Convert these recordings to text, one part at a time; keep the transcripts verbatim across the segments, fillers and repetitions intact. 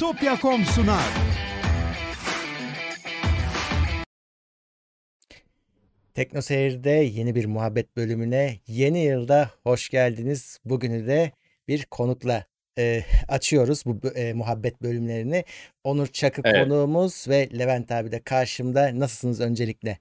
Bitopya nokta com sunar. Tekno Seyir'de yeni bir muhabbet bölümüne yeni yılda hoş geldiniz. Bugünü de bir konukla e, açıyoruz bu e, muhabbet bölümlerini. Onur Çakı Evet. konuğumuz ve Levent abi de karşımda. Nasılsınız öncelikle?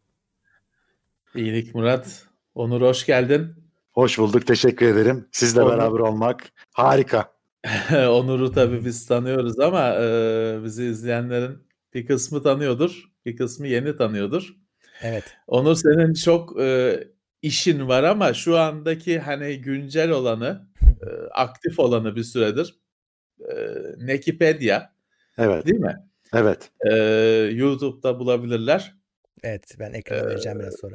İyilik Murat. Onur hoş geldin. Hoş bulduk, teşekkür ederim. Sizle Onur. beraber olmak harika. Onur'u tabii biz tanıyoruz ama e, bizi izleyenlerin bir kısmı tanıyordur, bir kısmı yeni tanıyordur. Evet. Onur, senin çok e, işin var ama şu andaki hani güncel olanı, e, aktif olanı bir süredir e, Nekipedia, Evet. değil mi? Evet. E, YouTube'da bulabilirler. Evet, ben ekrana Ee, vereceğim biraz sonra.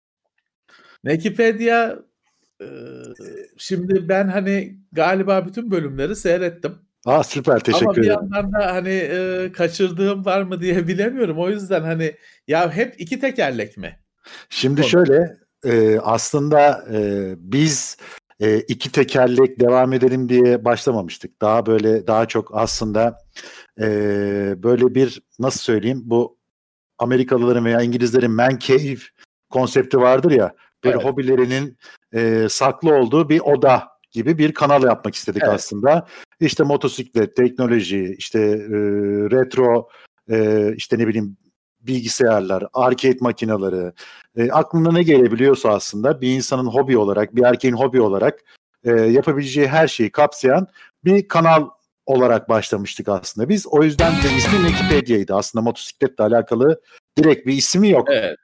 Nekipedia, e, şimdi ben hani galiba bütün bölümleri seyrettim. Aa, süper, teşekkür Ama bir ederim. yandan da hani e, kaçırdığım var mı diye bilemiyorum. O yüzden hani ya hep iki tekerlek mi? Şimdi Konu. şöyle, e, aslında e, biz e, iki tekerlek devam edelim diye başlamamıştık. Daha böyle, daha çok aslında e, böyle bir, nasıl söyleyeyim, bu Amerikalıların veya İngilizlerin man cave konsepti vardır ya, böyle Evet. hobilerinin e, saklı olduğu bir oda gibi bir kanal yapmak istedik Evet. aslında. İşte motosiklet, teknoloji, işte e, retro, e, işte ne bileyim bilgisayarlar, arcade makineleri, e, aklına ne gelebiliyorsa aslında bir insanın hobi olarak, bir erkeğin hobi olarak e, yapabileceği her şeyi kapsayan bir kanal olarak başlamıştık aslında biz. O yüzden de ismi Nekipedia'ydı. Aslında motosikletle alakalı direkt bir ismi yok. Evet.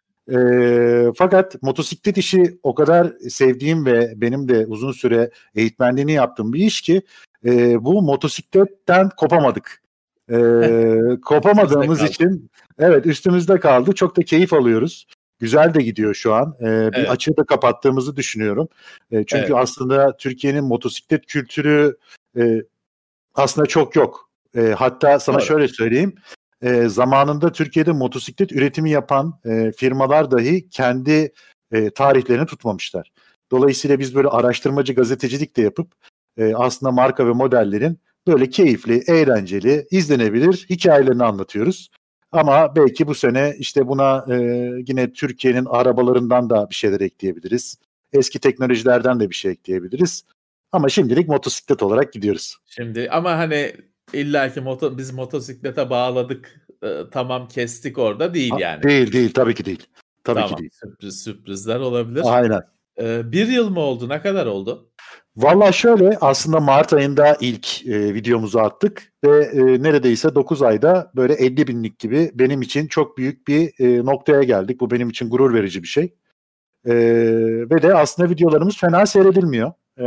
E, fakat motosiklet işi o kadar sevdiğim ve benim de uzun süre eğitmenliğini yaptığım bir iş ki e, bu motosikletten kopamadık. E, kopamadığımız Üstümüzde kaldı. için evet, üstümüzde kaldı. Çok da keyif alıyoruz. Güzel de gidiyor şu an. E, bir Evet. açığı da kapattığımızı düşünüyorum. E, çünkü Evet. aslında Türkiye'nin motosiklet kültürü e, aslında çok yok. E, hatta sana Doğru. şöyle söyleyeyim. E, zamanında Türkiye'de motosiklet üretimi yapan e, firmalar dahi kendi e, tarihlerini tutmamışlar. Dolayısıyla biz böyle araştırmacı gazetecilik de yapıp e, aslında marka ve modellerin böyle keyifli, eğlenceli, izlenebilir hikayelerini anlatıyoruz. Ama belki bu sene işte buna e, yine Türkiye'nin arabalarından da bir şeyler ekleyebiliriz. Eski teknolojilerden de bir şey ekleyebiliriz. Ama şimdilik motosiklet olarak gidiyoruz. Şimdi ama hani illaki moto, biz motosiklete bağladık, e, tamam kestik orada değil Ha, yani. değil değil, tabii ki değil. Tabii Tamam, ki değil. sürpriz sürprizler olabilir. Aynen. E, bir yıl mı oldu? Ne kadar oldu? Valla şöyle, aslında Mart ayında ilk e, videomuzu attık ve e, neredeyse dokuz ayda böyle elli binlik gibi benim için çok büyük bir e, noktaya geldik. Bu benim için gurur verici bir şey. E, ve de aslında videolarımız fena seyredilmiyor. E,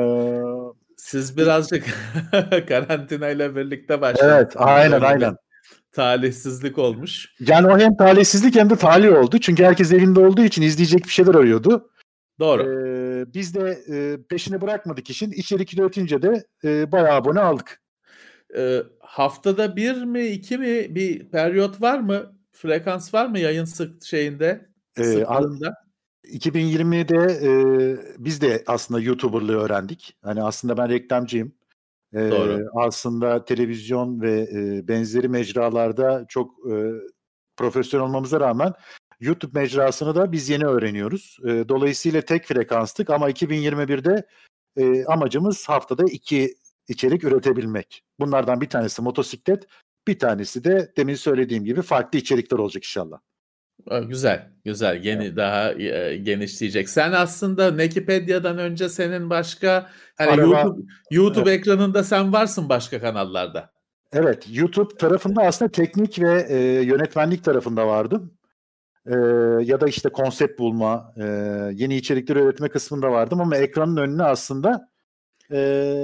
Siz birazcık karantinayla birlikte başladınız. evet, aynen Böyle bir aynen. talihsizlik olmuş. Yani o hem talihsizlik hem de talih oldu. Çünkü herkes evinde olduğu için izleyecek bir şeyler arıyordu. Doğru. Ee, biz de e, peşini bırakmadık işin. İçerik üretince de e, bayağı abone aldık. Ee, haftada bir mi iki mi bir periyot var mı? Frekans var mı yayın sık şeyinde, Ee, sıklığında? iki bin yirmide e, biz de aslında YouTuber'lığı öğrendik. Hani aslında ben reklamcıyım. Ee, Doğru. aslında televizyon ve e, benzeri mecralarda çok e, profesyonel olmamıza rağmen YouTube mecrasını da biz yeni öğreniyoruz. E, dolayısıyla tek frekanstık ama iki bin yirmi birde e, amacımız haftada iki içerik üretebilmek. Bunlardan bir tanesi motosiklet, bir tanesi de demin söylediğim gibi farklı içerikler olacak inşallah. Aa, Güzel, güzel. Yeni Evet. daha e, genişleyecek. Sen aslında Nekipedia'dan önce senin başka hani Araba, YouTube YouTube evet. ekranında sen varsın başka kanallarda. Evet, YouTube tarafında aslında teknik ve e, yönetmenlik tarafında vardım. E, ya da işte konsept bulma, e, yeni içerikler üretme kısmında vardım ama ekranın önüne aslında e,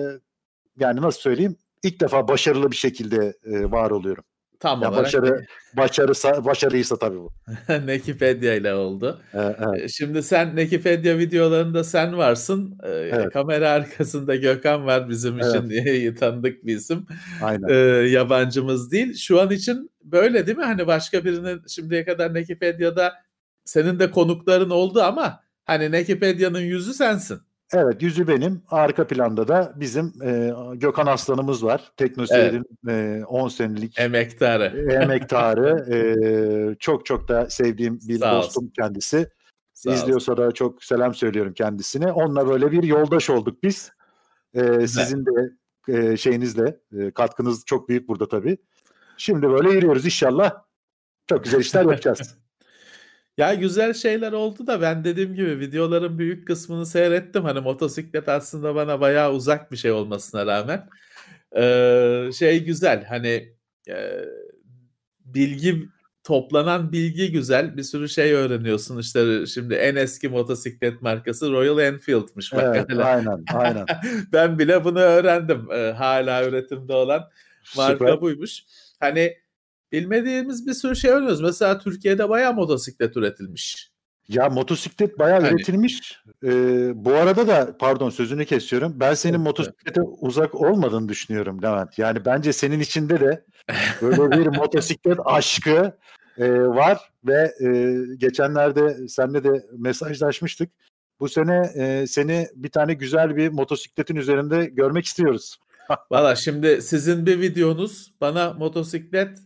yani nasıl söyleyeyim, ilk defa başarılı bir şekilde e, var oluyorum. Tam Yani olarak başarı başarısa başarıysa tabii bu. Nekipedia ile oldu. E, evet, E, Şimdi sen Nekipedia videolarında sen varsın. E, evet, kamera arkasında Gökhan var, bizim evet, için diye tanıdık bir isim. aynen. E, yabancımız değil. Şu an için böyle değil mi? Hani başka birinin şimdiye kadar Nekipedia'da senin de konukların oldu ama hani Nekipedia'nın yüzü sensin. Evet, yüzü benim. Arka planda da bizim e, Gökhan Aslanımız var. Teknoseyir'in evet. e, on senelik emektarı. emektarı. E, çok çok da sevdiğim bir Sağ dostum olsun. Kendisi. Sağ İzliyorsa olsun. Da çok selam söylüyorum kendisine. Onunla böyle bir yoldaş olduk biz. E, sizin de e, şeyinizle e, katkınız çok büyük burada tabii. Şimdi böyle yürüyoruz inşallah. Çok güzel işler yapacağız. Ya güzel şeyler oldu da ben dediğim gibi videoların büyük kısmını seyrettim. Hani motosiklet aslında bana bayağı uzak bir şey olmasına rağmen. Ee, şey güzel hani e, bilgi toplanan bilgi güzel. Bir sürü şey öğreniyorsun. İşte şimdi en eski motosiklet markası Royal Enfield'mış. Bak evet, hala. aynen, aynen. Ben bile bunu öğrendim. Ee, hala üretimde olan marka Süper. Buymuş. Hani bilmediğimiz bir sürü şey öğreniyoruz. Mesela Türkiye'de bayağı motosiklet üretilmiş. Ya motosiklet bayağı hani. üretilmiş. Ee, bu arada da pardon sözünü kesiyorum. Ben senin evet, motosiklete evet. uzak olmadığını düşünüyorum Levent. Yani bence senin içinde de böyle bir motosiklet aşkı e, var ve e, geçenlerde seninle de mesajlaşmıştık. Bu sene e, seni bir tane güzel bir motosikletin üzerinde görmek istiyoruz. Valla şimdi sizin bir videonuz bana motosiklet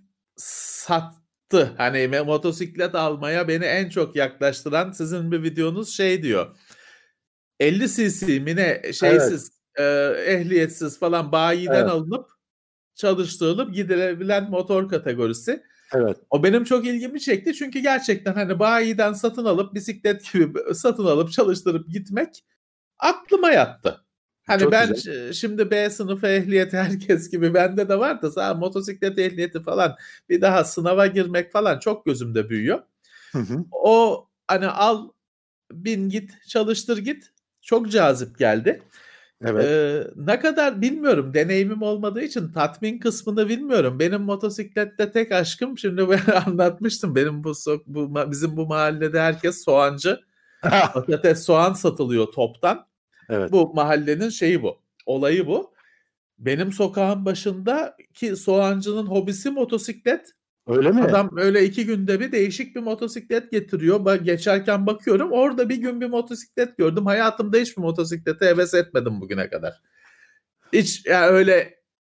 sattı. Hani motosiklet almaya beni en çok yaklaştıran sizin bir videonuz şey diyor. elli cc mi ne şeysiz evet. e, ehliyetsiz falan bayiden evet. alınıp çalıştırılıp gidilebilen motor kategorisi. Evet. O benim çok ilgimi çekti çünkü gerçekten hani bayiden satın alıp bisiklet gibi satın alıp çalıştırıp gitmek aklıma yattı. Hani çok ben güzel. Şimdi B sınıfı ehliyeti herkes gibi bende de var da sadece motosiklet ehliyeti falan bir daha sınava girmek falan çok gözümde büyüyor. Hı hı. O hani al bin git çalıştır git çok cazip geldi. Evet. Ee, ne kadar bilmiyorum deneyimim olmadığı için tatmin kısmını bilmiyorum. Benim motosiklette tek aşkım şimdi ben anlatmıştım benim bu, bu bizim bu mahallede herkes soğancı. Patates soğan satılıyor toptan. Evet. Bu mahallenin şeyi bu. Olayı bu. Benim sokağın başındaki soğancının hobisi motosiklet. Öyle mi? Adam öyle iki günde bir değişik bir motosiklet getiriyor. Bak geçerken bakıyorum orada bir gün bir motosiklet gördüm. Hayatımda hiçbir motosiklete heves etmedim bugüne kadar. Hiç yani öyle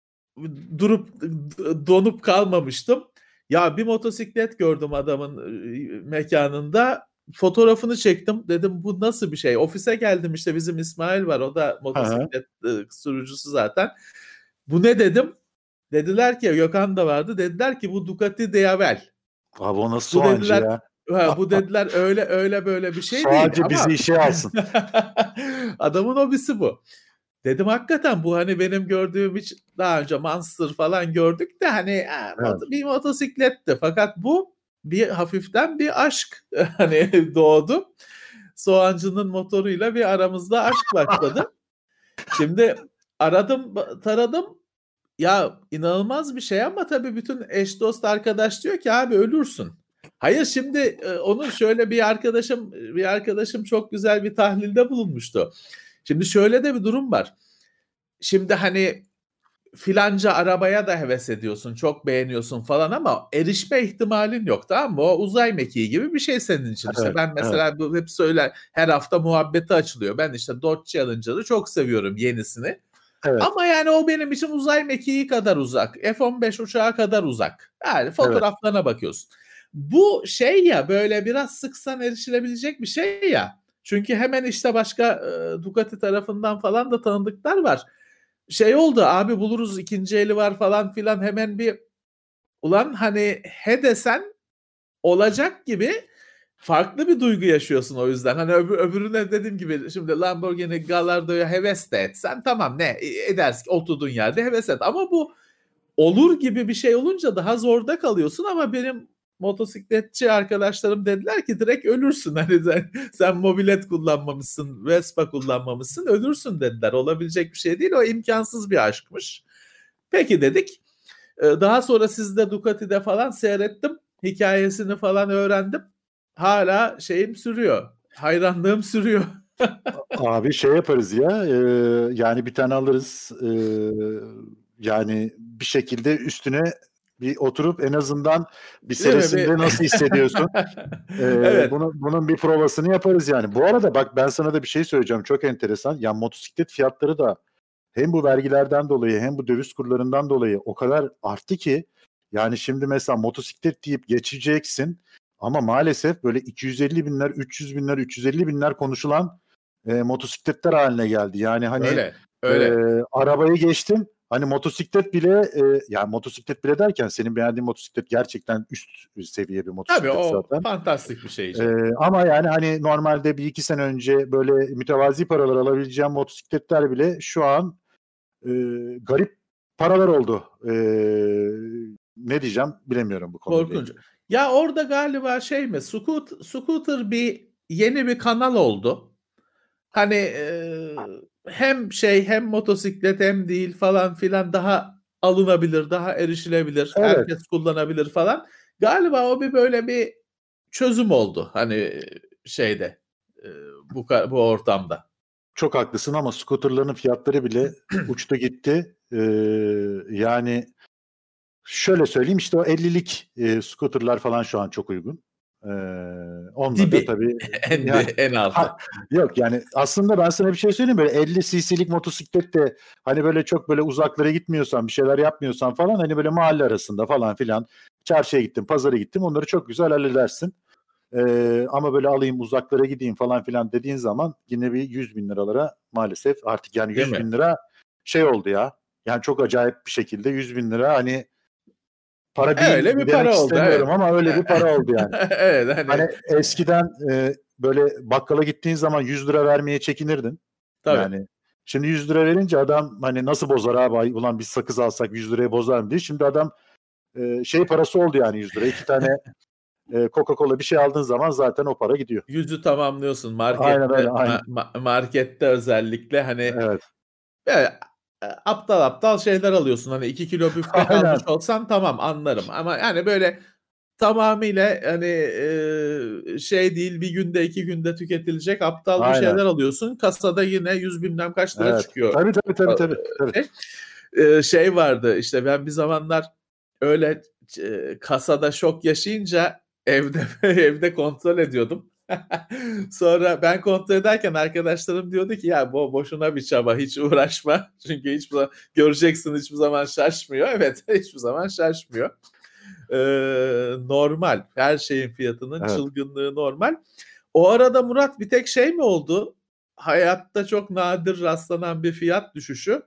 durup donup kalmamıştım. Ya bir motosiklet gördüm adamın mekanında. Fotoğrafını çektim. Dedim bu nasıl bir şey? Ofise geldim işte bizim İsmail var. O da motosiklet Aha. sürücüsü zaten. Bu ne dedim? Dediler ki Gökhan da vardı. Dediler ki bu Ducati Diavel. Abi o nasıl soğancı dediler, ya? Ha, bu dediler öyle öyle böyle bir şey soğancı değil. Soğancı bizi işe alsın. Adamın hobisi bu. Dedim hakikaten bu hani benim gördüğüm hiç daha önce Monster falan gördük de hani ha, evet. bir motosikletti. Fakat bu bir hafiften bir aşk hani doğdu. Soğancının motoruyla bir aramızda aşk başladı. Şimdi aradım taradım ya inanılmaz bir şey ama tabii bütün eş dost arkadaş diyor ki abi ölürsün. Hayır şimdi onun şöyle bir arkadaşım bir arkadaşım çok güzel bir tahlilde bulunmuştu. Şimdi şöyle de bir durum var. Şimdi hani filanca arabaya da heves ediyorsun, çok beğeniyorsun falan ama erişme ihtimalin yok, tamam mı? O uzay mekiği gibi bir şey senin için. Evet, işte ben mesela evet. hep söyler her hafta muhabbeti açılıyor. Ben işte Dodge Challenger'ı çok seviyorum yenisini. Evet. Ama yani o benim için uzay mekiği kadar uzak. F on beş uçağı kadar uzak. Yani fotoğraflarına evet. bakıyorsun. Bu şey ya böyle biraz sıksan erişilebilecek bir şey ya. Çünkü hemen işte başka e, Ducati tarafından falan da tanıdıklar var. Şey oldu abi buluruz ikinci eli var falan filan hemen bir ulan hani he desen olacak gibi farklı bir duygu yaşıyorsun o yüzden. Hani öbür, öbürüne dediğim gibi şimdi Lamborghini Gallardo'ya heves de etsen tamam ne edersin oturduğun yerde heves et. Ama bu olur gibi bir şey olunca daha zorda kalıyorsun ama benim motosikletçi arkadaşlarım dediler ki direkt ölürsün. Hani sen, sen mobilet kullanmamışsın, Vespa kullanmamışsın, ölürsün dediler. Olabilecek bir şey değil. O imkansız bir aşkmış. Peki dedik. Daha sonra sizde Ducati'de falan seyrettim. Hikayesini falan öğrendim. Hala şeyim sürüyor. Hayranlığım sürüyor. Abi şey yaparız ya. E, yani bir tane alırız. E, yani bir şekilde üstüne bir oturup en azından bir senesinde bir... nasıl hissediyorsun? ee, evet. Bunu, bunun bir provasını yaparız yani. Bu arada bak ben sana da bir şey söyleyeceğim. Çok enteresan. Ya motosiklet fiyatları da hem bu vergilerden dolayı hem bu döviz kurlarından dolayı o kadar arttı ki yani şimdi mesela motosiklet deyip geçeceksin ama maalesef böyle iki yüz elli binler, üç yüz binler, üç yüz elli binler konuşulan e, motosikletler haline geldi. Yani hani öyle, öyle. E, arabayı geçtim. Hani motosiklet bile e, yani motosiklet bile derken senin beğendiğin motosiklet gerçekten üst seviye bir motosiklet Tabii o zaten. fantastik bir şey. E, ama yani hani normalde bir iki sene önce böyle mütevazi paralar alabileceğim motosikletler bile şu an e, garip paralar oldu. E, ne diyeceğim bilemiyorum bu konuyla. Korkunç. Ya orada galiba şey mi? Scooter, scooter bir yeni bir kanal oldu. Hani e, hem şey hem motosiklet hem değil falan filan daha alınabilir, daha erişilebilir, evet. Herkes kullanabilir falan. Galiba o bir böyle bir çözüm oldu hani şeyde e, bu bu ortamda. Çok haklısın ama scooterların fiyatları bile uçtu gitti. Ee, yani şöyle söyleyeyim işte o ellilik e, scooterlar falan şu an çok uygun. Ee, onunla Dibi. da tabii en, yani, en altı. Ha, yok yani aslında ben sana bir şey söyleyeyim böyle elli cc'lik motosiklet de hani böyle çok böyle uzaklara gitmiyorsan bir şeyler yapmıyorsan falan hani böyle mahalle arasında falan filan çarşıya gittim, pazara gittim onları çok güzel halledersin. Ee, ama böyle alayım uzaklara gideyim falan filan dediğin zaman yine bir yüz bin liralara maalesef artık yani yüz bin lira şey oldu ya. Yani çok acayip bir şekilde yüz bin lira hani para değil öyle bir demek para istemiyorum oldu, evet. ama öyle bir para oldu yani. Evet, hani... hani eskiden e, böyle bakkala gittiğin zaman yüz lira vermeye çekinirdin. Tabii. Yani şimdi yüz lira verince adam hani nasıl bozar abi ulan biz sakız alsak yüz liraya bozar mı diye. Şimdi adam e, şey parası oldu yani yüz lira. İki tane Coca-Cola bir şey aldığın zaman zaten o para gidiyor. Yüzü tamamlıyorsun markette. Aynen öyle. Aynen. Ma- markette özellikle hani evet. Evet, aptal aptal şeyler alıyorsun. Hani iki kilo büftek almış olsan tamam anlarım. Ama yani böyle tamamıyla hani e, şey değil bir günde iki günde tüketilecek aptal Aynen. bir şeyler alıyorsun. Kasada yine yüz bilmem kaç lira evet. çıkıyor. Tabii tabii tabii. tabii, tabii. Şey, e, şey vardı işte ben bir zamanlar öyle e, kasada şok yaşayınca evde evde kontrol ediyordum. Sonra ben kontrol ederken arkadaşlarım diyordu ki ya bu boşuna bir çaba hiç uğraşma. Çünkü hiçbir zaman göreceksin hiçbir zaman şaşmıyor. Evet hiçbir zaman şaşmıyor. Ee, normal. Her şeyin fiyatının evet. çılgınlığı normal. O arada Murat bir tek şey mi oldu? Hayatta çok nadir rastlanan bir fiyat düşüşü.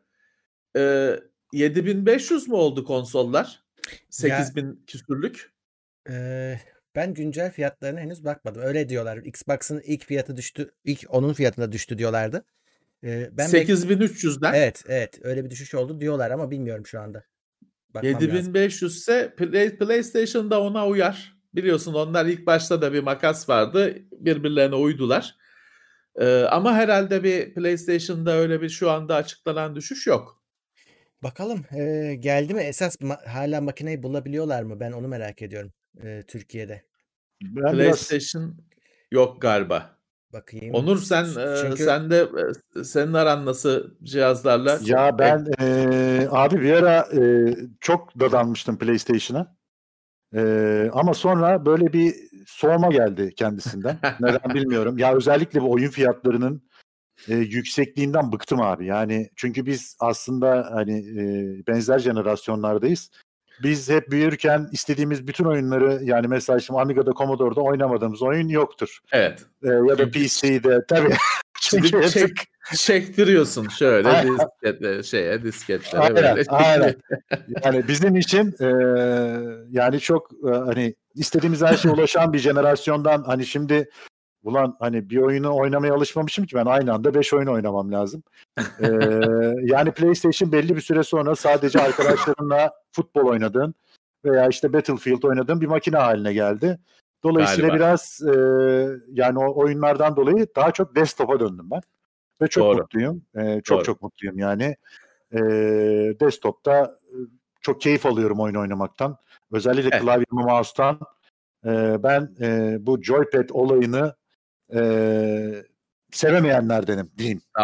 Ee, yedi bin beş yüz mü oldu konsollar? sekiz bin küsürlük. Eee Ben güncel fiyatlarına henüz bakmadım. Öyle diyorlar. Xbox'ın ilk fiyatı düştü. İlk onun fiyatına düştü diyorlardı. Ee, ben sekiz bin üç yüzden. Evet, evet. Öyle bir düşüş oldu diyorlar ama bilmiyorum şu anda. yedi bin beş yüz ise Play, PlayStation'da ona uyar. Biliyorsun onlar ilk başta da bir makas vardı. Birbirlerine uydular. Ee, ama herhalde bir PlayStation'da öyle bir şu anda açıklanan düşüş yok. Bakalım e, geldi mi? Esas ma- hala makineyi bulabiliyorlar mı? Ben onu merak ediyorum e, Türkiye'de. Ben PlayStation biraz... yok galiba. Bakayım. Onur sen Çünkü... sen de senin aran nasıl cihazlarla? Ya ben e, abi bir ara e, çok dadanmıştım PlayStation'a. E, ama sonra böyle bir soğuma geldi kendisinden. Neden bilmiyorum. Ya özellikle bu oyun fiyatlarının e, yüksekliğinden bıktım abi. Yani çünkü biz aslında hani e, benzer jenerasyonlardayız. Biz hep büyürken istediğimiz bütün oyunları yani mesela şimdi Amiga'da, Commodore'da oynamadığımız oyun yoktur. Evet. Ee, ya da P C'de tabii. Çünkü çek, çektiriyorsun şöyle disketle, şeye disketlere aynen, böyle. Aynen. Yani bizim için e, yani çok e, hani istediğimiz her şeye ulaşan bir jenerasyondan hani şimdi ulan hani bir oyunu oynamaya alışmamışım ki ben aynı anda beş oyun oynamam lazım. ee, yani PlayStation belli bir süre sonra sadece arkadaşlarınla futbol oynadığın veya işte Battlefield oynadığın bir makine haline geldi. Dolayısıyla Galiba. biraz e, yani o oyunlardan dolayı daha çok desktop'a döndüm ben. Ve çok Doğru. mutluyum. E, çok Doğru. çok mutluyum yani. E, desktop'ta çok keyif alıyorum oyun oynamaktan. Özellikle evet. klavye mouse'tan. E, ben e, bu joypad olayını Ee, sevemeyenlerdenim diyeyim. Tamam.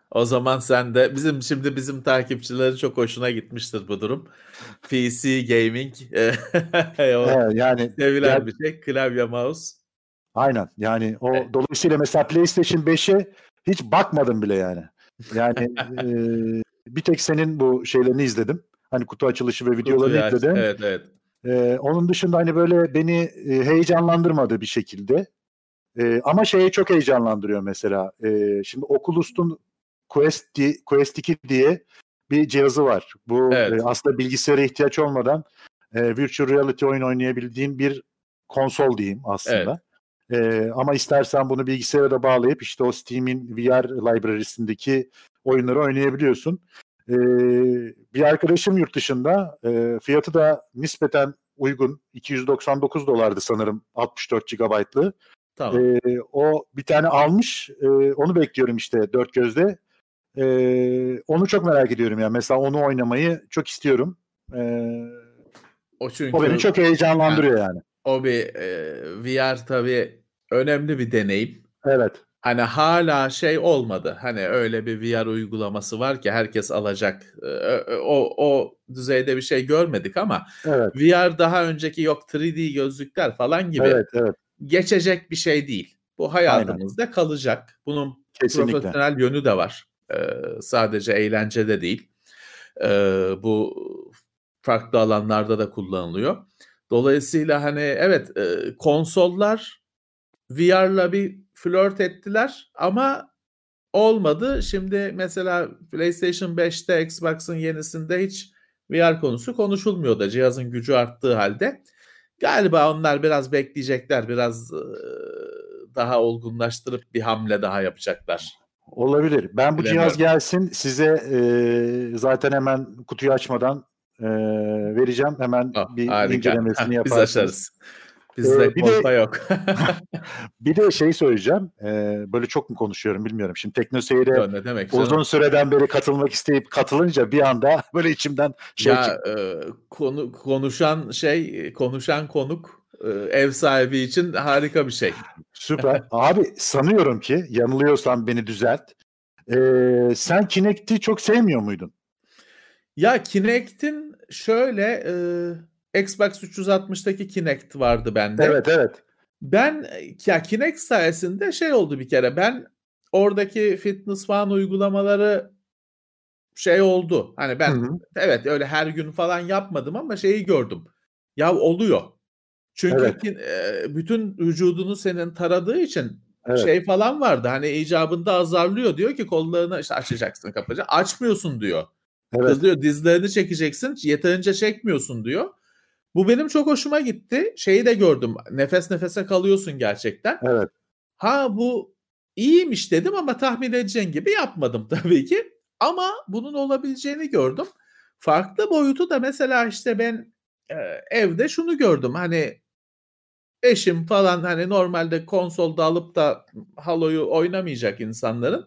O zaman sen de bizim şimdi bizim takipçilerin çok hoşuna gitmiştir bu durum. P C gaming Evet, yani sevilen gel, bir şey. Klavye, mouse. aynen. Yani o Evet. dolayısıyla mesela PlayStation beşe hiç bakmadım bile yani. Yani e, bir tek senin bu şeylerini izledim. Hani kutu açılışı ve videolarını Kutuyu aç. izledim. Evet, evet. E, onun dışında hani böyle beni e, heyecanlandırmadı bir şekilde. E, ama şeye çok heyecanlandırıyor mesela. E, şimdi Oculus'un Quest, di- Quest iki diye bir cihazı var. Bu Evet. e, aslında bilgisayara ihtiyaç olmadan e, virtual reality oyun oynayabildiğin bir konsol diyeyim aslında. Evet. E, ama istersen bunu bilgisayara da bağlayıp işte o Steam'in V R library'sindeki oyunları oynayabiliyorsun. E, bir arkadaşım yurt dışında, e, fiyatı da nispeten uygun. iki yüz doksan dokuz dolardı sanırım altmış dört gigabaytlı. Tamam. E, o bir tane almış. E, onu bekliyorum işte dört gözle. E, onu çok merak ediyorum yani. Mesela onu oynamayı çok istiyorum. E, O çünkü o beni çok heyecanlandırıyor yani. yani. O bir e, V R tabii önemli bir deneyim. Evet. Hani hala şey olmadı. Hani öyle bir V R uygulaması var ki herkes alacak. E, o o düzeyde bir şey görmedik ama evet. V R daha önceki yok üç D gözlükler falan gibi evet, evet. geçecek bir şey değil. Bu hayatımızda Aynen. kalacak. Bunun Kesinlikle. profesyonel yönü de var. Ee, sadece eğlencede değil. Ee, bu farklı alanlarda da kullanılıyor. Dolayısıyla hani evet e, konsollar V R'la bir flört ettiler ama olmadı. Şimdi mesela PlayStation beşte, Xbox'ın yenisinde hiç V R konusu konuşulmuyor da cihazın gücü arttığı halde. Galiba onlar biraz bekleyecekler. Biraz e, daha olgunlaştırıp bir hamle daha yapacaklar. Olabilir. Ben bu cihaz gelsin size e, zaten hemen kutuyu açmadan e, vereceğim. Hemen oh, bir harika. incelemesini yaparsınız. Biz açarız. Bizde ee, kolpa yok. bir de şey söyleyeceğim. Ee, böyle çok mu konuşuyorum bilmiyorum. Şimdi TeknoSeyir'e uzun süreden beri katılmak isteyip katılınca bir anda böyle içimden şey ya, çıktı. E, konu, konuşan şey, konuşan konuk e, ev sahibi için harika bir şey. Süper. Abi sanıyorum ki yanılıyorsam beni düzelt. Ee, sen Kinect'i çok sevmiyor muydun? Ya Kinect'in şöyle e, Xbox üç yüz altmıştaki Kinect vardı bende. Evet evet. Ben ya Kinect sayesinde şey oldu bir kere. Ben oradaki fitness falan uygulamaları şey oldu. Hani ben hı hı. evet öyle her gün falan yapmadım ama şeyi gördüm. Ya oluyor. Çünkü evet. ki, e, bütün vücudunu senin taradığı için evet. şey falan vardı. Hani icabında azarlıyor. Diyor ki kollarını işte açacaksın, kapatacaksın. Açmıyorsun diyor. Evet. Kız diyor dizlerini çekeceksin. Yeterince çekmiyorsun diyor. Bu benim çok hoşuma gitti. Şeyi de gördüm. Nefes nefese kalıyorsun gerçekten. Evet. Ha bu iyiymiş dedim ama tahmin edeceğin gibi yapmadım tabii ki. Ama bunun olabileceğini gördüm. Farklı boyutu da mesela işte ben e, evde şunu gördüm. Hani eşim falan hani normalde konsolda alıp da Halo'yu oynamayacak insanların.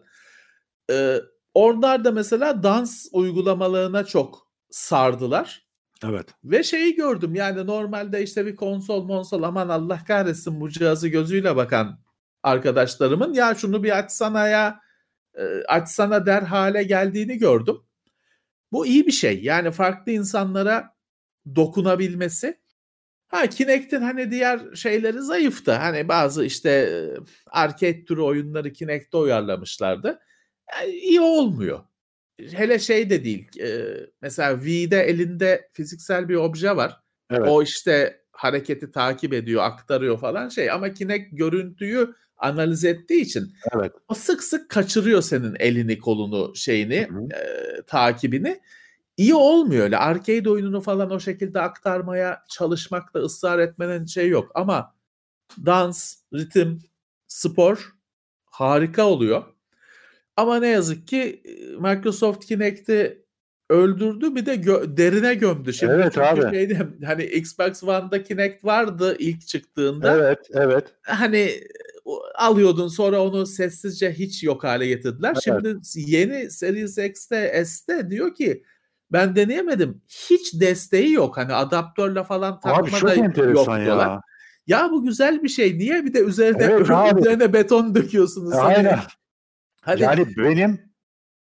E, onlar da mesela dans uygulamalarına çok sardılar. Evet. Ve şeyi gördüm yani normalde işte bir konsol monsol aman Allah kahretsin bu cihazı gözüyle bakan arkadaşlarımın ya şunu bir açsana ya e, açsana der hale geldiğini gördüm. Bu iyi bir şey yani farklı insanlara dokunabilmesi. Ha Kinect'in hani diğer şeyleri zayıftı. Hani bazı işte e, arcade türü oyunları Kinect'te uyarlamışlardı. Yani iyi olmuyor. Hele şey de değil. E, mesela Wii'de elinde fiziksel bir obje var. Evet. O işte hareketi takip ediyor, aktarıyor falan şey. Ama Kinect görüntüyü analiz ettiği için evet. o sık sık kaçırıyor senin elini, kolunu, şeyini, e, takibini. İyi olmuyor öyle. Arcade oyununu falan o şekilde aktarmaya çalışmakta ısrar etmenin şey yok. Ama dans, ritim, spor harika oluyor. Ama ne yazık ki Microsoft Kinect'i öldürdü bir de gö- derine gömdü. Şimdi evet çünkü abi. Şeyde, hani Xbox One'da Kinect vardı ilk çıktığında. Evet, evet. Hani alıyordun sonra onu sessizce hiç yok hale getirdiler. Evet. Şimdi yeni Series X'te S'te diyor ki ben deneyemedim. Hiç desteği yok. Hani adaptörle falan takma da yok diyorlar. Ya. ya bu güzel bir şey. Niye bir de üzerine, evet, üzerine beton döküyorsunuz? Aynen. Hani, yani benim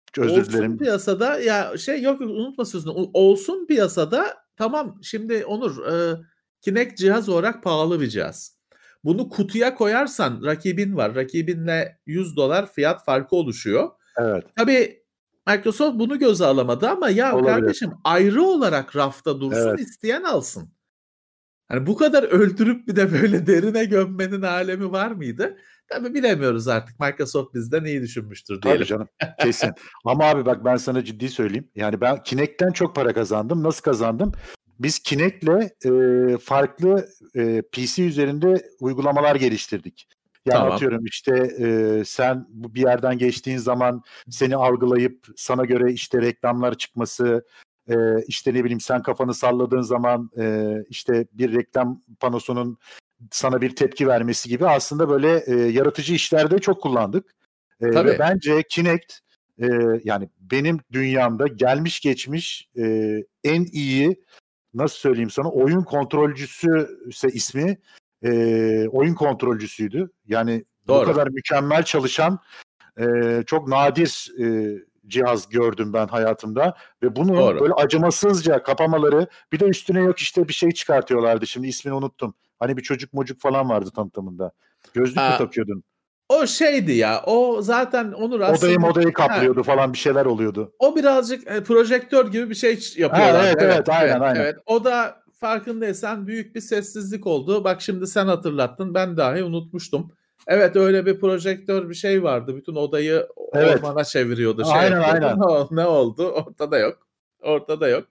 Özür olsun dilerim. piyasada ya şey yok unutma sözünü. Olsun piyasada tamam şimdi Onur e, Kinect cihaz olarak pahalı bir cihaz. Bunu kutuya koyarsan rakibin var. Rakibinle yüz dolar fiyat farkı oluşuyor. Evet. Tabii Microsoft bunu göze alamadı ama ya Olabilir. kardeşim ayrı olarak rafta dursun Evet. isteyen alsın. Hani bu kadar öldürüp bir de böyle derine gömmenin alemi var mıydı? Tabii bilemiyoruz artık. Microsoft bizden iyi düşünmüştür diyelim. Tabii canım. Kesin. Ama abi bak ben sana ciddi söyleyeyim. Yani ben Kinect'ten çok para kazandım. Nasıl kazandım? Biz Kinect'le e, farklı e, P C üzerinde uygulamalar geliştirdik. Yani Tamam. atıyorum işte e, sen bir yerden geçtiğin zaman seni algılayıp sana göre işte reklamlar çıkması, e, işte ne bileyim sen kafanı salladığın zaman e, işte bir reklam panosunun sana bir tepki vermesi gibi aslında böyle e, yaratıcı işlerde çok kullandık. E, Tabii. ve bence Kinect e, yani benim dünyamda gelmiş geçmiş e, en iyi nasıl söyleyeyim sana oyun kontrolcüsü ise ismi e, oyun kontrolcüsüydü. Yani Doğru. bu kadar mükemmel çalışan e, çok nadir e, cihaz gördüm ben hayatımda ve bunun Doğru. böyle acımasızca kapamaları bir de üstüne yok işte bir şey çıkartıyorlardı şimdi ismini unuttum. Hani bir çocuk mocuk falan vardı tanıtımında. Gözlük Aa, mü takıyordun? O şeydi ya. O zaten Onur aslında Odayı modayı ha, kaplıyordu falan bir şeyler oluyordu. o birazcık e, projektör gibi bir şey ç- Ha, yapıyorlardı. evet Evet, evet aynen evet, aynen. evet. O da farkındaysan büyük bir sessizlik oldu. Bak şimdi sen hatırlattın. Ben dahi unutmuştum. Evet öyle bir projektör bir şey vardı. Bütün odayı Evet. ormana çeviriyordu. Şey Aynen yapıyordu. aynen. Ne, ol- ne oldu? Ortada yok. Ortada yok.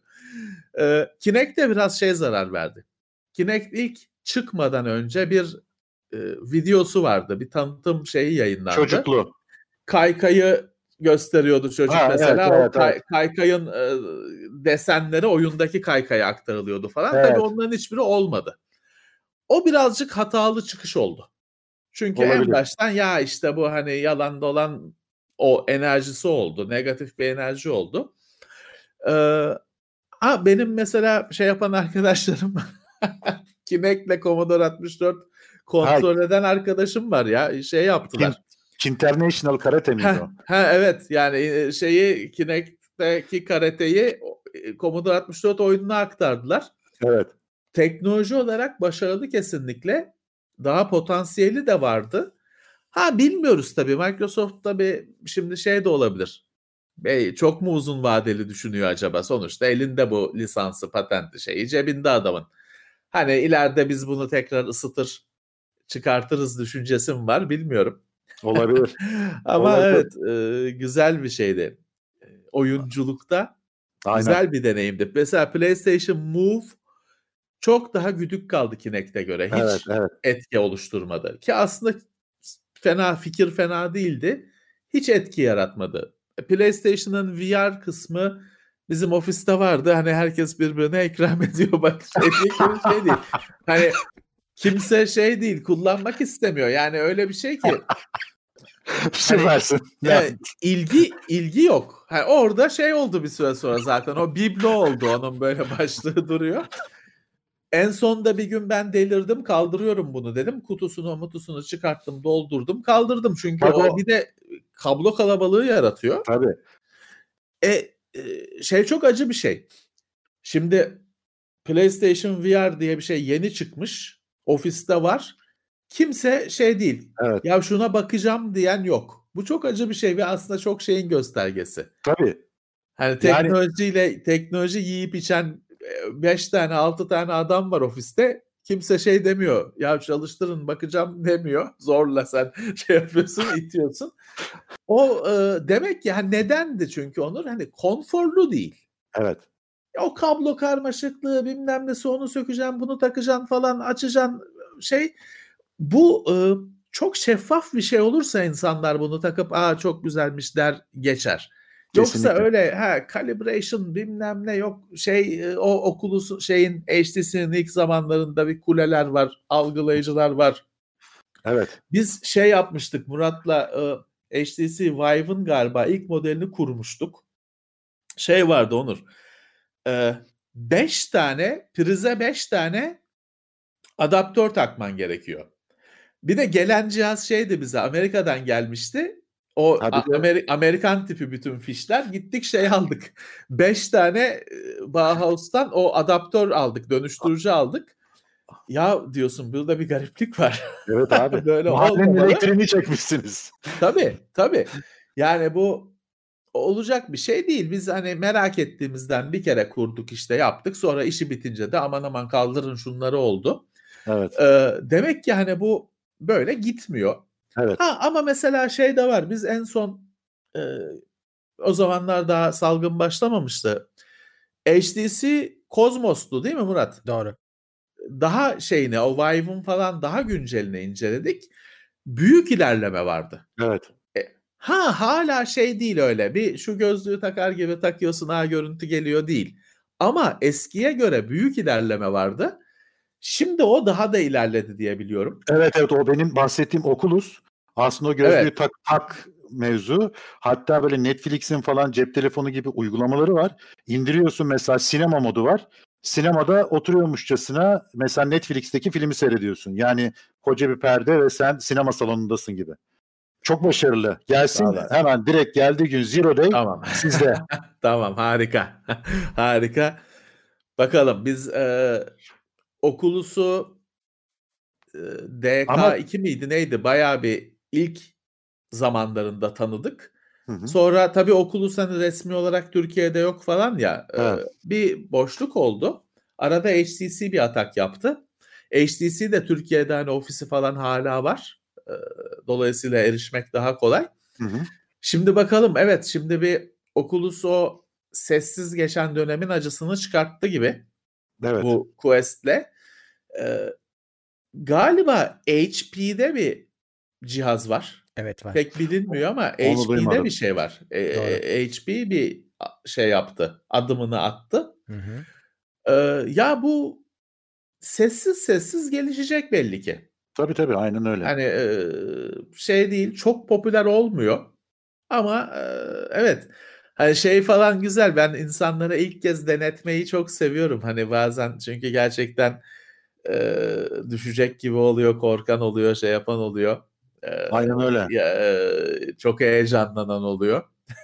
Ee, Kinect de biraz şey zarar verdi. Kinect ilk çıkmadan önce bir e, videosu vardı. Bir tanıtım şeyi yayınlandı. Çocuklu. Kaykayı gösteriyordu çocuk Ha, evet mesela. O evet kay- evet. kaykayın e, desenleri oyundaki kaykaya aktarılıyordu falan. Tabii Evet. onların hiçbiri olmadı. O birazcık hatalı çıkış oldu. Çünkü en Olabilir. baştan ya işte bu hani yalan dolan o enerjisi oldu. Negatif bir enerji oldu. Ee, ha benim mesela şey yapan arkadaşlarım Kinect'le Commodore altmış dört Ha, kontrol eden arkadaşım var ya şey yaptılar. Kin- International Karate miydi Ha, o? ha evet yani e, şeyi Kinect'teki karateyi e, Commodore altmış dört oyununa aktardılar. Evet. Teknoloji olarak başarılı kesinlikle. Daha potansiyeli de vardı. Ha bilmiyoruz tabii. Microsoft tabii şimdi şey de olabilir. Bey, çok mu uzun vadeli düşünüyor acaba? Sonuçta elinde bu lisansı, patenti şeyi cebinde adamın. Hani ileride biz bunu tekrar ısıtır, çıkartırız düşüncesi mi var bilmiyorum. Olabilir. Ama Olabilir. evet e, güzel bir şeydi. E, Oyunculukta Aynen. güzel bir deneyimdi. Mesela PlayStation Move çok daha güdük kaldı Kinect'e göre. Hiç Evet evet. etki oluşturmadı. Ki aslında fena fikir fena değildi. Hiç etki yaratmadı. PlayStation'ın V R kısmı bizim ofiste vardı. Hani herkes birbirine ikram ediyor. Bak hediye gibi şey değil. Hani kimse şey değil kullanmak istemiyor. Yani öyle bir şey ki hani Süpersin. e, ilgi ilgi yok. Hani orada şey oldu bir süre sonra zaten. O biblo oldu onun böyle başlığı duruyor. En sonunda bir gün ben delirdim kaldırıyorum bunu dedim. Kutusunu mutusunu çıkarttım doldurdum kaldırdım. Çünkü Bak o o bir de kablo kalabalığı yaratıyor. tabii. E, e, şey çok acı bir şey. Şimdi PlayStation V R diye bir şey yeni çıkmış. Ofiste var. Kimse şey değil. Evet. Ya şuna bakacağım diyen yok. Bu çok acı bir şey ve aslında çok şeyin göstergesi. Tabii. Hani Yani teknolojiyle teknoloji yiyip içen beş tane altı tane adam var ofiste. Kimse şey demiyor. Ya çalıştırın bakacağım demiyor. Zorla sen şey yapıyorsun, itiyorsun. O e, demek ki hani nedendi çünkü Onur hani konforlu değil. evet. O kablo karmaşıklığı bilmem nesi onu sökeceğim, bunu takacağım falan açacağım şey. Bu e, çok şeffaf bir şey olursa insanlar bunu takıp aa çok güzelmiş der geçer. Yoksa Kesinlikle. öyle ha calibration bilmem ne yok şey e, o okulu şeyin H T C'nin ilk zamanlarında bir kuleler var, algılayıcılar var. Evet. Biz şey yapmıştık Murat'la e, H T C Vive'ın galiba ilk modelini kurmuştuk. Şey vardı Onur. E, beş tane prize beş tane adaptör takman gerekiyor. Bir de gelen cihaz şeydi bize Amerika'dan gelmişti. O Tabii A- de Ameri- Amerikan tipi bütün fişler. Gittik şey aldık. Beş tane e, Bauhaus'tan o adaptör aldık. Dönüştürücü aldık. Ya diyorsun burada bir gariplik var. evet abi. Böyle Mahallenin olmamalı. elektriğini çekmişsiniz. Tabii tabii. Yani bu olacak bir şey değil. Biz hani merak ettiğimizden bir kere kurduk işte yaptık. Sonra işi bitince de aman aman kaldırın şunları oldu. Evet. Ee, demek ki hani bu böyle gitmiyor. Evet. Ha ama mesela şey de var. Biz en son e, o zamanlar daha salgın başlamamıştı. H T C Cosmos'tu değil mi Murat? Doğru. Daha şeyini o Vive'ın falan daha güncelini inceledik. Büyük ilerleme vardı. Evet. E, ha hala şey değil öyle. Bir şu gözlüğü takar gibi takıyorsun ha görüntü geliyor değil. Ama eskiye göre büyük ilerleme vardı. Şimdi o daha da ilerledi diye biliyorum. Evet evet o benim bahsettiğim Oculus. Aslında o gözlüğü Evet. tak tak mevzu. Hatta böyle Netflix'in falan cep telefonu gibi uygulamaları var. İndiriyorsun mesela sinema modu var. Sinemada oturuyormuşçasına mesela Netflix'teki filmi seyrediyorsun. Yani koca bir perde ve sen sinema salonundasın gibi. Çok başarılı. Gelsin Vallahi. hemen direkt geldiği gün Zero Day Tamam. sizde. Tamam harika. Harika. Bakalım biz e, Oculus'u e, Ama D K iki miydi neydi? Bayağı bir ilk zamanlarında tanıdık. hı hı, Sonra tabii Oculus hani resmi olarak Türkiye'de yok falan ya. e, evet. bir boşluk oldu. Arada H T C bir atak yaptı. H T C de Türkiye'de hani ofisi falan hala var. E, dolayısıyla erişmek daha kolay. Hı hı. Şimdi bakalım evet şimdi bir Oculus o sessiz geçen dönemin acısını çıkarttı gibi Evet. bu Quest'le. Ee, galiba H P'de bir cihaz var. Evet var. Pek bilinmiyor ama Onu H P'de duymadım. bir şey var. Ee, Doğru. H P bir şey yaptı. Adımını attı. Hı hı. Ee, ya bu sessiz sessiz gelişecek belli ki. Tabii tabii aynen öyle. Hani e, şey değil çok popüler olmuyor. Ama e, evet hani şey falan güzel ben insanlara ilk kez denetmeyi çok seviyorum hani bazen çünkü gerçekten e, düşecek gibi oluyor korkan oluyor şey yapan oluyor E, Aynen öyle. ya, e, çok heyecanlanan oluyor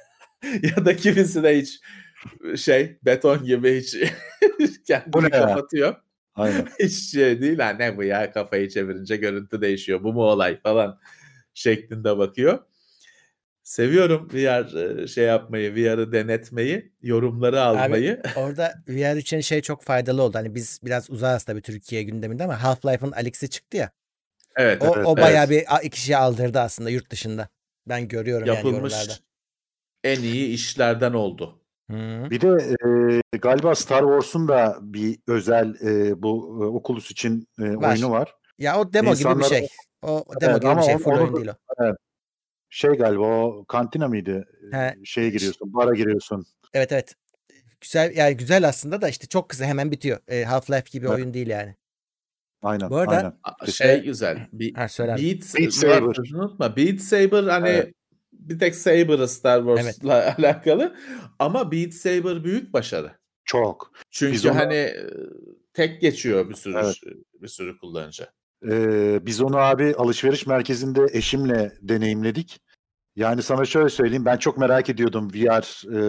ya da kimisi de hiç şey beton gibi hiç Bu kendini ne ya? kapatıyor Aynen. hiç şey değil ha ne bu ya kafayı çevirince görüntü değişiyor bu mu olay falan şeklinde bakıyor. Seviyorum V R şey yapmayı, V R'ı denetmeyi, yorumları Abi almayı. orada V R için şey çok faydalı oldu. Hani biz biraz uzağız tabii Türkiye gündeminde ama Half-Life'ın Alyx'i çıktı ya. Evet, O Evet. o bayağı evet. bir a- kişiyi aldırdı aslında yurt dışında. Ben görüyorum yani yorumlarda. Yapılmış en iyi işlerden oldu. Hı. Bir de e, galiba Star Wars'un da bir özel e, bu e, Oculus için e, Var. oyunu var. Ya o demo gibi bir İnsanlar şey. O demo evet, gibi bir ama şey. onu, Full onu oyun da- değil o. evet, şey galiba o kantina mıydı? E, He, Şeye ş- giriyorsun, bara giriyorsun. evet evet. Güzel yani güzel aslında da işte çok kısa hemen bitiyor. E, Half-Life gibi Evet, oyun değil yani. aynen, Bu arada aynen. A- Kesin. Şey güzel. Bir ha söylerim. Beat Beat Murat Saber. sözünü unutma. Beat Saber Evet, hani bir tek Saber'ı Star Evet. Wars'la alakalı ama Beat Saber büyük başarı. çok. Biz Çünkü onu hani e, tek geçiyor bir sürü evet, bir sürü kullanıcı. e, biz onu abi alışveriş merkezinde eşimle deneyimledik. Yani sana şöyle söyleyeyim, ben çok merak ediyordum V R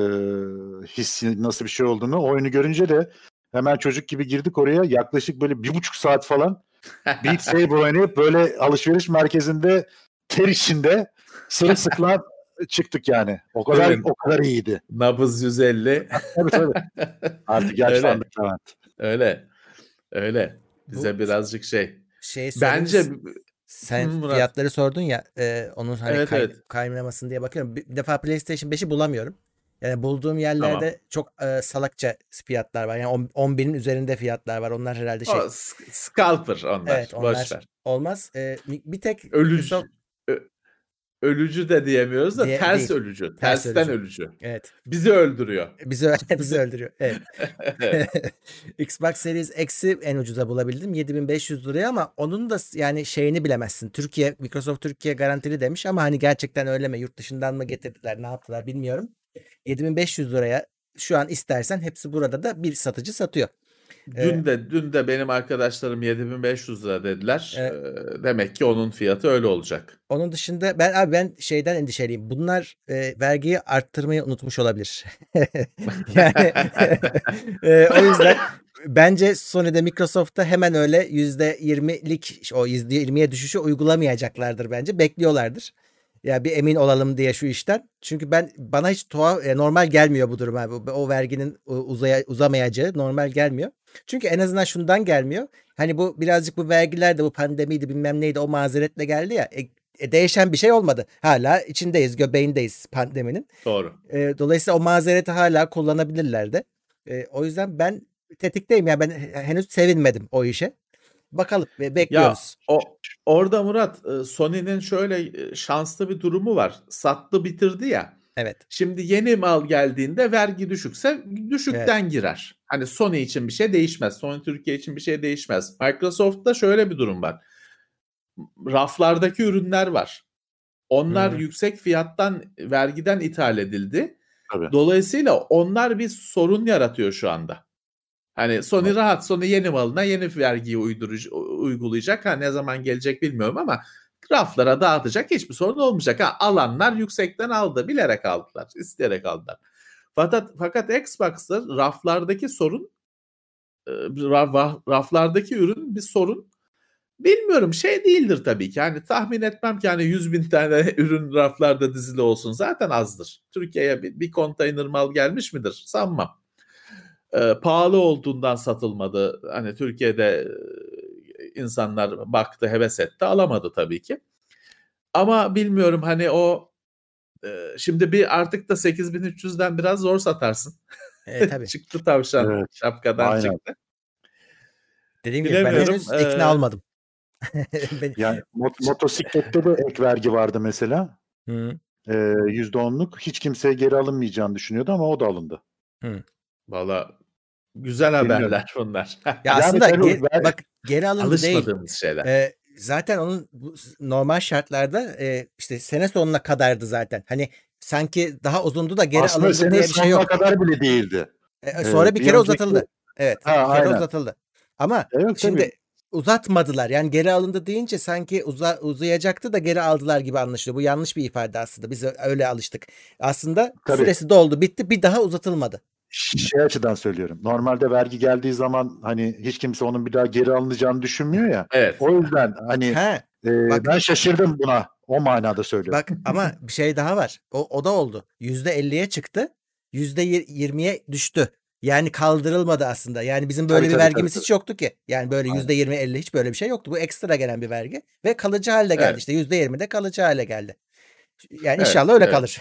e, hissi nasıl bir şey olduğunu. Oyunu görünce de hemen çocuk gibi girdik oraya. Yaklaşık böyle bir buçuk saat falan Beat Saber oynayıp böyle alışveriş merkezinde ter içinde sırılsıklam çıktık yani. O kadar Değil mi? o kadar iyiydi. Nabız yüz elli. Tabii tabii. Artık Öyle. yaşlandık Levent. Öyle. Öyle. Bu Bize birazcık şey. şey sorayım. Bence Sen Murat. fiyatları sordun ya e, onun hani Evet kay, evet. kaynamasın diye bakıyorum. Bir, bir defa PlayStation beşi bulamıyorum. Yani bulduğum yerlerde Tamam. çok e, salakça fiyatlar var. Yani on binin üzerinde fiyatlar var. Onlar herhalde şey. O s- scalper onlar. Evet Boş onlar ver. olmaz. E, bir tek Ölücü. Microsoft ö- ölücü de diyemiyoruz da diye ters değil. ölücü. Ters Tersten ölücü. ölücü. Evet. Bizi öldürüyor. Bizi ö- bizi öldürüyor. Evet. Evet. Xbox Series X'i en ucuza bulabildim. yedi bin beş yüz liraya ama onun da yani şeyini bilemezsin. Türkiye Microsoft Türkiye garantili demiş ama hani gerçekten öyle mi? Yurt dışından mı getirdiler? Ne yaptılar bilmiyorum. yedi bin beş yüz liraya şu an istersen hepsi burada da bir satıcı satıyor. Dün Ee, de dün de benim arkadaşlarım yedi bin beş yüz lira dediler. Evet. Ee, demek ki onun fiyatı öyle olacak. Onun dışında ben abi ben şeyden endişeliyim. Bunlar e, vergiyi arttırmayı unutmuş olabilir. Yani e, o yüzden bence Sony'de Microsoft'ta hemen öyle yüzde yirmilik o yüzde yirmiye düşüşü uygulamayacaklardır bence. Bekliyorlardır. Ya bir emin olalım diye şu işten. Çünkü ben bana hiç tuhaf e, normal gelmiyor bu durum abi. O verginin e, uzaya, uzamayacağı normal gelmiyor. Çünkü en azından şundan gelmiyor. Hani bu birazcık bu vergiler de bu pandemiydi bilmem neydi o mazeretle geldi ya. E, e, değişen bir şey olmadı. Hala içindeyiz, göbeğindeyiz pandeminin. Doğru. E, dolayısıyla o mazereti hala kullanabilirler de. E, o yüzden ben tetikteyim. Yani ben he- henüz sevinmedim o işe. Bakalım ve Ya bekliyoruz. o orada Murat e, Sony'nin şöyle e, şanslı bir durumu var. Sattı bitirdi ya. Evet. Şimdi yeni mal geldiğinde vergi düşükse Evet. düşükten girer. Hani Sony için bir şey değişmez. Sony Türkiye için bir şey değişmez. Microsoft'ta şöyle bir durum var. Raflardaki ürünler var. Onlar Hı. yüksek fiyattan vergiden ithal edildi. Tabii. Dolayısıyla onlar bir sorun yaratıyor şu anda. Hani Sony Evet. rahat, Sony yeni malına yeni vergiyi uydurucu, uygulayacak. Ha, ne zaman gelecek bilmiyorum ama raflara dağıtacak hiçbir sorun olmayacak. Ha, alanlar yüksekten aldı, bilerek aldılar, isteyerek aldılar. Fakat fakat Xbox'ta raflardaki sorun, e, raf- raflardaki ürün bir sorun. Bilmiyorum, şey değildir tabii ki. Yani tahmin etmem ki hani yüz bin tane ürün raflarda dizili olsun. Zaten azdır. Türkiye'ye bir, bir konteyner mal gelmiş midir? Sanmam. Ee, pahalı olduğundan satılmadı. Hani Türkiye'de e, insanlar baktı, heves etti, alamadı tabii ki. Ama bilmiyorum hani o e, şimdi bir artık da sekiz bin üç yüzden biraz zor satarsın. E, tabii. Çıktı tavşan, Evet. şapkadan Aynen. çıktı. Dediğim gibi ben Bilemiyorum. henüz Ee, ikna olmadım. Ben... Yani mot- motosiklette de ek vergi vardı mesela. Hı. Ee, yüzde onluk. Hiç kimseye geri alınmayacağını düşünüyordu ama o da alındı. Hı. Valla güzel Bilmiyorum. haberler bunlar. Ya Yani aslında tabii ge- ver- bak geri alındı değil. Alışmadığımız şeyler. Ee, zaten onun bu s- normal şartlarda e, işte sene sonuna kadardı zaten. Hani sanki daha uzundu da geri aslında alındı sene diye bir şey sonuna yok. kadar bile değildi. E, Ee, sonra bir bir kere önceki uzatıldı. Evet, ha bir kere aynen. uzatıldı. Ama Evet şimdi tabii. uzatmadılar. Yani geri alındı deyince sanki uza, uzayacaktı da geri aldılar gibi anlaşılıyor. Bu yanlış bir ifade aslında. Biz ö- öyle alıştık. Aslında Tabii. süresi doldu, bitti. Bir daha uzatılmadı. Şey açıdan söylüyorum. Normalde vergi geldiği zaman hani hiç kimse onun bir daha geri alınacağını düşünmüyor ya. Evet. O yüzden hani He. e, Bak ben şaşırdım buna. O manada söylüyorum. Bak ama bir şey daha var. O, o da oldu. yüzde elliye çıktı. yüzde yirmiye düştü. Yani kaldırılmadı aslında. Yani bizim böyle Tabii, bir tabii, vergimiz tabii, hiç yoktu ki. Yani böyle Aynen. yüzde yirmi elli hiç böyle bir şey yoktu. Bu ekstra gelen bir vergi ve kalıcı hale geldi. Evet. İşte yüzde yirmi de kalıcı hale geldi. Yani Evet, inşallah öyle evet. kalır.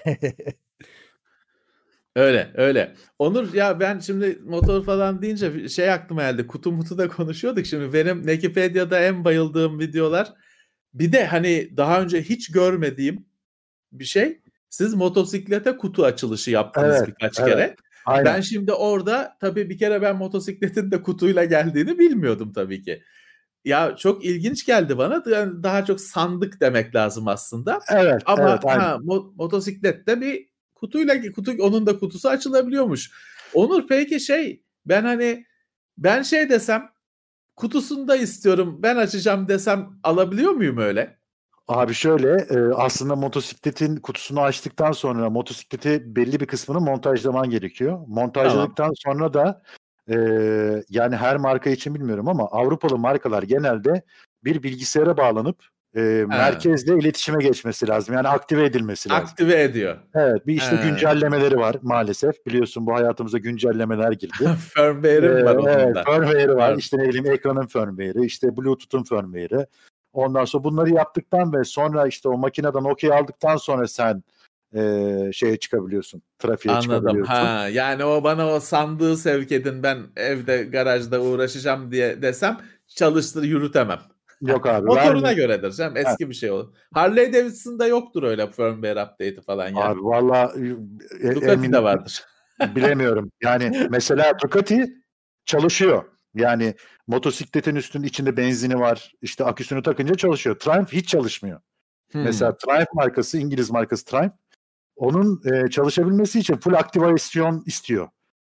Öyle öyle. Onur, ya ben şimdi motor falan deyince şey aklıma geldi. Kutu mutu da konuşuyorduk. Şimdi benim Wikipedia'da en bayıldığım videolar. Bir de hani daha önce hiç görmediğim bir şey. Siz motosiklete kutu açılışı yaptınız Evet, birkaç evet. kere. Aynen. Ben şimdi orada tabii bir kere ben motosikletin de kutuyla geldiğini bilmiyordum tabii ki. Ya çok ilginç geldi bana. Yani daha çok sandık demek lazım aslında. Evet, Ama evet, aynen. ha, mo- motosiklette bir kutuyla kutu, onun da kutusu açılabiliyormuş. Onur, peki şey, ben hani ben şey desem, kutusunu da istiyorum, ben açacağım desem alabiliyor muyum öyle? Abi şöyle e, aslında motosikletin kutusunu açtıktan sonra motosikleti belli bir kısmını montajlaman gerekiyor. Montajladıktan sonra da e, yani her marka için bilmiyorum ama Avrupalı markalar genelde bir bilgisayara bağlanıp e, merkezle iletişime geçmesi lazım. Yani aktive edilmesi lazım. Aktive ediyor. Evet, bir işte Ha. güncellemeleri var maalesef. Biliyorsun bu hayatımıza güncellemeler girdi. Firmware'im var Ee, onun evet, da. firmware'i var. Var. İşte ne bileyim ekranın firmware'i, işte Bluetooth'un firmware'i. Ondan sonra bunları yaptıktan ve sonra işte o makineden okey aldıktan sonra sen e, şeye çıkabiliyorsun. Trafiğe Anladım. çıkabiliyorsun. Ha, yani o bana o sandığı sevk edin, ben evde garajda uğraşacağım diye desem çalıştır yürütemem. Yok abi. Motoruna vermi- göredir canım, eski bir şey olur. Harley Davidson'da yoktur öyle firmware update'i falan ya. Abi valla e, Ducati'de emin vardır. bilemiyorum. Yani mesela Ducati çalışıyor. Yani motosikletin üstünde içinde benzini var. İşte aküsünü takınca çalışıyor. Triumph hiç çalışmıyor. Hmm. Mesela Triumph markası, İngiliz markası Triumph. Onun e, çalışabilmesi için full aktivasyon istiyor.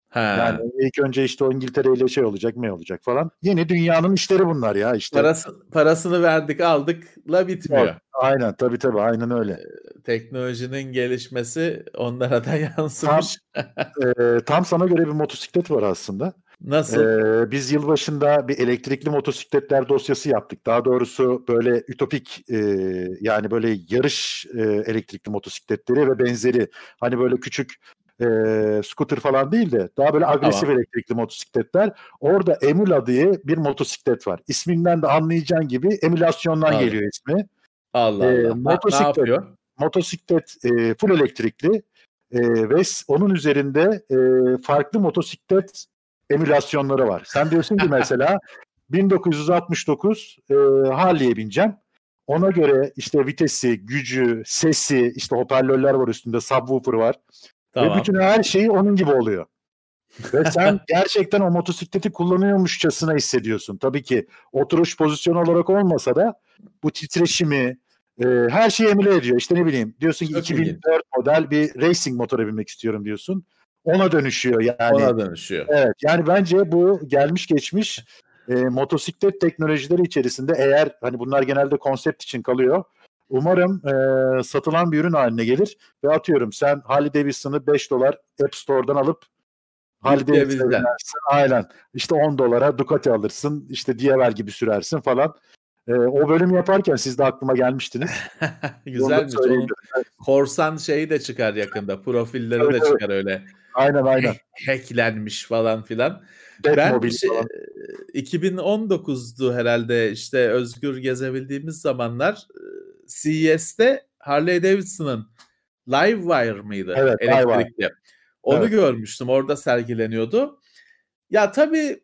Ha. Yani ilk önce işte o İngiltere ile şey olacak, ne olacak falan. Yeni dünyanın işleri bunlar ya işte. Parası, parasını verdik aldıkla bitmiyor. Yok, aynen tabii tabii aynen öyle. Ee, teknolojinin gelişmesi onlara da yansımış. Tam, e, tam sana göre bir motosiklet var aslında. Nasıl? Ee, biz yılbaşında bir elektrikli motosikletler dosyası yaptık. Daha doğrusu böyle ütopik e, yani böyle yarış e, elektrikli motosikletleri ve benzeri. Hani böyle küçük e, scooter falan değil de daha böyle agresif Tamam. elektrikli motosikletler. Orada Emula diye bir motosiklet var. İsminden de anlayacağın gibi emülasyondan Allah. geliyor ismi. Allah E, Allah. motosiklet, ne yapıyor? Motosiklet e, full elektrikli e, ve onun üzerinde e, farklı motosiklet emülasyonları var. Sen diyorsun ki mesela bin dokuz yüz altmış dokuz e, Harley'e bineceğim. Ona göre işte vitesi, gücü, sesi, işte hoparlörler var üstünde, subwoofer var. Tamam. Ve bütün her şeyi onun gibi oluyor. Ve sen gerçekten o motosikleti kullanıyormuşçasına hissediyorsun. Tabii ki oturuş pozisyonu olarak olmasa da bu titreşimi, e, her şeyi emüle ediyor. İşte ne bileyim diyorsun ki Çok iki bin dört ilginç. model bir racing motora binmek istiyorum diyorsun. Ona dönüşüyor yani. Ona dönüşüyor. Evet yani bence bu gelmiş geçmiş e, motosiklet teknolojileri içerisinde eğer hani bunlar genelde konsept için kalıyor. Umarım e, satılan bir ürün haline gelir ve atıyorum sen Harley Davidson'ı beş dolar App Store'dan alıp Harley Davidson'a binersin. Aynen. İşte on dolara Ducati alırsın. İşte Diavel gibi sürersin falan. E, o bölüm yaparken siz de aklıma gelmiştiniz. Güzelmiş. Onun korsan şeyi de çıkar yakında. Profilleri tabii, de tabii. çıkar öyle. Aynen aynen. Hacklenmiş falan filan. Dead ben şey, falan. iki bin on dokuzdu herhalde işte özgür gezebildiğimiz zamanlar C E S'te Harley Davidson'ın Livewire mıydı? Evet, elektrikli. Livewire. Onu evet. görmüştüm. Orada sergileniyordu. Ya tabii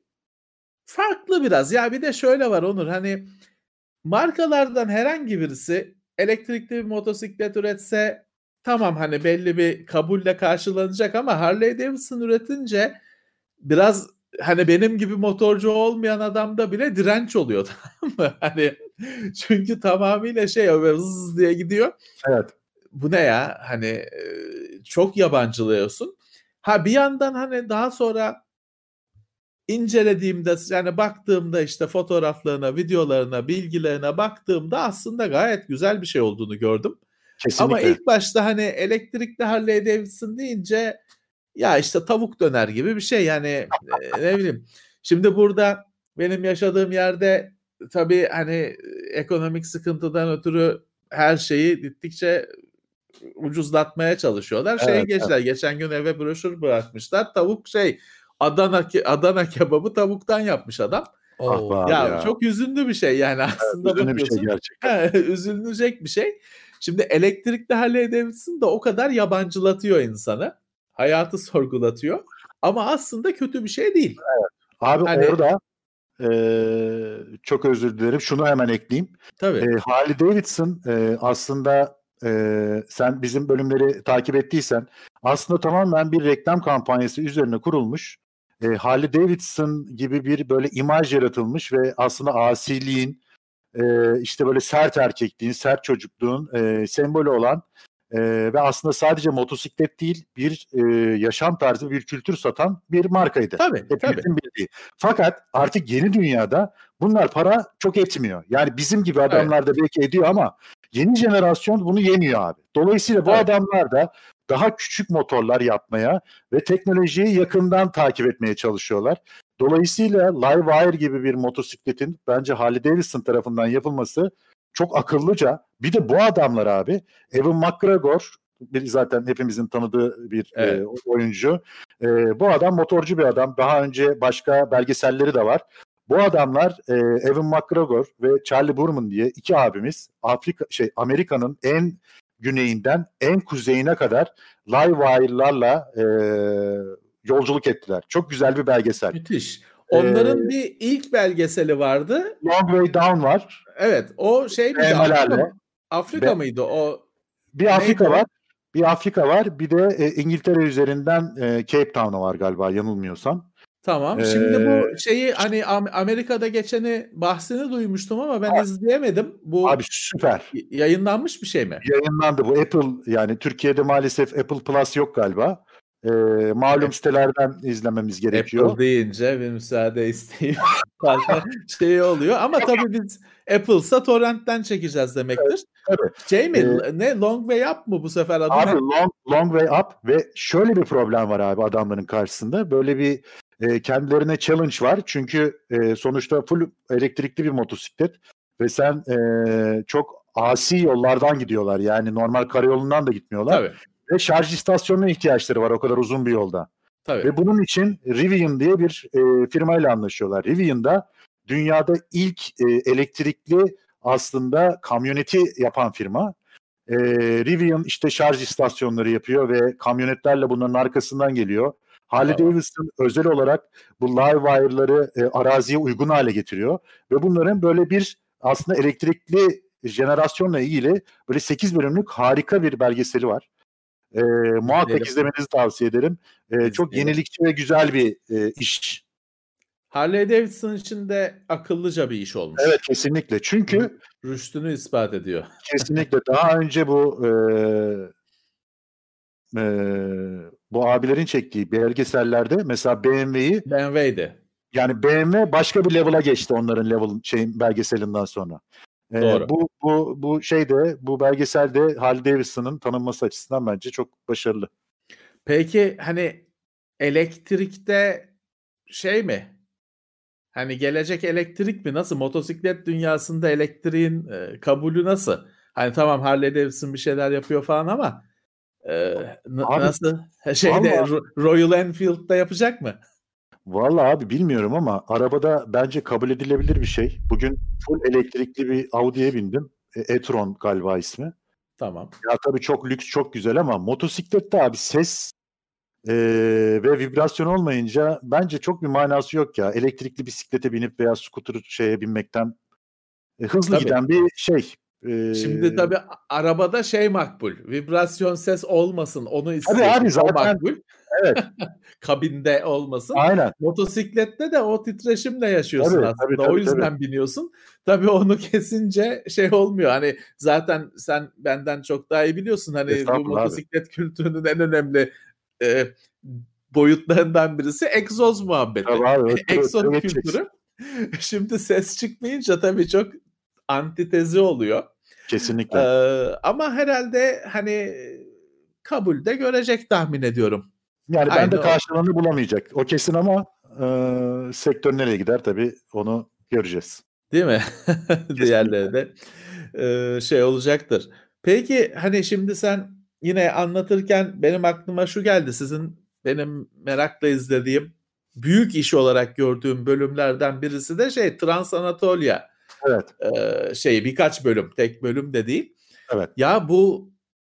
farklı biraz. Ya bir de şöyle var Onur, hani markalardan herhangi birisi elektrikli bir motosiklet üretse tamam, hani belli bir kabulle karşılanacak ama Harley Davidson üretince biraz hani benim gibi motorcu olmayan adamda bile direnç oluyor, tamam mı? Hani çünkü tamamıyla şey böyle zzz diye gidiyor. Evet. Bu ne ya? Hani çok yabancılıyorsun. Ha bir yandan hani daha sonra incelediğimde, yani baktığımda işte fotoğraflarına, videolarına, bilgilerine baktığımda aslında gayet güzel bir şey olduğunu gördüm. Kesinlikle. Ama ilk başta hani elektrikli Harley Davidson deyince ya işte tavuk döner gibi bir şey yani, e, ne bileyim. Şimdi burada benim yaşadığım yerde tabii hani ekonomik sıkıntıdan ötürü her şeyi gittikçe ucuzlatmaya çalışıyorlar. Evet, Şeye geçtiler. Evet. Geçen gün eve broşür bırakmışlar. Tavuk şey Adana Adana kebabı tavuktan yapmış adam. Oh, ya, ya çok üzüldü bir şey yani aslında, evet, bakıyorsun. Bir şey gerçekten. Üzülünecek bir şey. Şimdi elektrikli Harley Davidson da o kadar yabancılatıyor insanı. Hayatı sorgulatıyor. Ama aslında kötü bir şey değil. Evet. Abi hani, orada e, çok özür dilerim. Şunu hemen ekleyeyim. Tabii. E, Harley Davidson e, aslında e, sen bizim bölümleri takip ettiysen aslında tamamen bir reklam kampanyası üzerine kurulmuş. E, Harley Davidson gibi bir böyle imaj yaratılmış ve aslında asiliğin, e, işte böyle sert erkekliğin, sert çocukluğun e, sembolü olan e, ve aslında sadece motosiklet değil bir e, yaşam tarzı, bir kültür satan bir markaydı. Tabii, Hepimizin tabii. bildiği. Fakat artık yeni dünyada bunlar para çok etmiyor. Yani bizim gibi adamlar evet. da belki ediyor ama yeni jenerasyon bunu yemiyor abi. Dolayısıyla bu evet. adamlar da daha küçük motorlar yapmaya ve teknolojiyi yakından takip etmeye çalışıyorlar. Dolayısıyla Livewire gibi bir motosikletin bence Harley Davidson tarafından yapılması çok akıllıca. Bir de bu adamlar abi, Evan McGregor bir zaten hepimizin tanıdığı bir evet. e, oyuncu. E, bu adam motorcu bir adam. Daha önce başka belgeselleri de var. Bu adamlar e, Evan McGregor ve Charlie Burman diye iki abimiz Afrika şey Amerika'nın en güneyinden en kuzeyine kadar Livewire'larla e, yolculuk ettiler. Çok güzel bir belgesel. Müthiş. Onların ee, bir ilk belgeseli vardı. Long Way Down var. Evet, o şey miydi? Afrika, Afrika Be- mıydı o? Bir Afrika var. O? Bir Afrika var. Bir de e, İngiltere üzerinden e, Cape Town'a var galiba yanılmıyorsam. Tamam. Ee, Şimdi bu şeyi hani Amerika'da geçeni bahsini duymuştum ama ben abi, izleyemedim. Bu abi süper. Yayınlanmış bir şey mi? Yayınlandı bu. Apple, yani Türkiye'de maalesef Apple Plus yok galiba. e, malum sitelerden izlememiz gerekiyor. Apple deyince bir müsaade isteyip fazla şey oluyor. Ama tabii biz Apple'sa torrentten çekeceğiz demektir. Evet, tabii. Şey mi? Ee, ne? Long Way Up mı bu sefer adı abi ne? long, long Way Up ve şöyle bir problem var abi adamların karşısında. Böyle bir e, kendilerine challenge var. Çünkü e, sonuçta full elektrikli bir motosiklet ve sen e, çok asi yollardan gidiyorlar. Yani normal karayolundan da gitmiyorlar. Tabii. Ve şarj istasyonuna ihtiyaçları var o kadar uzun bir yolda. Tabii. Ve bunun için Rivian diye bir e, firmayla anlaşıyorlar. Rivian da dünyada ilk e, elektrikli aslında kamyoneti yapan firma. E, Rivian işte şarj istasyonları yapıyor ve kamyonetlerle bunların arkasından geliyor. Harley Davidson özel olarak bu Livewire'ları e, araziye uygun hale getiriyor. Ve bunların böyle bir aslında elektrikli jenerasyonla ilgili böyle sekiz bölümlük harika bir belgeseli var. E, muhakkak İzleyelim. izlemenizi tavsiye ederim. E, çok yenilikçi ve güzel bir e, iş. Harley Davidson için de akıllıca bir iş olmuş. Evet, kesinlikle. Çünkü rüştünü ispat ediyor. Kesinlikle. Daha önce bu e, e, bu abilerin çektiği belgesellerde mesela B M W'yi B M W'ydi. Yani B M W başka bir level'a geçti onların level şeyin belgeselinden sonra. E, Doğru. bu bu bu şeyde bu belgeselde Harley Davidson'ın tanınması açısından bence çok başarılı. Peki hani elektrikte şey mi? Hani gelecek elektrik mi? Nasıl? Motosiklet dünyasında elektriğin e, kabulü nasıl? Hani tamam Harley Davidson bir şeyler yapıyor falan ama e, n- Abi, nasıl? Şeyde vallahi, Royal Enfield'da yapacak mı? Vallahi abi bilmiyorum ama arabada bence kabul edilebilir bir şey. Bugün full elektrikli bir Audi'ye bindim. E, e-tron galiba ismi. Tamam. Ya tabii çok lüks, çok güzel ama motosiklette abi ses e, ve vibrasyon olmayınca bence çok bir manası yok ya. Elektrikli bisiklete binip veya scooter şeye binmekten e, hızlı Tabii. giden bir şey. E, Şimdi tabii arabada şey makbul. Vibrasyon ses olmasın. Onu istiyorsun. Tabii abi O zaten makbul. evet. Kabinde olmasın. Aynen. Motosiklette de o titreşimle yaşıyorsun Tabii, aslında. tabii, tabii, o yüzden tabii. biniyorsun. Tabii onu kesince şey olmuyor. Hani zaten sen benden çok daha iyi biliyorsun. Hani bu motosiklet abi. kültürünün en önemli e, boyutlarından birisi egzoz muhabbeti. Abi, egzoz kültürü. Şimdi ses çıkmayınca tabii çok antitezi oluyor. Kesinlikle. Ee, ama herhalde hani kabul de görecek tahmin ediyorum. Yani Aynı ben de karşılığını o. bulamayacak. O kesin ama e, sektör nereye gider tabii onu göreceğiz. Değil mi? Diğerleri de e, şey olacaktır. Peki hani şimdi sen yine anlatırken benim aklıma şu geldi. Sizin benim merakla izlediğim büyük iş olarak gördüğüm bölümlerden birisi de şey Trans Anatolia. Evet. Ee, şey birkaç bölüm, tek bölüm de değil. Evet. Ya bu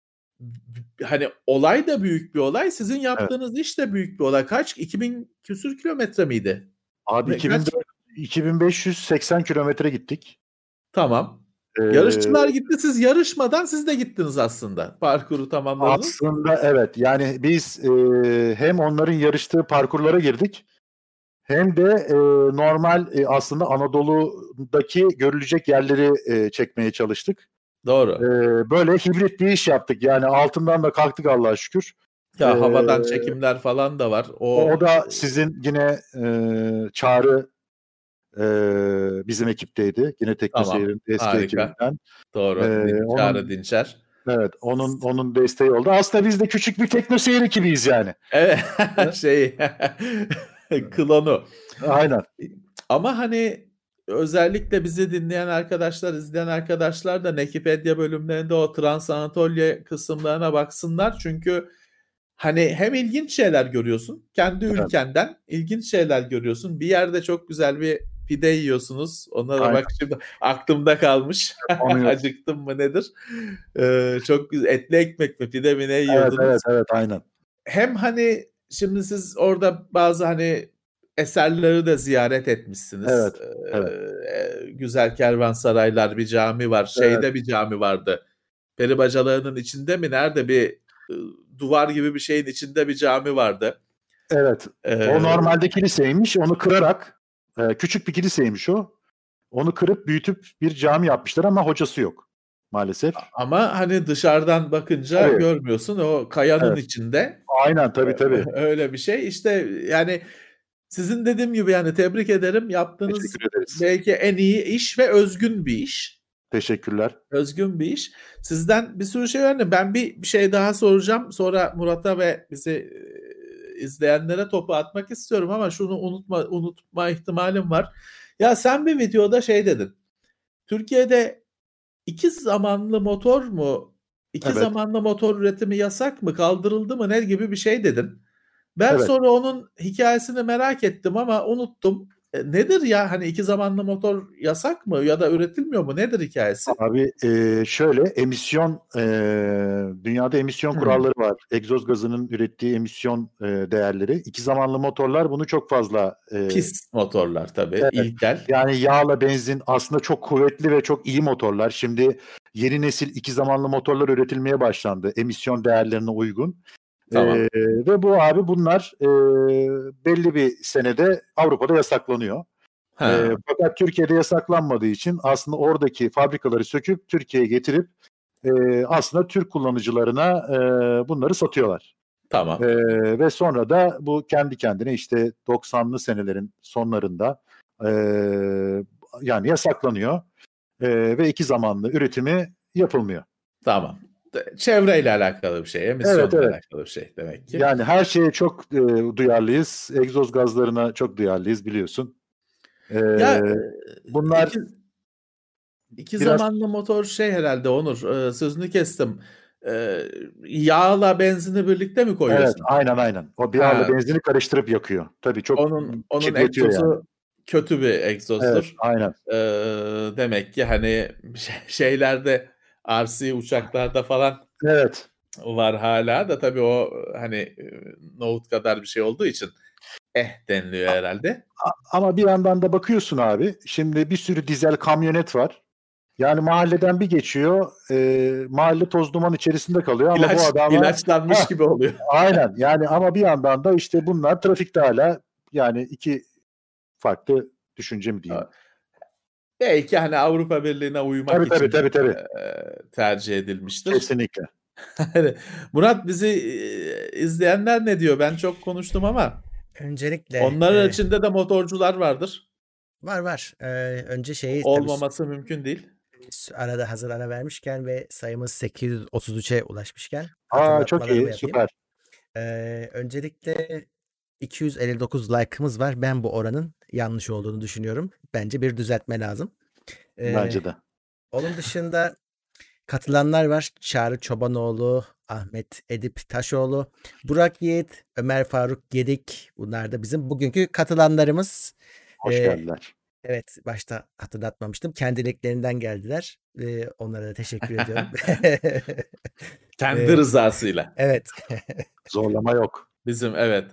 hani olay da büyük bir olay. Sizin yaptığınız evet. iş de büyük bir olay. Kaç? iki bin küsür kilometre miydi? Abi Ne, iki bin, iki bin beş yüz seksen kilometre gittik. Tamam. Ee, Yarışçılar gitti. Siz yarışmadan siz de gittiniz aslında. Parkuru tamamladınız. Aslında evet. Yani biz e, hem onların yarıştığı parkurlara girdik. Hem de e, normal e, aslında Anadolu'daki görülecek yerleri e, çekmeye çalıştık. Doğru. E, böyle hibrit bir iş yaptık. Yani altından da kalktık Allah'a şükür. Ya ee, havadan çekimler falan da var. O, o da sizin yine e, Çağrı e, bizim ekipteydi. Yine TeknoSeyir'in tamam, eski ekibinden. Doğru. Ee, Çağrı onun, Dinçer. Evet. Onun onun desteği oldu. Aslında biz de küçük bir TeknoSeyir ekibiyiz yani. Evet. şey klonu. Aynen. Ama hani özellikle bizi dinleyen arkadaşlar, izleyen arkadaşlar da Nekipedia bölümlerinde o Trans Anatolia kısımlarına baksınlar. Çünkü hani hem ilginç şeyler görüyorsun, kendi evet. ülkenden ilginç şeyler görüyorsun. Bir yerde çok güzel bir pide yiyorsunuz. Ona da bak şimdi aklımda kalmış. Acıktım mı nedir? Ee, çok güzel. Etli ekmek mi, pide mi ne yiyordunuz? Evet, evet, evet, aynen. Hem hani şimdi siz orada bazı hani eserleri de ziyaret etmişsiniz. Evet, ee, evet. Güzel kervansaraylar, bir cami var. Şeyde evet. bir cami vardı. Peri bacalarının içinde mi? Nerede bir duvar gibi bir şeyin içinde bir cami vardı. Evet. Ee, o normalde kiliseymiş. Onu kırarak e, küçük bir kiliseymiş o. Onu kırıp büyütüp bir cami yapmışlar ama hocası yok. maalesef. Ama hani dışarıdan bakınca Tabii. görmüyorsun. O kayanın Evet. içinde. Aynen tabii tabii. Öyle bir şey. İşte yani sizin dediğim gibi yani tebrik ederim. Yaptığınız Teşekkür ederiz. belki en iyi iş ve özgün bir iş. Teşekkürler. Özgün bir iş. Sizden bir sürü şey öğrendim. Ben bir, bir şey daha soracağım. Sonra Murat'a ve bizi e, izleyenlere topu atmak istiyorum ama şunu unutma unutma ihtimalim var. Ya sen bir videoda şey dedin. Türkiye'de iki zamanlı motor mu? İki Evet. zamanlı motor üretimi yasak mı? Kaldırıldı mı? Ne gibi bir şey dedin. Ben Evet. sonra onun hikayesini merak ettim ama unuttum. E, nedir ya? Hani iki zamanlı motor yasak mı? Ya da üretilmiyor mu? Nedir hikayesi? Abi e, şöyle emisyon e, dünyada emisyon Hmm. kuralları var. Egzoz gazının ürettiği emisyon e, değerleri. İki zamanlı motorlar bunu çok fazla e, Pis motorlar tabii. Evet. İlkel. Yani yağla benzin aslında çok kuvvetli ve çok iyi motorlar. Şimdi yeni nesil iki zamanlı motorlar üretilmeye başlandı. Emisyon değerlerine uygun. Tamam. Ee, ve bu abi bunlar e, belli bir senede Avrupa'da yasaklanıyor. Ha. E, fakat Türkiye'de yasaklanmadığı için aslında oradaki fabrikaları söküp Türkiye'ye getirip e, aslında Türk kullanıcılarına e, bunları satıyorlar. Tamam. E, ve sonra da bu kendi kendine işte doksanlı senelerin sonlarında e, yani yasaklanıyor e, ve iki zamanlı üretimi yapılmıyor. Tamam. Çevreyle alakalı bir şey, emisyonla Evet, evet. alakalı bir şey demek ki. Yani her şeye çok e, duyarlıyız. Egzoz gazlarına çok duyarlıyız biliyorsun. E, Ya bunlar iki, iki biraz- zamanlı motor şey herhalde Onur, e, sözünü kestim. E, yağla benzini birlikte mi koyuyorsun? Evet, aynen aynen. O bir Ha. yağla benzini karıştırıp yakıyor. Tabii çok Onun onun kirletiyor egzozu yani. kötü bir egzozdur. Evet, aynen. E, demek ki hani şeylerde R C uçaklarda falan Evet. var hala da tabii o hani nohut kadar bir şey olduğu için eh deniliyor herhalde. Ama bir yandan da bakıyorsun abi. Şimdi bir sürü dizel kamyonet var. Yani mahalleden bir geçiyor. E, mahalle toz duman içerisinde kalıyor ama İlaç, bu adamlar ilaçlanmış Heh, gibi oluyor. aynen. Yani ama bir yandan da işte bunlar trafikte hala yani iki farklı düşünce mi diyeyim? Belki hani Avrupa Birliği'ne uymak Tabii, için tabii, tabii, tabii. E, tercih edilmiştir. Kesinlikle. Murat, bizi e, izleyenler ne diyor? Ben çok konuştum ama Öncelikle onların e, içinde de motorcular vardır. var var. E, önce şeyi Olmaması tabii, mümkün değil. arada hazır ara vermişken ve sayımız sekiz yüz otuz üçe ulaşmışken Aa, çok hatırlatmalarımı iyi, yapayım. süper. Ee, öncelikle iki yüz elli dokuz like'ımız var. Ben bu oranın yanlış olduğunu düşünüyorum. Bence bir düzeltme lazım. Ee, Bence de. Onun dışında katılanlar var. Çağrı Çobanoğlu, Ahmet Edip Taşoğlu, Burak Yiğit, Ömer Faruk Gedik. Bunlar da bizim bugünkü katılanlarımız. Hoş Ee, geldiler. Evet, başta hatırlatmamıştım. Kendiliklerinden geldiler. Ee, onlara da teşekkür ediyorum. Kendi Ee, rızasıyla. Evet. Zorlama yok. Bizim evet.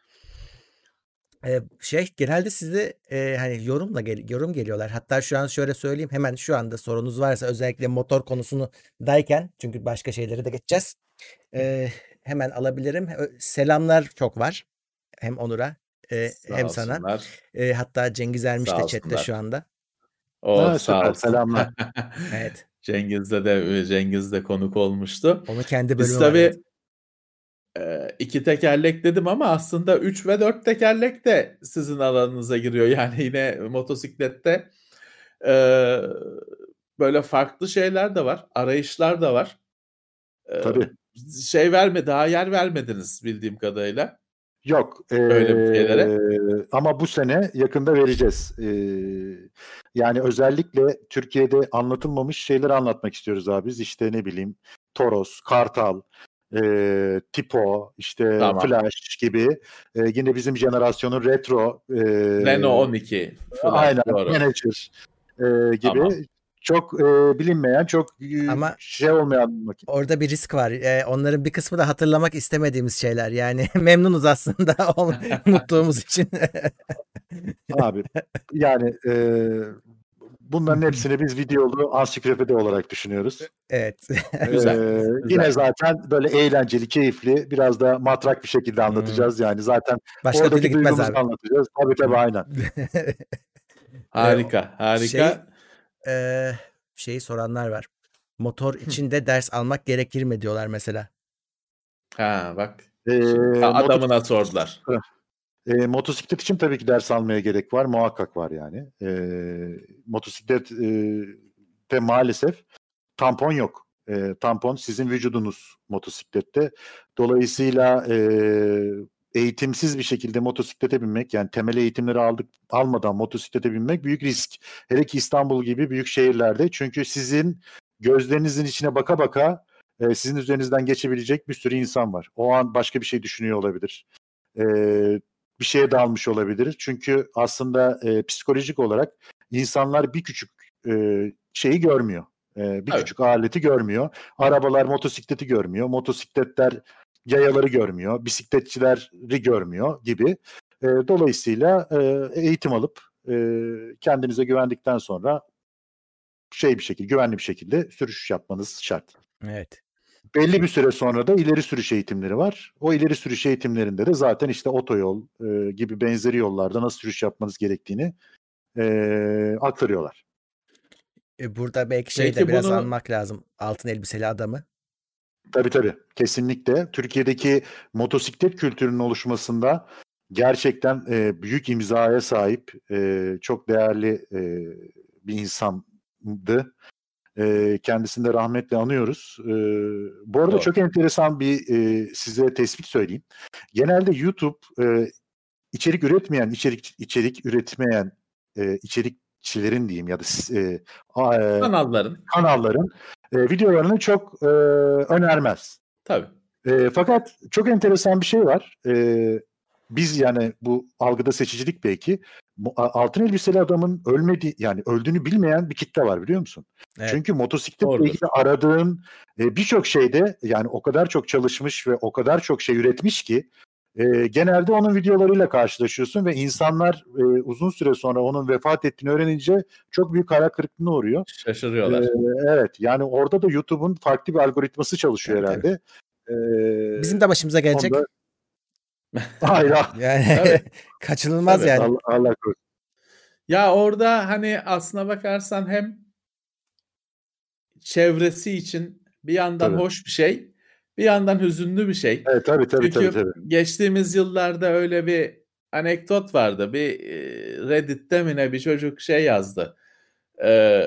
Ee, şey genelde size e, hani yorumla gel yorum geliyorlar. Hatta şu an şöyle söyleyeyim, hemen şu anda sorunuz varsa özellikle motor konusunu dayken, çünkü başka şeylere de geçeceğiz. Ee, hemen alabilirim. Ö- Selamlar çok var. Hem Onur'a e, Sağ hem sana. olsunlar. E, hatta Cengiz Ermiş Sağ de chatte olsunlar. şu anda. O Ha, sağ süper, olsun. selamlar. Evet. Cengiz'de de Cengiz'de konuk olmuştu. Onun kendi Biz bölümü var. tabii Evet. e, iki tekerlek dedim ama aslında üç ve dört tekerlek de sizin alanınıza giriyor. Yani yine motosiklette e, böyle farklı şeyler de var. Arayışlar da var. E, Tabii. Şey verme, daha yer vermediniz bildiğim kadarıyla. Yok. Öyle bir şeylere. Ee, ama bu sene yakında vereceğiz. Ee, yani özellikle Türkiye'de anlatılmamış şeyleri anlatmak istiyoruz abi. Biz işte ne bileyim Toros, Kartal, e, Tipo, işte Tamam. Flash gibi. E, yine bizim jenerasyonun retro. E, Renault on iki. Flash, aynen. doğru. Manager e, gibi. Tamam. Çok e, bilinmeyen, çok e, Ama şey olmayan makine. orada bir risk var. Ee, onların bir kısmı da hatırlamak istemediğimiz şeyler. Yani memnunuz aslında unuttuğumuz için. Abi yani e, bunların hepsini biz videolu ansiklopedi olarak düşünüyoruz. Evet. Güzel, Ee, güzel. Yine zaten böyle eğlenceli, keyifli, biraz da matrak bir şekilde anlatacağız. Yani zaten Başka oradaki türlü gitmez duygumuzu abi. anlatacağız. Tabii tabii aynen. Harika, harika. Şey, e, şeyi soranlar var. Motor içinde ders almak gerekir mi diyorlar mesela. Ha bak. Ee, Şimdi adamına motosiklet- sordular. E, motosiklet için tabii ki ders almaya gerek var. Muhakkak var yani. E, motosiklet e, de maalesef tampon yok. E, tampon sizin vücudunuz motosiklette. Dolayısıyla e, eğitimsiz bir şekilde motosiklete binmek, yani temel eğitimleri aldık almadan motosiklete binmek büyük risk. Hele ki İstanbul gibi büyük şehirlerde. Çünkü sizin gözlerinizin içine baka baka e, sizin üzerinizden geçebilecek bir sürü insan var. O an başka bir şey düşünüyor olabilir. E, bir şeye dalmış olabilir. Çünkü aslında e, psikolojik olarak insanlar bir küçük e, şeyi görmüyor. E, bir Evet. küçük aleti görmüyor. Arabalar motosikleti görmüyor. Motosikletler yayaları görmüyor. Bisikletçileri görmüyor gibi. E, dolayısıyla e, eğitim alıp e, kendinize güvendikten sonra şey bir şekilde, güvenli bir şekilde sürüş yapmanız şart. Evet. Belli bir süre sonra da ileri sürüş eğitimleri var. O ileri sürüş eğitimlerinde de zaten işte otoyol e, gibi benzeri yollarda nasıl sürüş yapmanız gerektiğini e, aktarıyorlar. E, burada belki şey de Peki biraz bunu anmak lazım. Altın elbiseli adamı. Tabii tabii. Kesinlikle. Türkiye'deki motosiklet kültürünün oluşmasında gerçekten e, büyük imzaya sahip e, çok değerli e, bir insandı. E, kendisini de rahmetle anıyoruz. E, bu arada Doğru. çok enteresan bir e, size tespit söyleyeyim. Genelde YouTube e, içerik üretmeyen, içerik içerik üretmeyen e, içerikçilerin diyeyim ya da e, a- e, kanalların. kanalların e, videolarını çok e, önermez. Tabii. E, fakat çok enteresan bir şey var. E, biz yani bu algıda seçicilik belki. Bu, a- altın elbiseli adamın ölmedi yani öldüğünü bilmeyen bir kitle var biliyor musun? Evet. Çünkü motosikletle Doğrudur. ilgili aradığın e, birçok şeyde yani o kadar çok çalışmış ve o kadar çok şey üretmiş ki e, genelde onun videolarıyla karşılaşıyorsun ve insanlar e, uzun süre sonra onun vefat ettiğini öğrenince çok büyük hayal kırıklığına uğruyor. Şaşırıyorlar. Ee, evet yani orada da YouTube'un farklı bir algoritması çalışıyor Tabii, herhalde. Ee, Bizim de başımıza gelecek. onda... Hayır. Yani Tabii. kaçınılmaz Tabii. yani. Allah, Allah korusun. Ya orada hani aslına bakarsan hem çevresi için bir yandan Tabii. hoş bir şey, bir yandan hüzünlü bir şey. Evet, tabii tabii Çünkü tabii. tabii. geçtiğimiz yıllarda öyle bir anekdot vardı. Bir e, Reddit'te mi ne bir çocuk şey yazdı. Ee,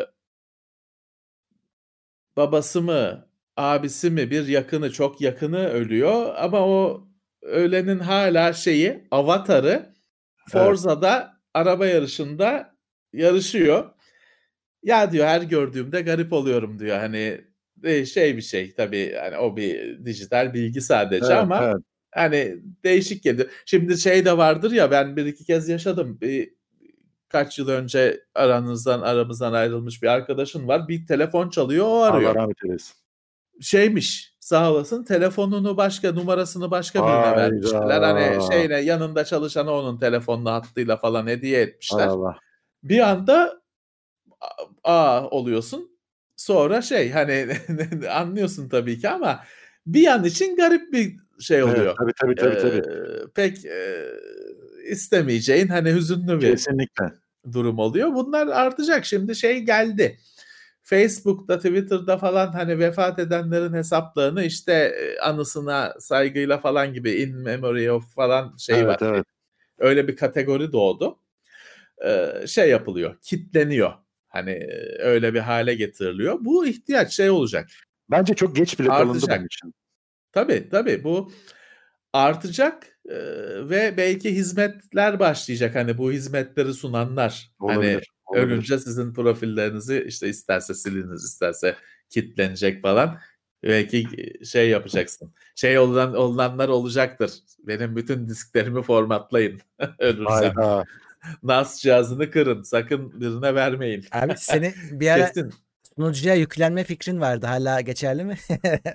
babası mı, abisi mi bir yakını, çok yakını ölüyor ama o ölenin hala şeyi, avatarı Forza'da araba yarışında yarışıyor. Ya diyor her gördüğümde garip oluyorum diyor. Hani e, şey bir şey tabii hani o bir dijital bilgi sadece Evet, ama evet. hani değişik geliyor. Şimdi şey de vardır ya ben bir iki kez yaşadım. Bir kaç yıl önce aranızdan aramızdan ayrılmış bir arkadaşın var. Bir telefon çalıyor o arıyor. Allah rahmet eylesin. Şeymiş sağ olasın telefonunu başka numarasını başka birine vermişler. Hani Hayda. şeyle yanında çalışana onun telefonlu hattıyla falan hediye Hay etmişler. Allah. Bir anda aa oluyorsun. Sonra şey hani anlıyorsun tabii ki ama bir an için garip bir şey Evet, oluyor. tabii tabii tabii. tabii. Ee, pek e, istemeyeceğin hani hüzünlü bir Kesinlikle. durum oluyor. Bunlar artacak. Şimdi şey geldi. Facebook'ta, Twitter'da falan hani vefat edenlerin hesaplarını işte e, anısına saygıyla falan gibi in memory of falan şey Evet, var. evet. Öyle bir kategori doğdu. Ee, şey yapılıyor, kitleniyor. Hani e, öyle bir hale getiriliyor. Bu ihtiyaç şey olacak. Bence çok geç bile kalındı Artacak. bunun için. Tabii tabii bu artacak e, ve belki hizmetler başlayacak. Hani bu hizmetleri sunanlar hani Olabilir. olabilir. ölünce sizin profillerinizi işte isterse siliniz isterse kitlenecek falan. Belki şey yapacaksın. Şey olan olanlar olacaktır. Benim bütün disklerimi formatlayın ölürsem. Hayda. N A S cihazını kırın. Sakın birine vermeyin. Abi senin bir ara Kesin. sunucuya yüklenme fikrin vardı. Hala geçerli mi?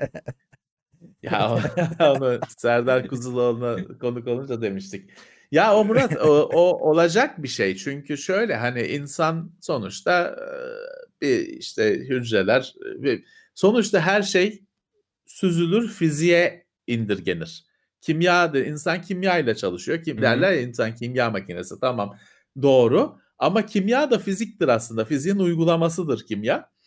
Ya onu Serdar Kuzuloğlu'na konuk olunca demiştik. Ya o Murat o, o olacak bir şey. Çünkü şöyle hani insan sonuçta bir işte hücreler bir, sonuçta her şey süzülür fiziğe indirgenir. Kimya da insan kimya ile çalışıyor. Kim derler ya insan kimya makinesi tamam doğru ama kimya da fiziktir aslında. Fiziğin uygulamasıdır kimya.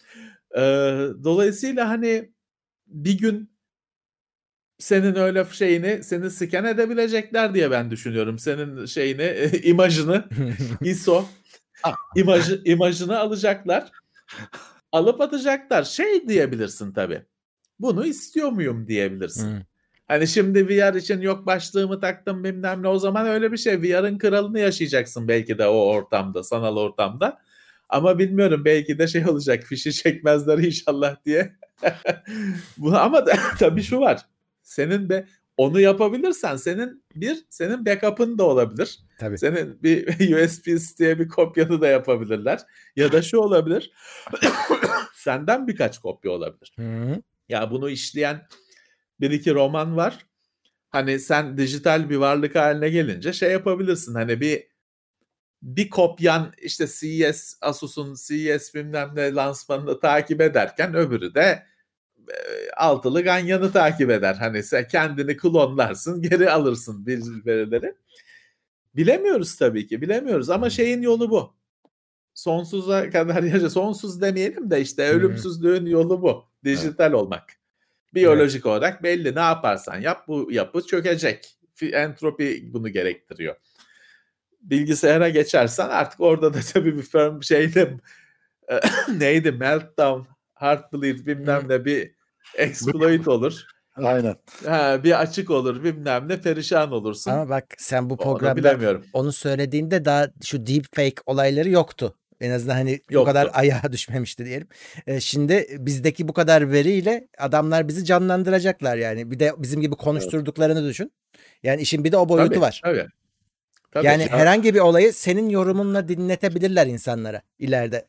Ee, dolayısıyla hani bir gün senin öyle şeyini seni scan edebilecekler diye ben düşünüyorum. Senin şeyini, imajını, I S O imajı, imajını alacaklar. Alıp atacaklar. Şey diyebilirsin tabii. Bunu istiyor muyum diyebilirsin. Hmm. Hani şimdi V R için yok başlığımı taktım bilmem ne, o zaman öyle bir şey. V R'ın kralını yaşayacaksın belki de o ortamda, sanal ortamda. Ama bilmiyorum, belki de şey olacak, fişi çekmezler inşallah diye. Bu, ama da, tabii şu var. Senin de onu yapabilirsen senin bir senin backup'ın da olabilir. Tabii. Senin bir U S B diye bir kopyanı da yapabilirler. Ya da şu olabilir. Senden birkaç kopya olabilir. Hı-hı. Ya bunu işleyen bir iki roman var. Hani sen dijital bir varlık haline gelince şey yapabilirsin. Hani bir bir kopyan işte C E S, Asus'un C E S bilmem ne lansmanını takip ederken öbürü de e, altılı ganyanı takip eder. Hani sen kendini klonlarsın, geri alırsın verileri. Bilemiyoruz tabii ki, bilemiyoruz ama şeyin yolu bu. Sonsuza kadar yaşa, sonsuz demeyelim de işte ölümsüzlüğün yolu bu. Dijital evet. olmak. Biyolojik evet. olarak belli, ne yaparsan yap bu yapı çökecek. Entropi bunu gerektiriyor. Bilgisayara geçersen artık orada da tabii bir firm şeyde neydi, meltdown, heartbleed bilmem ne, bir exploit olur. Aynen. Ha, bir açık olur bilmem ne, perişan olursun. Ama bak sen bu Onu programda bilemiyorum. onu söylediğinde daha şu deepfake olayları yoktu. En azından hani Yoktu. bu kadar ayağa düşmemişti diyelim. Ee, şimdi bizdeki bu kadar veriyle adamlar bizi canlandıracaklar yani. Bir de bizim gibi konuşturduklarını evet. düşün. Yani işin bir de o boyutu tabii, var. Tabii. Tabii. Yani Ya, herhangi bir olayı senin yorumunla dinletebilirler insanlara ileride.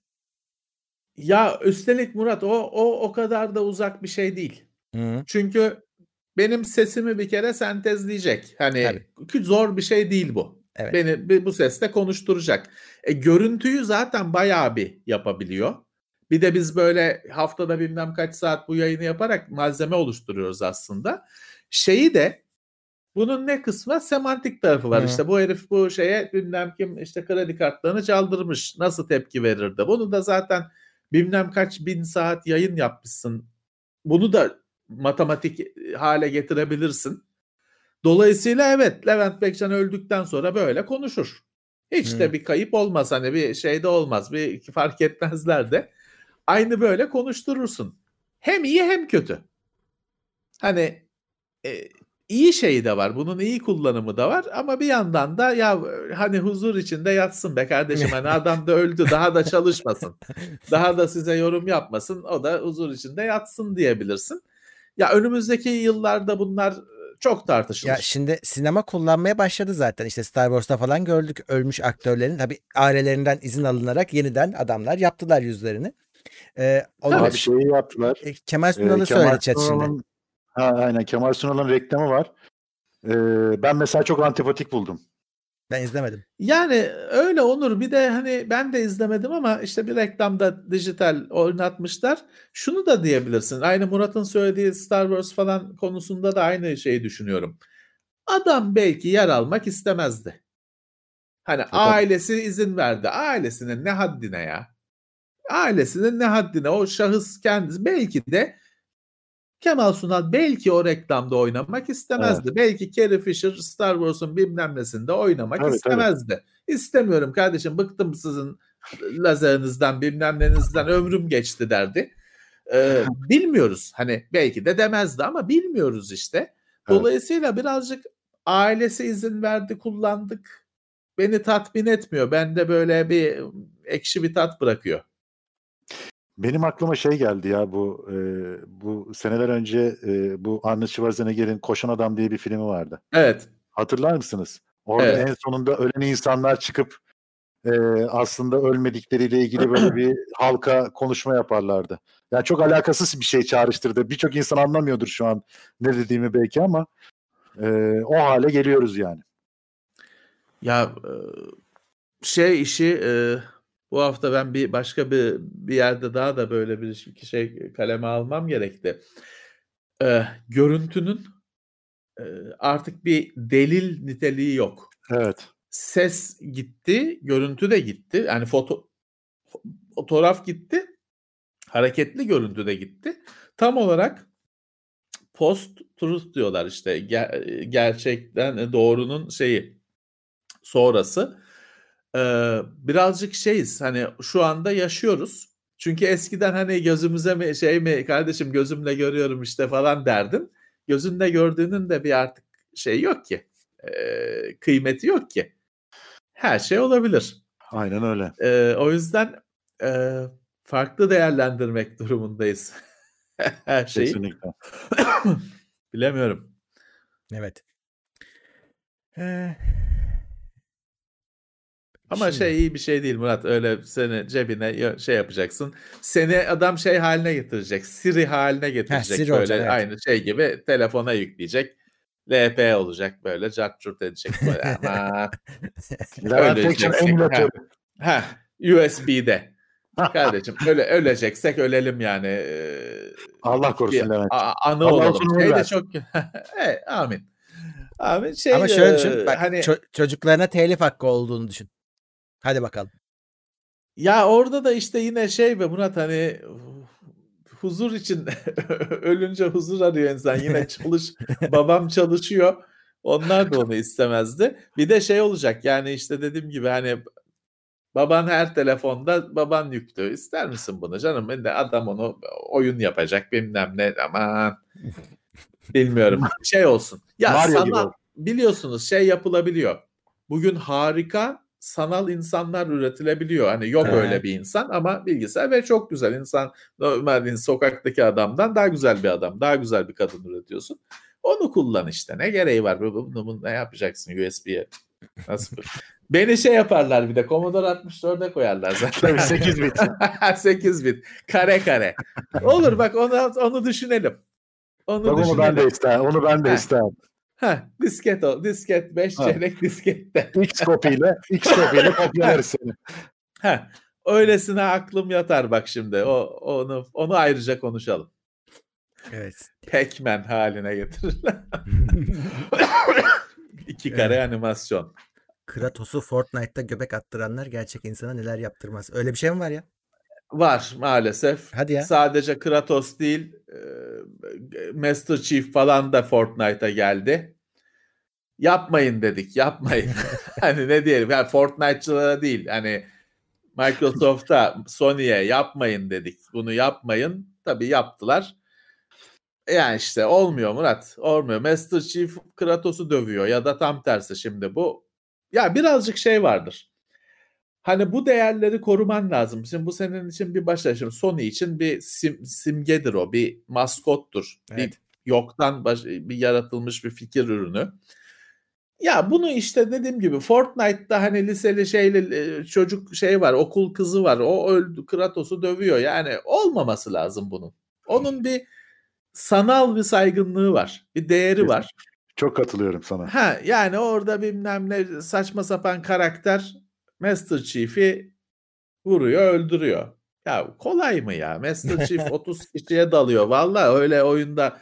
Ya üstelik Murat, o o o kadar da uzak bir şey değil. Hı. Çünkü benim sesimi bir kere sentezleyecek. Hani Tabii. zor bir şey değil bu. Evet. Beni bu sesle konuşturacak. E, görüntüyü zaten bayağı bir yapabiliyor. Bir de biz böyle haftada bilmem kaç saat bu yayını yaparak malzeme oluşturuyoruz aslında. Şeyi de, bunun ne kısmı? Semantik tarafı var. Hı. İşte bu herif bu şeye bilmem kim işte kredi kartlarını çaldırmış. Nasıl tepki verirdi? Bunu da zaten bilmem kaç bin saat yayın yapmışsın. Bunu da matematik hale getirebilirsin. Dolayısıyla evet, Levent Bekcan öldükten sonra böyle konuşur. Hiç hmm. de bir kayıp olmaz, hani bir şey de olmaz, bir fark etmezler de. Aynı böyle konuşturursun. Hem iyi hem kötü. Hani e, iyi şeyi de var, bunun iyi kullanımı da var ama bir yandan da ya hani huzur içinde yatsın be kardeşim, hani adam da öldü, daha da çalışmasın. Daha da size yorum yapmasın, o da huzur içinde yatsın diyebilirsin. Ya önümüzdeki yıllarda bunlar çok tartışılır. Ya şimdi sinema kullanmaya başladı zaten. İşte Star Wars'ta falan gördük ölmüş aktörlerin tabii ailelerinden izin alınarak yeniden adamlar yaptılar yüzlerini. Ee, Tabii bir şeyi yaptılar. E, Kemal Sunal'ı ee, söyledi chat şimdi. Ha, aynen, Kemal Sunal'ın reklamı var. Ee, ben mesela çok antipatik buldum. Ben izlemedim. Yani öyle Onur, bir de hani ben de izlemedim ama işte bir reklamda dijital oynatmışlar. Şunu da diyebilirsin. Aynı Murat'ın söylediği Star Wars falan konusunda da aynı şeyi düşünüyorum. Adam belki yer almak istemezdi. Hani Tabii. ailesi izin verdi. Ailesinin ne haddine ya? Ailesinin ne haddine? O şahıs kendisi belki de Kemal Sunal belki o reklamda oynamak istemezdi. Evet. Belki Carrie Fisher Star Wars'un bilmem nesinde oynamak tabii, istemezdi. Tabii. İstemiyorum kardeşim, bıktım sizin lazerinizden bilmem nenizden, ömrüm geçti derdi. Ee, bilmiyoruz, hani belki de demezdi ama bilmiyoruz işte. Dolayısıyla evet. birazcık ailesi izin verdi, kullandık. Beni tatmin etmiyor. Bende böyle bir ekşi bir tat bırakıyor. Benim aklıma şey geldi ya, bu e, bu seneler önce e, bu Arnold Schwarzenegger'in Koşan Adam diye bir filmi vardı. Evet. Hatırlar mısınız? Orada evet. en sonunda ölen insanlar çıkıp e, aslında ölmedikleriyle ilgili böyle bir halka konuşma yaparlardı. Yani çok alakasız bir şey çağrıştırdı. Birçok insan anlamıyordur şu an ne dediğimi belki ama e, o hale geliyoruz yani. Ya şey işi e... Bu hafta ben bir başka bir bir yerde daha da böyle bir şey kaleme almam gerekti. Ee, görüntünün e, artık bir delil niteliği yok. Evet. Ses gitti, görüntü de gitti. Yani foto fotoğraf gitti. hareketli görüntüde gitti. Tam olarak post-truth diyorlar işte ger- gerçekten doğrunun şeyi sonrası. Ee, birazcık şeyiz hani şu anda yaşıyoruz. Çünkü eskiden hani gözümüze mi şey mi kardeşim gözümle görüyorum işte falan derdin. Gözünle gördüğünün de bir artık şey yok ki. Ee, kıymeti yok ki. Her şey olabilir. Aynen öyle. Ee, o yüzden e, farklı değerlendirmek durumundayız. Her şeyi. Kesinlikle. Bilemiyorum. Evet. Ee, Ama Şimdi. şey iyi bir şey değil Murat. Öyle seni cebine şey yapacaksın. Seni adam şey haline getirecek. Siri haline getirecek. Heh, Siri böyle olacak, evet. aynı şey gibi telefona yükleyecek. L P olacak böyle cart curt edecek böyle ama Levent Ekşen emülatörü. Ha, U S B'de. Kardeşim öyle öleceksek ölelim yani. Ee, Allah korusun bir Levent. a- anı Allah olalım. uzun ömür Şey de versin. çok evet, amin. Amin şey Ama şöyle düşün. e, Bak, hani ço- çocuklarına telif hakkı olduğunu düşün. Hadi bakalım. ya orada da işte yine şey ve Murat hani huzur için ölünce huzur arıyor insan. Yine çalış babam çalışıyor. Onlar da onu istemezdi. Bir de şey olacak yani işte dediğim gibi hani baban her telefonda baban yüklü. İster misin bunu canım? Ben de adam onu oyun yapacak bilmem ne aman bilmiyorum. Şey olsun. Ya Mario sana gibi. biliyorsunuz şey yapılabiliyor. Bugün harika sanal insanlar üretilebiliyor. Hani yok Evet. öyle bir insan ama bilgisayar ve çok güzel insan normal sokaktaki adamdan daha güzel bir adam, daha güzel bir kadın üretiyorsun. Onu kullan işte. Ne gereği var? Bunu, bunu ne yapacaksın U S B'ye? Nasıl? Beni şey yaparlar bir de Commodore altmış dörde koyarlar zaten. sekiz bit. sekiz bit. Kare kare. Olur bak onu onu düşünelim. Onu Bak onu düşünelim. ben de isterim. Onu ben de Ha. isterim. Ha, disket o. Disket beş Ha. çeyrek diskette. X kopiyle X kopiyle kopyalarız seni. Ha, öylesine aklım yatar bak şimdi. O onu onu ayrıca konuşalım. Evet. Pac-Man haline getirirler. İki kare Evet. animasyon. Kratos'u Fortnite'ta göbek attıranlar gerçek insana neler yaptırmaz. Öyle bir şey mi var ya? Var maalesef. Hadi ya. Sadece Kratos değil, Master Chief falan da Fortnite'a geldi. Yapmayın dedik, yapmayın. Hani ne diyelim, yani Fortnite'çılara değil, hani Microsoft'a, Sony'ye yapmayın dedik. Bunu yapmayın. Tabii yaptılar. Yani işte olmuyor Murat, olmuyor. Master Chief Kratos'u dövüyor ya da tam tersi şimdi bu. Ya birazcık şey vardır. Hani bu değerleri koruman lazım. Şimdi bu senin için bir başka, şimdi Sony için bir sim, simgedir o, bir maskottur. Evet. Bir yoktan baş, bir yaratılmış bir fikir ürünü. Ya bunu işte dediğim gibi Fortnite'da hani liseli şeyli çocuk şey var, okul kızı var. O öldü, Kratos'u dövüyor. Yani olmaması lazım bunun. Onun bir sanal bir saygınlığı var. Bir değeri var. Çok katılıyorum sana. Ha yani orada bilmem ne saçma sapan karakter Master Chief'i vuruyor, öldürüyor. Ya kolay mı ya? Master Chief otuz kişiye dalıyor. Vallahi öyle oyunda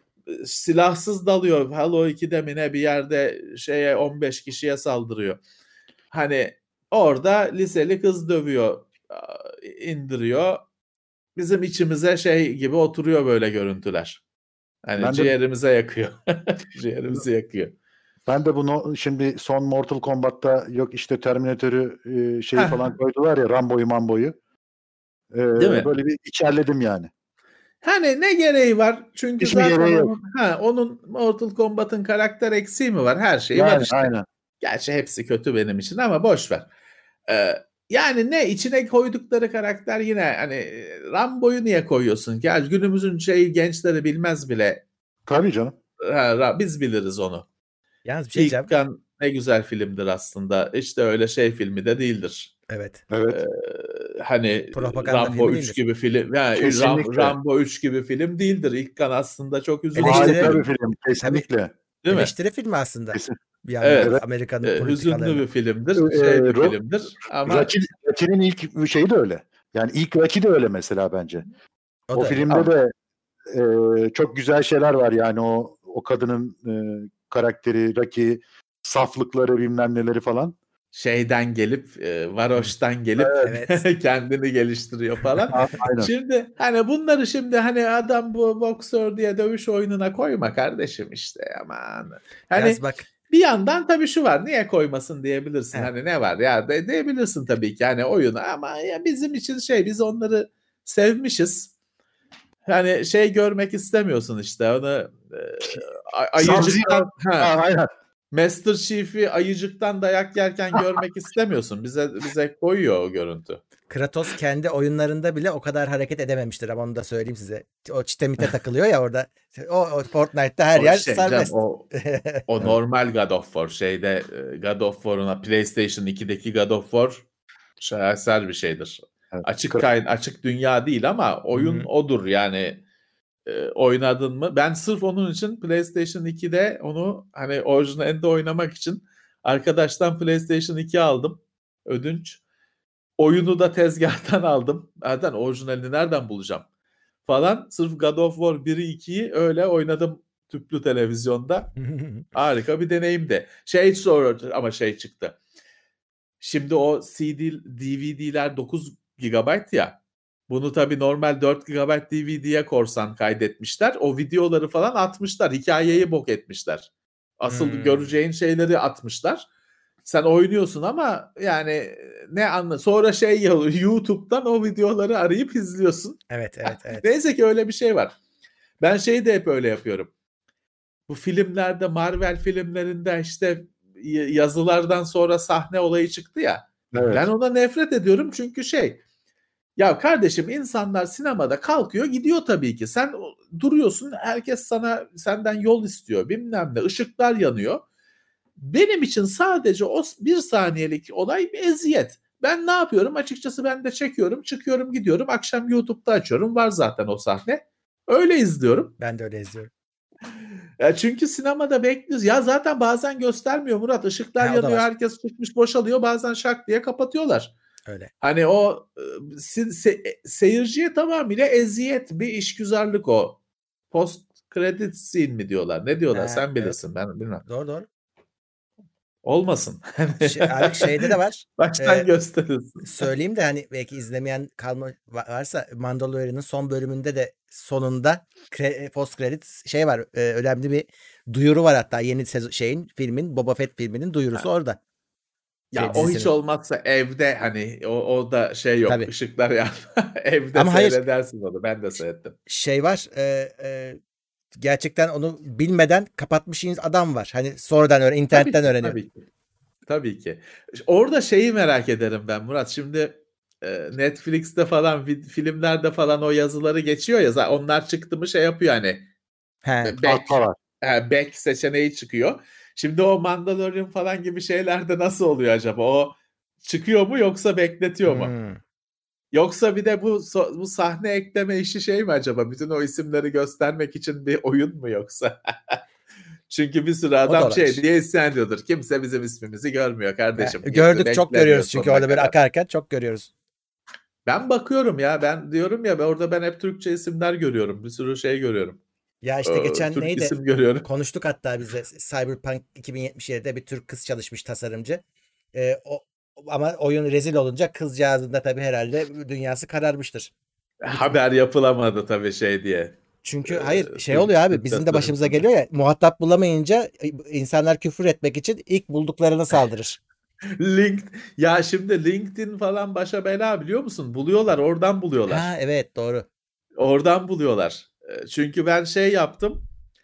silahsız dalıyor. Halo ikide mi ne bir yerde şeye on beş kişiye saldırıyor. Hani orada liseli kız dövüyor, indiriyor. Bizim içimize şey gibi oturuyor böyle görüntüler. Hani Ben de- ciğerimize yakıyor. Ciğerimizi yakıyor. Ben de bunu şimdi son Mortal Kombat'ta yok işte Terminator'ü e, şeyi Heh. falan koydular ya, Rambo'yu Mambo'yu. E, Değil mi? Böyle bir içerledim yani. Hani ne gereği var? Çünkü Hiç mi zaten gereği yok? onun, ha, onun Mortal Kombat'ın karakter eksiği mi var? Her şeyi var Yani işte. aynen. Gerçi hepsi kötü benim için ama boş ver. Ee, yani ne içine koydukları karakter yine hani Rambo'yu niye koyuyorsun? Gel günümüzün şeyi gençleri bilmez bile. Tabii canım. Ha, biz biliriz onu. Yalnız bir şey diyeceğim. İlk Kan ne güzel filmdir aslında. İşte öyle şey filmi de değildir. Evet. Evet. Ee, hani Propaganda Rambo filmi üç değildir. gibi film. Yani Ram, Kesinlikle. Rambo üç gibi film değildir. İlk Kan aslında çok üzücü bir Eleştiri- Harika film. bir film. Kesinlikle. Değil mi? Eleştiri filmi aslında. Kesin. Bir yandan Evet. Amerika'nın Ee, hüzünlü politikalarına. bir filmdir. Ee, Şey bir Ro- filmdir. Ama Rocky, Rocky'nin ilk şeyi de öyle. Yani ilk Rocky de öyle mesela bence. O, O da filmde Ama- de e, çok güzel şeyler var yani o o kadının e, karakteri, Rocky, saflıkları bilmem neleri falan. şeyden gelip e, varoştan gelip Evet. kendini geliştiriyor falan. Aynen. Şimdi hani bunları şimdi hani adam bu boksör diye dövüş oyununa koyma kardeşim işte aman. Hani Yalnız bak bir yandan tabii şu var, niye koymasın diyebilirsin. Evet. Hani ne var ya de, diyebilirsin tabii ki hani oyunu, ama ya bizim için şey, biz onları sevmişiz. Yani şey görmek istemiyorsun işte onu e, ayıcıktan ha, aynen. Master Chief'i ayıcıktan dayak yerken görmek istemiyorsun. Bize bize koyuyor o görüntü. Kratos kendi oyunlarında bile o kadar hareket edememiştir ama onu da söyleyeyim size. O çitemite takılıyor ya orada. O, o Fortnite'ta her O yer şey serbest. canım, o o normal God of War şeyde God of War'una PlayStation iki'deki God of War şaheser bir şeydir. Evet. Açık kayn açık dünya değil ama oyun Hı-hı. odur yani. E, oynadın mı? Ben sırf onun için PlayStation iki'de onu hani orijinalinde oynamak için arkadaştan PlayStation iki aldım. Ödünç. Oyunu da tezgahtan aldım. Zaten orijinalini nereden bulacağım? Falan. Sırf God of War biri iki'yi öyle oynadım tüplü televizyonda. Harika bir deneyimdi. Şey sonra ama şey çıktı. Şimdi o C D, D V D'ler dokuz gigabayt ya. Bunu tabii normal dört gigabayt D V D'ye korsan kaydetmişler. O videoları falan atmışlar. Hikayeyi bok etmişler. Asıl Hmm. göreceğin şeyleri atmışlar. Sen oynuyorsun ama yani ne anla. Sonra şey YouTube'dan o videoları arayıp izliyorsun. Evet, evet, evet. Neyse ki öyle bir şey var. Ben şeyi de hep öyle yapıyorum. Bu filmlerde, Marvel filmlerinde işte yazılardan sonra sahne olayı çıktı ya. Evet. Ben ona nefret ediyorum çünkü şey, ya kardeşim insanlar sinemada kalkıyor gidiyor tabii ki. Sen duruyorsun, herkes sana senden yol istiyor bilmem ne, ışıklar yanıyor. Benim için sadece o bir saniyelik olay bir eziyet. Ben ne yapıyorum? Açıkçası ben de çekiyorum, çıkıyorum, gidiyorum. Akşam YouTube'da açıyorum. Var zaten o sahne. Öyle izliyorum. Ben de öyle izliyorum. Ya çünkü sinemada bekliyoruz. Ya zaten bazen göstermiyor Murat. Işıklar Ha, o da yanıyor, var. herkes çıkmış boşalıyor. Bazen şak diye kapatıyorlar. Öyle. Hani o se- se- seyirciye tamamıyla eziyet, bir işgüzarlık o. Post credit scene mi diyorlar? Ne diyorlar? Ha, Sen evet. bilirsin. Ben bilmem. Doğru doğru. Olmasın. Şey, abi şeyde de var. Baştan Ee, gösterilsin. söyleyeyim de hani belki izlemeyen kalma varsa Mandalorian'ın son bölümünde de sonunda post credit şey var. E, önemli bir duyuru var hatta yeni sezon şeyin filmin Boba Fett filminin duyurusu Ha. orada. Ya Şey, o hiç dizisinin. olmazsa evde hani o, o da şey yok. Tabii. Işıklar ya. Evde Ama hayır. seyredersin onu. Ben de seyrettim. Şey var. E, e, gerçekten onu bilmeden kapatmış adam var. Hani sonradan öğren, internetten Tabii ki, öğreniyor. tabii ki. Tabii ki. Orada şeyi merak ederim ben Murat. Şimdi e, Netflix'te falan filmlerde falan o yazıları geçiyor ya. Onlar çıktı mı şey yapıyor hani. He. Back, e, back seçeneği çıkıyor. Şimdi o Mandalorian falan gibi şeylerde nasıl oluyor acaba? O çıkıyor mu yoksa bekletiyor mu? Hmm. Yoksa bir de bu bu sahne ekleme işi şey mi acaba? Bütün o isimleri göstermek için bir oyun mu yoksa? Çünkü bir sürü adam şey diye isyan ediyordur. Kimse bizim ismimizi görmüyor kardeşim. He, gördük, çok görüyoruz çünkü orada böyle akarken çok görüyoruz. Ben bakıyorum ya, ben diyorum ya orada ben hep Türkçe isimler görüyorum. Bir sürü şey görüyorum. Ya işte geçen ee, Türk neydi? isim görüyorum. Konuştuk hatta biz de Cyberpunk iki bin yetmiş yedi'de bir Türk kız çalışmış tasarımcı. Ee, o ama oyun rezil olunca kızcağızın da tabii herhalde dünyası kararmıştır. Haber yapılamadı tabii şey diye. Çünkü hayır şey oluyor abi, bizim de başımıza geliyor ya, muhatap bulamayınca insanlar küfür etmek için ilk bulduklarına saldırır. Link ya şimdi LinkedIn falan başa bela, biliyor musun? Buluyorlar, oradan buluyorlar. Ha evet, doğru. Oradan buluyorlar. Çünkü ben şey yaptım.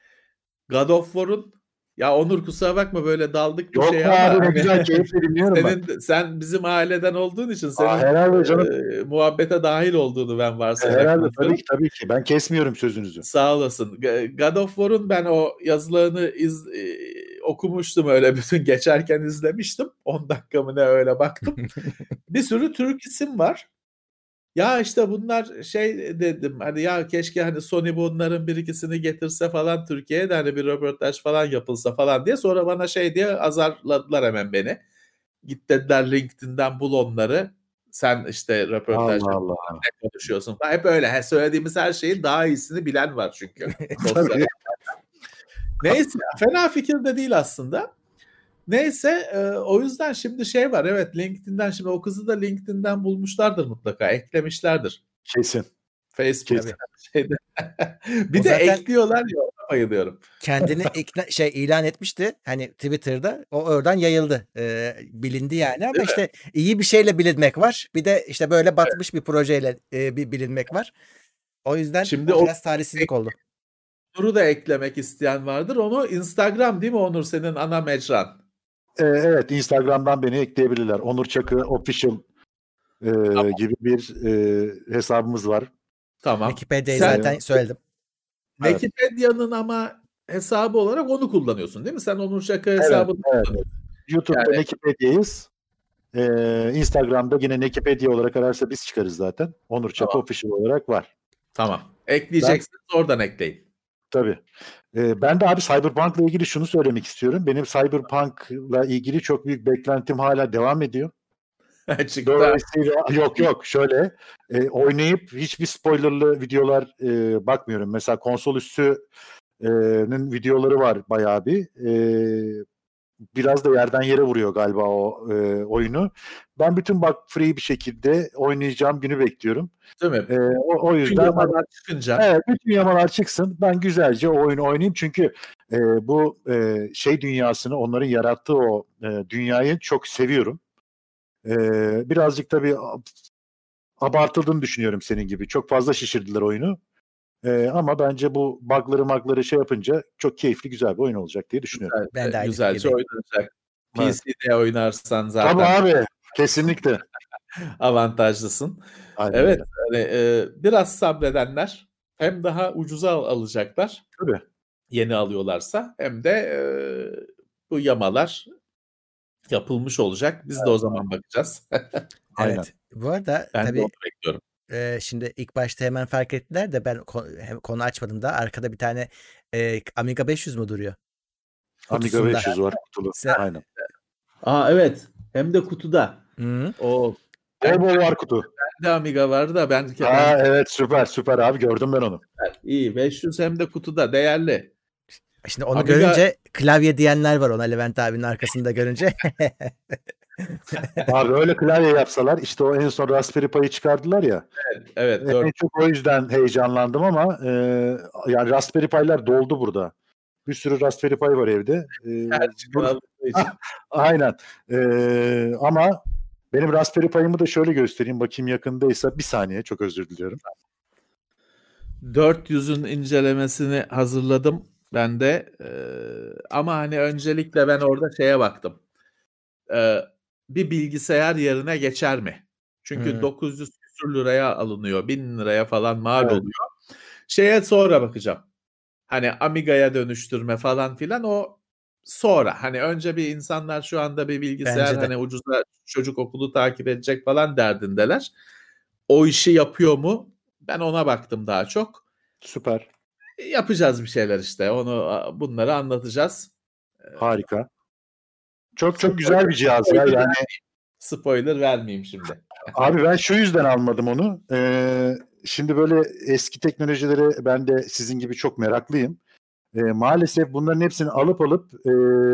God of War'un, ya Onur kusura bakma böyle daldık bir Yok şey abi, ama ne hani, güzel keyifle dinliyorum senin, ben. Sen bizim aileden olduğun için senin Aa, herhalde canım. E, muhabbete dahil olduğunu ben varsayarak. Herhalde tabii ki, tabii ki. Ben kesmiyorum sözünüzü. Sağ olasın. God of War'un ben o yazılarını iz, e, okumuştum öyle, bütün geçerken izlemiştim. on dakika mı ne öyle baktım. Bir sürü Türk isim var. Ya işte bunlar şey dedim hani, ya keşke hani Sony bunların bir ikisini getirse falan Türkiye'ye de hani bir röportaj falan yapılsa falan diye. Sonra bana şey diye azarladılar hemen beni. Git dediler LinkedIn'den bul onları. Sen işte röportaj Allah Allah. ne konuşuyorsun falan. Hep öyle. Söylediğimiz her şeyin daha iyisini bilen var çünkü. Neyse, fena fikir de değil aslında. Neyse e, o yüzden şimdi şey var, evet, LinkedIn'den, şimdi o kızı da LinkedIn'den bulmuşlardır mutlaka, eklemişlerdir. Kesin. Facebook'ta şeyde. Bir O de zaten ekliyorlar ya, ona bayılıyorum. kendini ikna, şey ilan etmişti hani Twitter'da, o oradan yayıldı, ee, bilindi yani, ama Değil mi? işte iyi bir şeyle bilinmek var, bir de işte böyle batmış bir projeyle e, bir bilinmek var. O yüzden Şimdi o o biraz talihsizlik oldu. Onur'u da eklemek isteyen vardır. Onu Instagram değil mi Onur, senin ana mecran? Ee, evet, Instagram'dan beni ekleyebilirler. Onur Çakı Official e, gibi bir e, hesabımız var. Tamam. Wikipedia'yı Sen zaten söyledim. Evet. Wikipedia'nın ama hesabı olarak onu kullanıyorsun değil mi? Sen Onur Çakı Evet, hesabını evet. kullanıyorsun. YouTube'da Yani- Wikipedia'yız. Ee, Instagram'da yine Wikipedia olarak ararsa biz çıkarız zaten. Onur Çakı Tamam. Official olarak var. Tamam. Ekleyeceksiniz, oradan ekleyin. Tabii. Ee, ben de abi Cyberpunk'la ilgili şunu söylemek istiyorum. Benim Cyberpunk'la ilgili çok büyük beklentim hala devam ediyor. Çıktı. Dolayısıyla yok yok şöyle e, oynayıp hiçbir spoilerlı videolar e, bakmıyorum. Mesela konsol üstü'nün videoları var bayağı bir. E, biraz da yerden yere vuruyor galiba o e, oyunu. Ben bütün bug free bir şekilde oynayacağım günü bekliyorum. Değil mi? E, o, o Bütün yüzden yamalar çıkınca. evet, bütün yamalar çıksın. Ben güzelce o oyunu oynayayım. Çünkü e, bu e, şey dünyasını, onların yarattığı o e, dünyayı çok seviyorum. E, birazcık tabii abartıldığını düşünüyorum senin gibi. Çok fazla şişirdiler oyunu. E, ama bence bu bug'ları magları şey yapınca çok keyifli, güzel bir oyun olacak diye düşünüyorum. Güzel, Ben de aynı güzelce fikirdeyim. oynanacak. Evet. P C'de oynarsan Tabii zaten abi. Kesinlikle. avantajlısın. Aynen Evet, öyle. hani, e, biraz sabredenler hem daha ucuza al- alacaklar. Tabii. Yeni alıyorlarsa, hem de e, bu yamalar yapılmış olacak. Biz de o zaman bakacağız. Aynen. Evet. Bu arada Ben de tabii onu bekliyorum. e, şimdi ilk başta hemen fark ettiler de ben ko- hem konu açmadım da, arkada bir tane e, Amiga beş yüz mü duruyor? Amiga Kutusunda. beş yüz var kutulu. Sen- Aynen. Aa, evet. Hem de kutuda. Hı. O Bol bol var kutu. bende Amiga vardı da ben, Ha, ben evet, süper süper abi, gördüm ben onu. iyi, beş yüz hem de kutuda, değerli. Şimdi onu Amiga- görünce klavye diyenler var ona, Levent abinin arkasında görünce. Abi öyle klavye yapsalar, işte o en son Raspberry Pi'yi çıkardılar ya. Evet, evet. En dört çok o yüzden heyecanlandım ama e, yani Raspberry Pi'ler doldu burada. Bir sürü Raspberry Pi var evde. E, her çıkan bu- alındığı için. aynen. E, ama benim Raspberry Pi'ımı da şöyle göstereyim, bakayım yakındaysa. Bir saniye, çok özür diliyorum. dört yüzün incelemesini hazırladım ben de. Ee, ama hani öncelikle ben orada şeye baktım. Ee, bir bilgisayar yerine geçer mi? Çünkü Hmm. dokuz yüz küsur liraya alınıyor. bin liraya falan mal Evet. oluyor. Şeye sonra bakacağım. Hani Amiga'ya dönüştürme falan filan, o sonra. Hani önce bir insanlar şu anda bir bilgisayar, Bence de. hani ucuza çocuk okulu takip edecek falan derdindeler. O işi yapıyor mu? Ben ona baktım daha çok. Süper. Yapacağız bir şeyler işte. Onu, bunları anlatacağız. Harika. Çok çok güzel bir cihaz ya. Yani Spoiler vermeyeyim şimdi. abi ben şu yüzden almadım onu. Ee, şimdi böyle eski teknolojilere ben de sizin gibi çok meraklıyım. Ee, maalesef bunların hepsini alıp alıp e,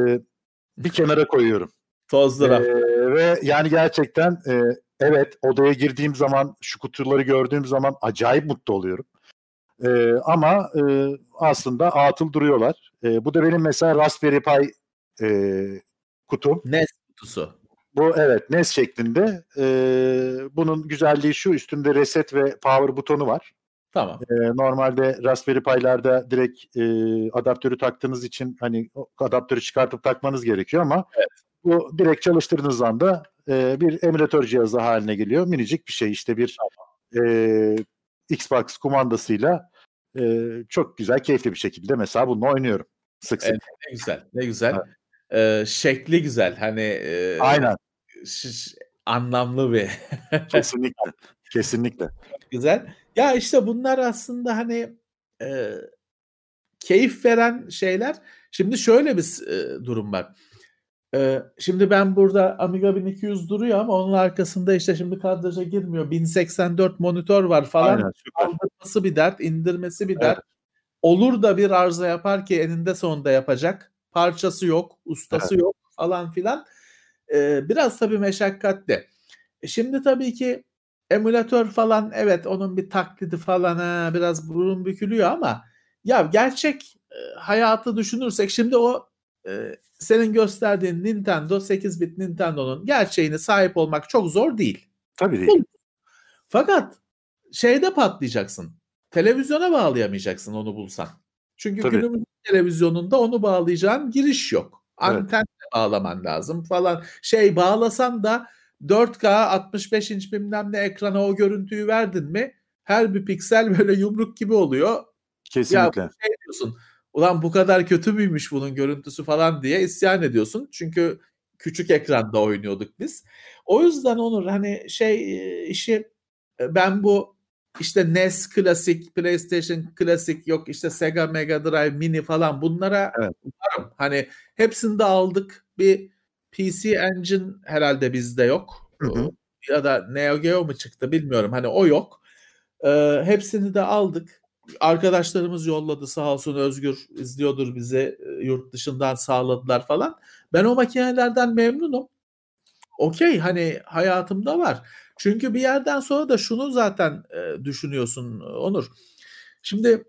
bir kenara koyuyorum. Tozlu raf. Ee, ve yani gerçekten e, evet, odaya girdiğim zaman şu kutuları gördüğüm zaman acayip mutlu oluyorum. Ee, ama e, aslında atıl duruyorlar. E, bu da benim mesela Raspberry Pi e, kutum. N E S kutusu. Bu evet N E S şeklinde. E, bunun güzelliği şu, üstünde reset ve power butonu var. Tamam. E, normalde Raspberry Pi'lerde direkt e, adaptörü taktığınız için hani adaptörü çıkartıp takmanız gerekiyor ama Evet. bu direkt çalıştırdığınız anda e, bir emülatör cihazı haline geliyor. Minicik bir şey, işte bir e, Xbox kumandasıyla e, çok güzel, keyifli bir şekilde mesela bununla oynuyorum sık sık. Evet, ne güzel, ne güzel. Ee, şekli güzel. Hani e, Aynen. ş- anlamlı bir. Kesinlikle. Kesinlikle. Güzel. Ya işte bunlar aslında hani e, keyif veren şeyler. Şimdi şöyle bir e, durum var. E, şimdi ben burada Amiga bin iki yüz duruyor ama onun arkasında işte şimdi kadraja girmiyor. bin seksen dört monitör var falan. Aynen, süper. Kaldırması bir dert, indirmesi bir Evet. dert. Olur da bir arıza yapar ki eninde sonunda yapacak. Parçası yok, ustası Evet. yok. falan filan. Ee, biraz tabii meşakkatli. E şimdi tabii ki emülatör falan, evet onun bir taklidi falan, ha, biraz burun bükülüyor ama ya gerçek e, hayatı düşünürsek şimdi o e, senin gösterdiğin Nintendo, sekiz bit Nintendo'nun gerçeğine sahip olmak çok zor değil. Tabii değil. Fakat şeyde patlayacaksın. Televizyona bağlayamayacaksın onu bulsan. Çünkü Tabii. günümüz televizyonunda onu bağlayacağın giriş yok. Evet. Antenle bağlaman lazım falan. Şey bağlasan da dört K altmış beş inç bilmem ne ekrana o görüntüyü verdin mi her bir piksel böyle yumruk gibi oluyor. Kesinlikle. Ya şey diyorsun, ulan bu kadar kötü müymüş bunun görüntüsü falan diye isyan ediyorsun. Çünkü küçük ekranda oynuyorduk biz. O yüzden Onur hani şey e, işi e, ben bu işte N E S klasik, PlayStation klasik, yok işte Sega Mega Drive Mini falan bunlara Evet. varım. Hani hepsini de aldık. Bir P C Engine herhalde bizde yok. Hı hı. Ya da Neo Geo mu çıktı bilmiyorum. Hani o yok. Ee, hepsini de aldık. Arkadaşlarımız yolladı sağ olsun, Özgür izliyordur bizi, yurt dışından sağladılar falan. Ben o makinelerden memnunum. Okey, hani hayatımda var. Çünkü bir yerden sonra da şunu zaten e, düşünüyorsun Onur. Şimdi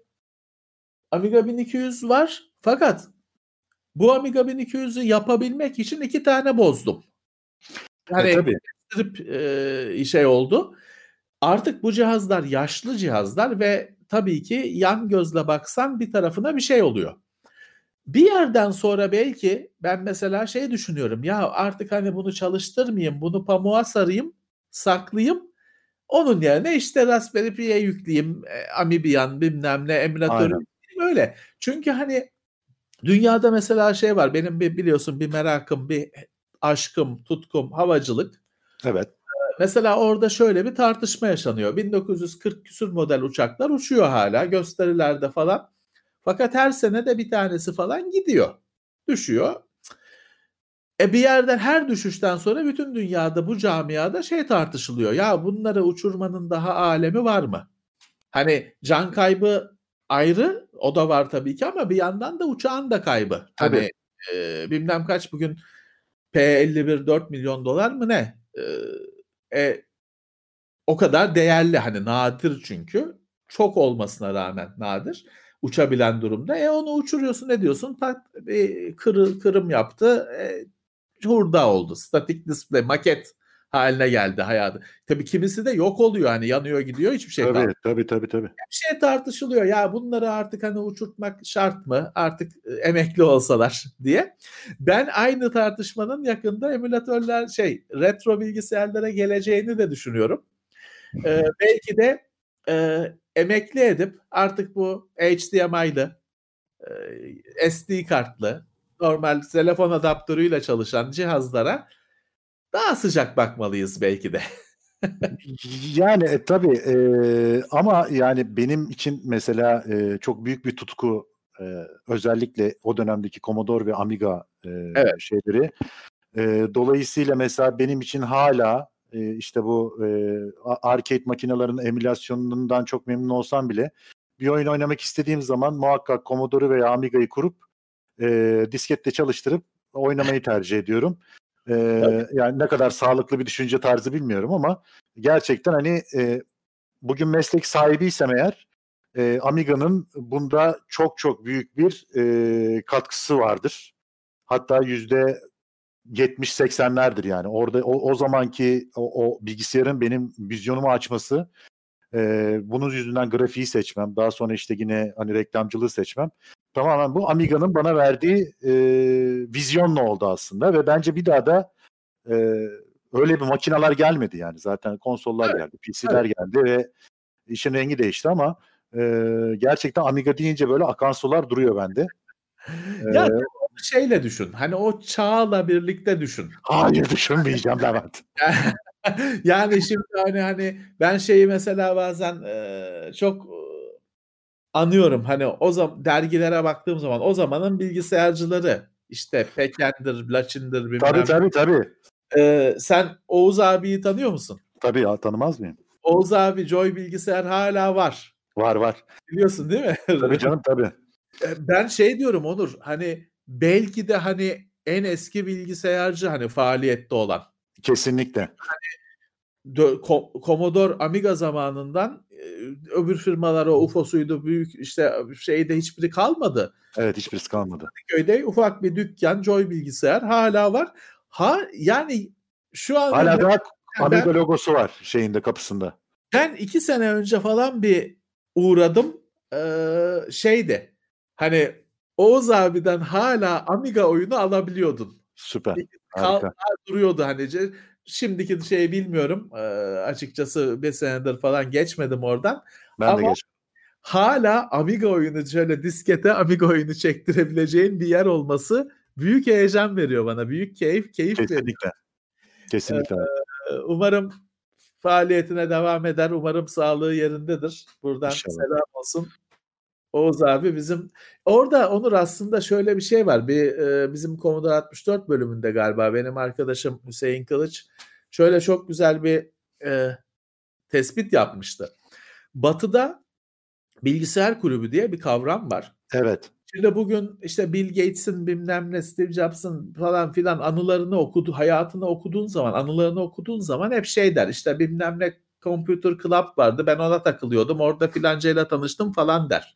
Amiga bin iki yüz var fakat bu Amiga bin iki yüzü yapabilmek için iki tane bozdum. Hani E, tabii. strip e, şey oldu. Artık bu cihazlar yaşlı cihazlar ve tabii ki yan gözle baksan bir tarafına bir şey oluyor. Bir yerden sonra belki ben mesela şey düşünüyorum, ya artık hani bunu çalıştırmayayım, bunu pamuğa sarayım, saklayayım. Onun yerine işte Raspberry Pi'ye yükleyeyim, e, Amibian bilmem ne emülatörü Aynen. yükleyeyim öyle. Çünkü hani dünyada mesela şey var, benim bir biliyorsun bir merakım, bir aşkım, tutkum havacılık. Evet. Mesela orada şöyle bir tartışma yaşanıyor. bin dokuz yüz kırk küsur model uçaklar uçuyor hala gösterilerde falan. Fakat her sene de bir tanesi falan gidiyor. Düşüyor. E bir yerden her düşüşten sonra bütün dünyada, bu camiada şey tartışılıyor. Ya bunları uçurmanın daha alemi var mı? Hani can kaybı ayrı, o da var tabii ki ama bir yandan da uçağın da kaybı. Tabii. Hani e, bilmem kaç bugün P elli bir dört milyon dolar mı ne? E, e, o kadar değerli, hani nadir çünkü. Çok olmasına rağmen nadir. Uçabilen durumda. E onu uçuruyorsun, ne diyorsun? Tak bir kırı, kırım yaptı. E, hurda oldu. Static display, maket haline geldi hayatı. Tabii kimisi de yok oluyor, hani yanıyor gidiyor, hiçbir şey kalmıyor. Tabii tabii tabii tabii. Bir şey tartışılıyor ya, bunları artık hani uçurtmak şart mı? Artık e, emekli olsalar diye. Ben aynı tartışmanın yakında emülatörler şey retro bilgisayarlara geleceğini de düşünüyorum. Ee, belki de e, emekli edip artık bu H D M I'lı, e, S D kartlı, normal telefon adaptörüyle çalışan cihazlara daha sıcak bakmalıyız belki de. Yani e, tabii e, ama yani benim için mesela e, çok büyük bir tutku e, özellikle o dönemdeki Commodore ve Amiga e, Evet. şeyleri. E, dolayısıyla mesela benim için hala e, işte bu e, arcade makinelerinin emülasyonundan çok memnun olsam bile bir oyun oynamak istediğim zaman muhakkak Commodore'u veya Amiga'yı kurup e, diskette çalıştırıp oynamayı tercih ediyorum. E, yani ne kadar sağlıklı bir düşünce tarzı bilmiyorum ama gerçekten hani e, bugün meslek sahibiysem eğer e, Amiga'nın bunda çok çok büyük bir e, katkısı vardır. Hatta yüzde yetmiş seksenlerdir yani. Orada o, o zamanki o, o bilgisayarın benim vizyonumu açması, e, bunun yüzünden grafiği seçmem, daha sonra işte yine hani reklamcılığı seçmem. Tamamen bu Amiga'nın bana verdiği e, vizyonla oldu aslında ve bence bir daha da e, öyle bir makineler gelmedi yani. Zaten konsollar Evet, geldi, P C'ler evet. geldi ve işin rengi değişti ama e, gerçekten Amiga deyince böyle akan sular duruyor bende. Ya E, şeyle düşün. Hani o çağla birlikte düşün. hayır düşünmeyeceğim Levent. Yani şimdi hani hani ben şeyi mesela bazen e, çok e, anıyorum, hani o zaman dergilere baktığım zaman o zamanın bilgisayarcıları işte Peken'dir, Laçin'dir Tabii bilmem. tabii tabii. Ee, sen Oğuz abiyi tanıyor musun? Tabii ya, tanımaz mıyım? Oğuz abi Joy Bilgisayar hala var. Var var. Biliyorsun değil mi? Tabii canım tabii. Ben şey diyorum Onur, hani belki de hani en eski bilgisayarcı hani faaliyette olan. Kesinlikle. Hani Commodore Amiga zamanından öbür firmalara U F O'suydu, büyük işte şeyde hiçbiri kalmadı. Evet, hiçbirisi kalmadı. Köyde ufak bir dükkan, Joy bilgisayar hala var. Ha yani şu an hala da Amiga ben, logosu var şeyinde, kapısında. Ben iki sene önce falan bir uğradım. Ee, şeydi. Hani Oğuz abiden hala Amiga oyunu alabiliyordun. Süper. Kal, duruyordu hani. Şimdiki şeyi bilmiyorum. Ee, açıkçası bir senedir falan geçmedim oradan. Ben Ama de geçmedim. Hala Amiga oyunu, şöyle diskete Amiga oyunu çektirebileceğin bir yer olması büyük heyecan veriyor bana. Büyük keyif, keyif Kesinlikle. veriyor. Kesinlikle. Ee, umarım faaliyetine devam eder. Umarım sağlığı yerindedir. Buradan İnşallah. Selam olsun. Oğuz abi bizim orada Onur, aslında şöyle bir şey var. Bir e, bizim Commodore altmış dört bölümünde galiba benim arkadaşım Hüseyin Kılıç şöyle çok güzel bir e, tespit yapmıştı. Batı'da bilgisayar kulübü diye bir kavram var. Evet. Şimdi bugün işte Bill Gates'in bilmem ne, Steve Jobs'ın falan filan anılarını okudu, hayatını okuduğun zaman, anılarını okuduğun zaman hep şey der. İşte bilmem ne Computer Club vardı, ben ona takılıyordum, orada filancayla tanıştım falan der.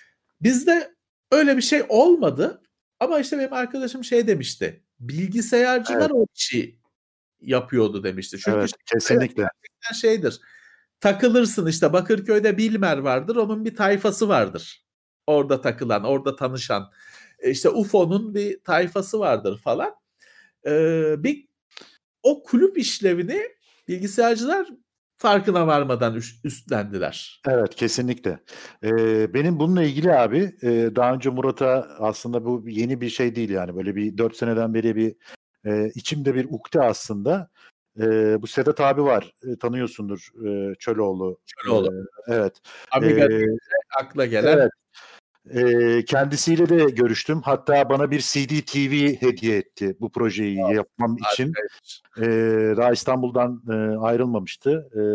Bizde öyle bir şey olmadı ama işte benim arkadaşım şey demişti. Bilgisayarcılar evet. o işi yapıyordu demişti. Çünkü evet, kesinlikle. Gerçekten şeydir. Takılırsın işte, Bakırköy'de Bilmer vardır, onun bir tayfası vardır. Orada takılan, orada tanışan. İşte U F O'nun bir tayfası vardır falan. Ee, bir o kulüp işlevini bilgisayarcılar farkına varmadan üstlendiler. Evet, kesinlikle. Ee, benim bununla ilgili abi e, daha önce Murat'a, aslında bu yeni bir şey değil yani, böyle bir dört seneden beri bir e, içimde bir ukde aslında. E, bu Sedat abi var, e, tanıyorsundur, e, Çöloğlu. Çöloğlu. E, evet. Amiga e, akla gelen. Evet. E, kendisiyle de görüştüm. Hatta bana bir C D T V hediye etti bu projeyi evet. yapmam için. E, daha İstanbul'dan e, ayrılmamıştı. E,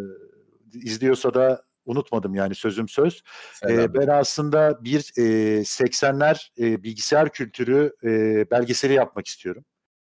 izliyorsa da unutmadım yani, sözüm söz. E, ben aslında bir e, seksenler e, bilgisayar kültürü e, belgeseli yapmak istiyorum.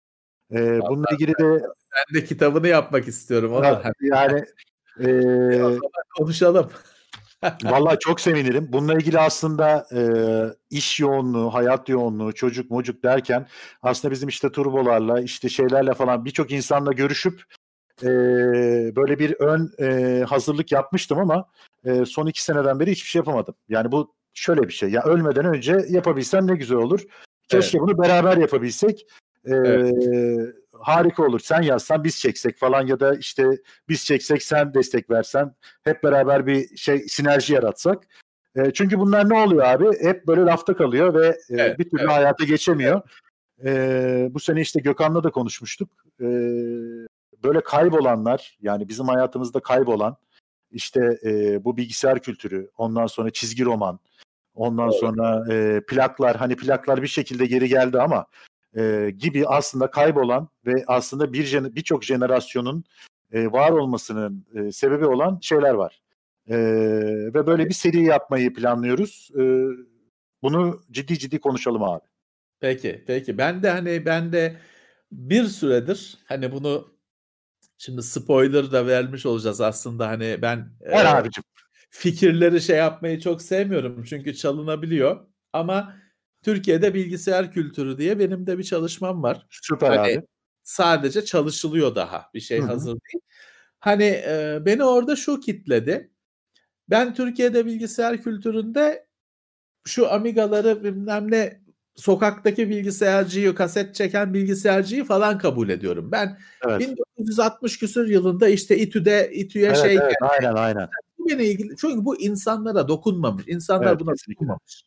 E, bununla ilgili de ben de kitabını yapmak istiyorum. Onu. Yani e, konuşalım. Vallahi çok sevinirim. Bununla ilgili aslında e, iş yoğunluğu, hayat yoğunluğu, çocuk mocuk derken aslında bizim işte turbolarla, işte şeylerle falan birçok insanla görüşüp e, böyle bir ön e, hazırlık yapmıştım ama e, son iki seneden beri hiçbir şey yapamadım. Yani bu şöyle bir şey. Ya ölmeden önce yapabilsem ne güzel olur. Keşke evet. bunu beraber yapabilsek. E, evet. Harika olur. Sen yazsan biz çeksek falan, ya da işte biz çeksek sen destek versen, hep beraber bir şey, sinerji yaratsak. E, çünkü bunlar ne oluyor abi? Hep böyle lafta kalıyor ve e, evet, bir türlü evet. hayata geçemiyor. Evet. E, bu sene işte Gökhan'la da konuşmuştuk. E, böyle kaybolanlar, yani bizim hayatımızda kaybolan işte e, bu bilgisayar kültürü, ondan sonra çizgi roman, ondan evet. sonra e, plaklar, hani plaklar bir şekilde geri geldi ama E, gibi aslında kaybolan ve aslında bir birçok jenerasyonun e, var olmasının e, sebebi olan şeyler var. E, ve böyle bir seri yapmayı planlıyoruz. E, bunu ciddi ciddi konuşalım abi. Peki, peki. Ben de hani ben de bir süredir hani bunu şimdi spoiler da vermiş olacağız aslında, hani ben Her e, abicim. fikirleri şey yapmayı çok sevmiyorum çünkü çalınabiliyor ama Türkiye'de bilgisayar kültürü diye benim de bir çalışmam var. Süper hani abi. Sadece çalışılıyor, daha bir şey Hı-hı. hazır değil. Hani e, beni orada şu kitledi. Ben Türkiye'de bilgisayar kültüründe şu Amiga'ları bilmem ne, sokaktaki bilgisayarcıyı, kaset çeken bilgisayarcıyı falan kabul ediyorum. Ben evet. bin dokuz yüz altmış küsur yılında işte İTÜ'de İTÜ'ye evet, şey evet, geldi. Aynen aynen. Bu beni ilgili, çünkü bu insanlara dokunmamış. İnsanlar evet, buna kesinlikle. dokunmamış.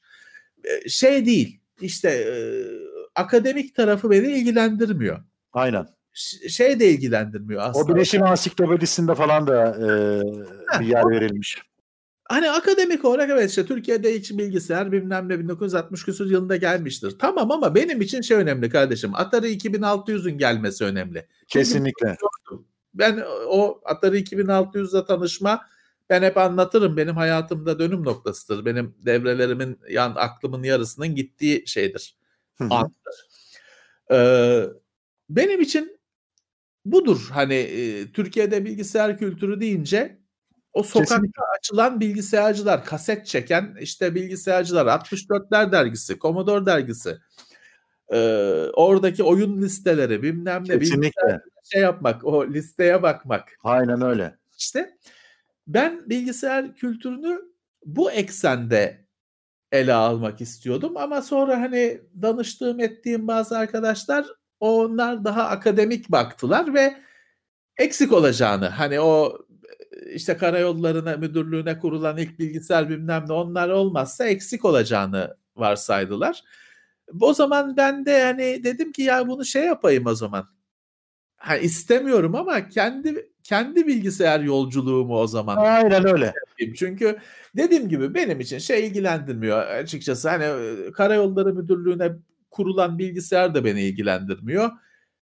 Şey değil. İşte e, akademik tarafı beni ilgilendirmiyor. Aynen. Ş- şey de ilgilendirmiyor aslında. O Bileşim Ansiklopedisi'nde falan da e, bir yer verilmiş. Hani akademik olarak evet, işte Türkiye'de ilk bilgisayar bilmem ne bin dokuz yüz altmış küsur yılında gelmiştir. Tamam, ama benim için şey önemli kardeşim. Atari iki bin altı yüzün gelmesi önemli. Kesinlikle. Ben o Atari iki bin altı yüzle tanışma, ben hep anlatırım, benim hayatımda dönüm noktasıdır. Benim devrelerimin, yan aklımın yarısının gittiği şeydir. Andır. Ee, benim için budur. Hani e, Türkiye'de bilgisayar kültürü deyince o sokakta Kesinlikle. açılan bilgisayarcılar, kaset çeken işte bilgisayarcılar, altmış dörtler dergisi, Commodore dergisi, e, oradaki oyun listeleri, bilmem ne, Kesinlikle. şey yapmak, o listeye bakmak. Aynen öyle. İşte ben bilgisayar kültürünü bu eksende ele almak istiyordum ama sonra hani danıştığım ettiğim bazı arkadaşlar onlar daha akademik baktılar ve eksik olacağını, hani o işte karayollarına müdürlüğüne kurulan ilk bilgisayar bilmem ne onlar olmazsa eksik olacağını varsaydılar. O zaman ben de hani dedim ki ya bunu şey yapayım o zaman. Ha, istemiyorum ama kendi kendi bilgisayar yolculuğumu o zaman. Aynen öyle. Yapayım. Çünkü dediğim gibi benim için şey ilgilendirmiyor açıkçası. Hani Karayolları Müdürlüğü'ne kurulan bilgisayar da beni ilgilendirmiyor.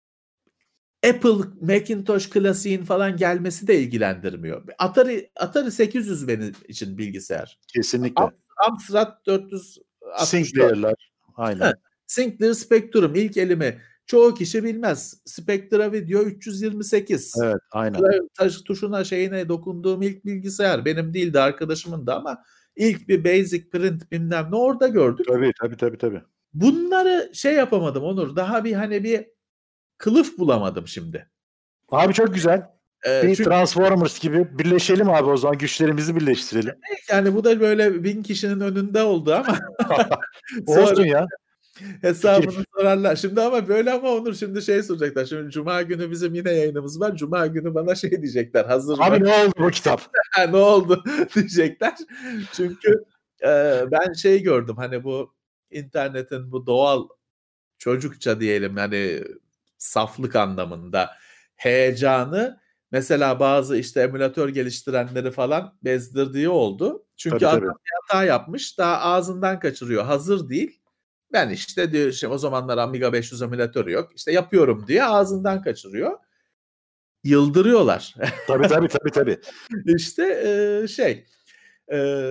Apple Macintosh klasiğin falan gelmesi de ilgilendirmiyor. Atari Atari sekiz yüz benim için bilgisayar. Kesinlikle. Am- Amstrad dört yüz altmış dört. Sinclair'lar. Aynen. Sinclair Spectrum ilk elimi çoğu kişi bilmez. Spectra Video üç yüz yirmi sekiz. Evet, aynen. Taş, tuşuna şeyine dokunduğum ilk bilgisayar benim değildi, arkadaşımın da, ama ilk bir Basic Print bilmem ne orada gördük. Tabii tabii tabii tabii. Bunları şey yapamadım Onur. Daha bir hani bir kılıf bulamadım şimdi. Abi çok güzel. Ee, bir çünkü, Transformers gibi birleşelim abi o zaman, güçlerimizi birleştirelim. Yani bu da böyle bin kişinin önünde oldu ama. Olsun ya. Hesabını sorarlar. Şimdi ama böyle ama Onur şimdi şey soracaklar. Şimdi Cuma günü bizim yine yayınımız var. Cuma günü bana şey diyecekler. Hazır Abi mı? ne oldu bu kitap? Ne oldu diyecekler. Çünkü e, ben şey gördüm. Hani bu internetin bu doğal çocukça diyelim hani saflık anlamında heyecanı mesela bazı işte emülatör geliştirenleri falan bezdirdiği oldu. Çünkü tabii, adam tabii. bir hata yapmış. Daha ağzından kaçırıyor. Hazır değil. Ben işte diyor işte o zamanlar Amiga beş yüz emülatörü yok. İşte yapıyorum diye ağzından kaçırıyor. Yıldırıyorlar. Tabii tabii tabii tabii. İşte e, şey e,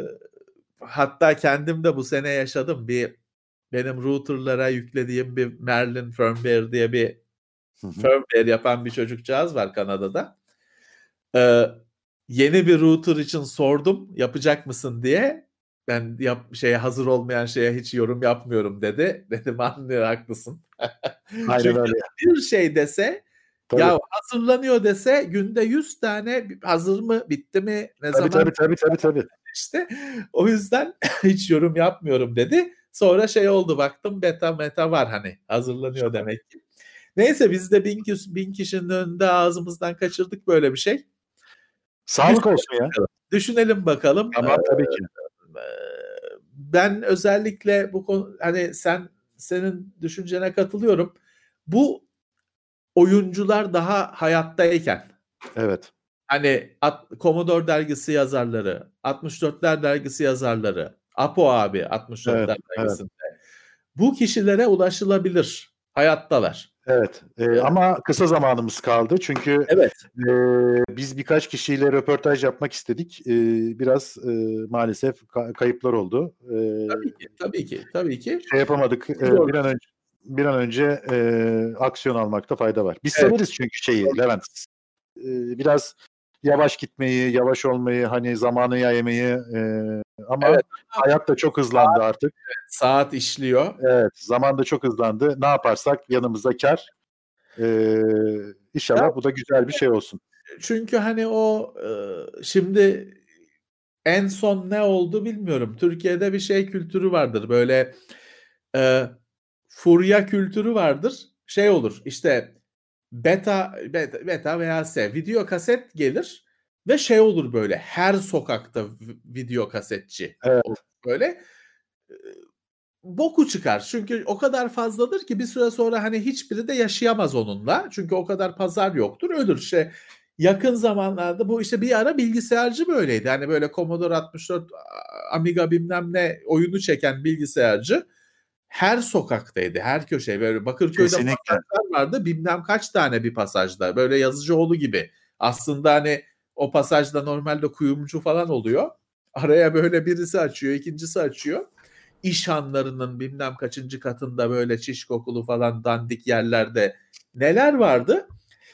hatta kendim de bu sene yaşadım. Bir benim routerlara yüklediğim bir Merlin Firmware diye bir hı hı. firmware yapan bir çocukcağız var Kanada'da. Ee, yeni bir router için sordum yapacak mısın diye. Ben yap, şeye hazır olmayan şeye hiç yorum yapmıyorum dedi. Dedim anlıyor, haklısın. Aynen Çünkü öyle. bir şey dese tabii. Ya hazırlanıyor dese günde yüz tane hazır mı bitti mi ne tabii, zaman? Tabii tabii tabii tabii. İşte o yüzden hiç yorum yapmıyorum dedi. Sonra şey oldu, baktım beta meta var, hani hazırlanıyor demek ki. Neyse biz de bin, bin kişinin önünde ağzımızdan kaçırdık böyle bir şey. Sağlık Düşünelim olsun ya. Bakalım. Düşünelim bakalım. Tamam tabii ki. Ben özellikle bu konu hani sen senin düşüncene katılıyorum. Bu oyuncular daha hayattayken. Evet. Hani Commodore dergisi yazarları, altmış dörtler dergisi yazarları, Apo abi altmış dörtler evet, dergisinde. Evet. Bu kişilere ulaşılabilir. Hayattalar. Evet. E, evet. Ama kısa zamanımız kaldı. Çünkü evet. e, biz birkaç kişiyle röportaj yapmak istedik. E, biraz e, maalesef ka- kayıplar oldu. E, tabii ki. Tabii ki. Tabii ki. Şey yapamadık. E, bir an önce bir an önce e, aksiyon almakta fayda var. Biz evet. severiz çünkü şeyi Levent. E, biraz yavaş gitmeyi, yavaş olmayı, hani zamanı yaymayı e, ama evet. hayat da çok hızlandı saat, artık. Evet, saat işliyor. Evet, zaman da çok hızlandı. Ne yaparsak yanımızda kar. Ee, inşallah ya, bu da güzel bir şey olsun. Çünkü hani o e, şimdi en son ne oldu bilmiyorum. Türkiye'de bir şey kültürü vardır. Böyle e, furya kültürü vardır. Şey olur işte beta, beta, beta veya S video kaset gelir ve şey olur böyle her sokakta video kasetçi. Evet. Böyle boku çıkar. Çünkü o kadar fazladır ki bir süre sonra hani hiçbiri de yaşayamaz onunla. Çünkü o kadar pazar yoktur. Ölür. İşte yakın zamanlarda bu işte bir ara bilgisayarcı böyleydi. Hani böyle Commodore altmış dört, Amiga bilmem ne oyunu çeken bilgisayarcı her sokaktaydı. Her köşe. Böyle Bakırköy'de pasajlar vardı. Bilmem kaç tane bir pasajda. Böyle Yazıcıoğlu gibi. Aslında hani o pasajda normalde kuyumcu falan oluyor. Araya böyle birisi açıyor, ikincisi açıyor. iş hanlarının bilmem kaçıncı katında böyle çiş kokulu falan dandik yerlerde neler vardı?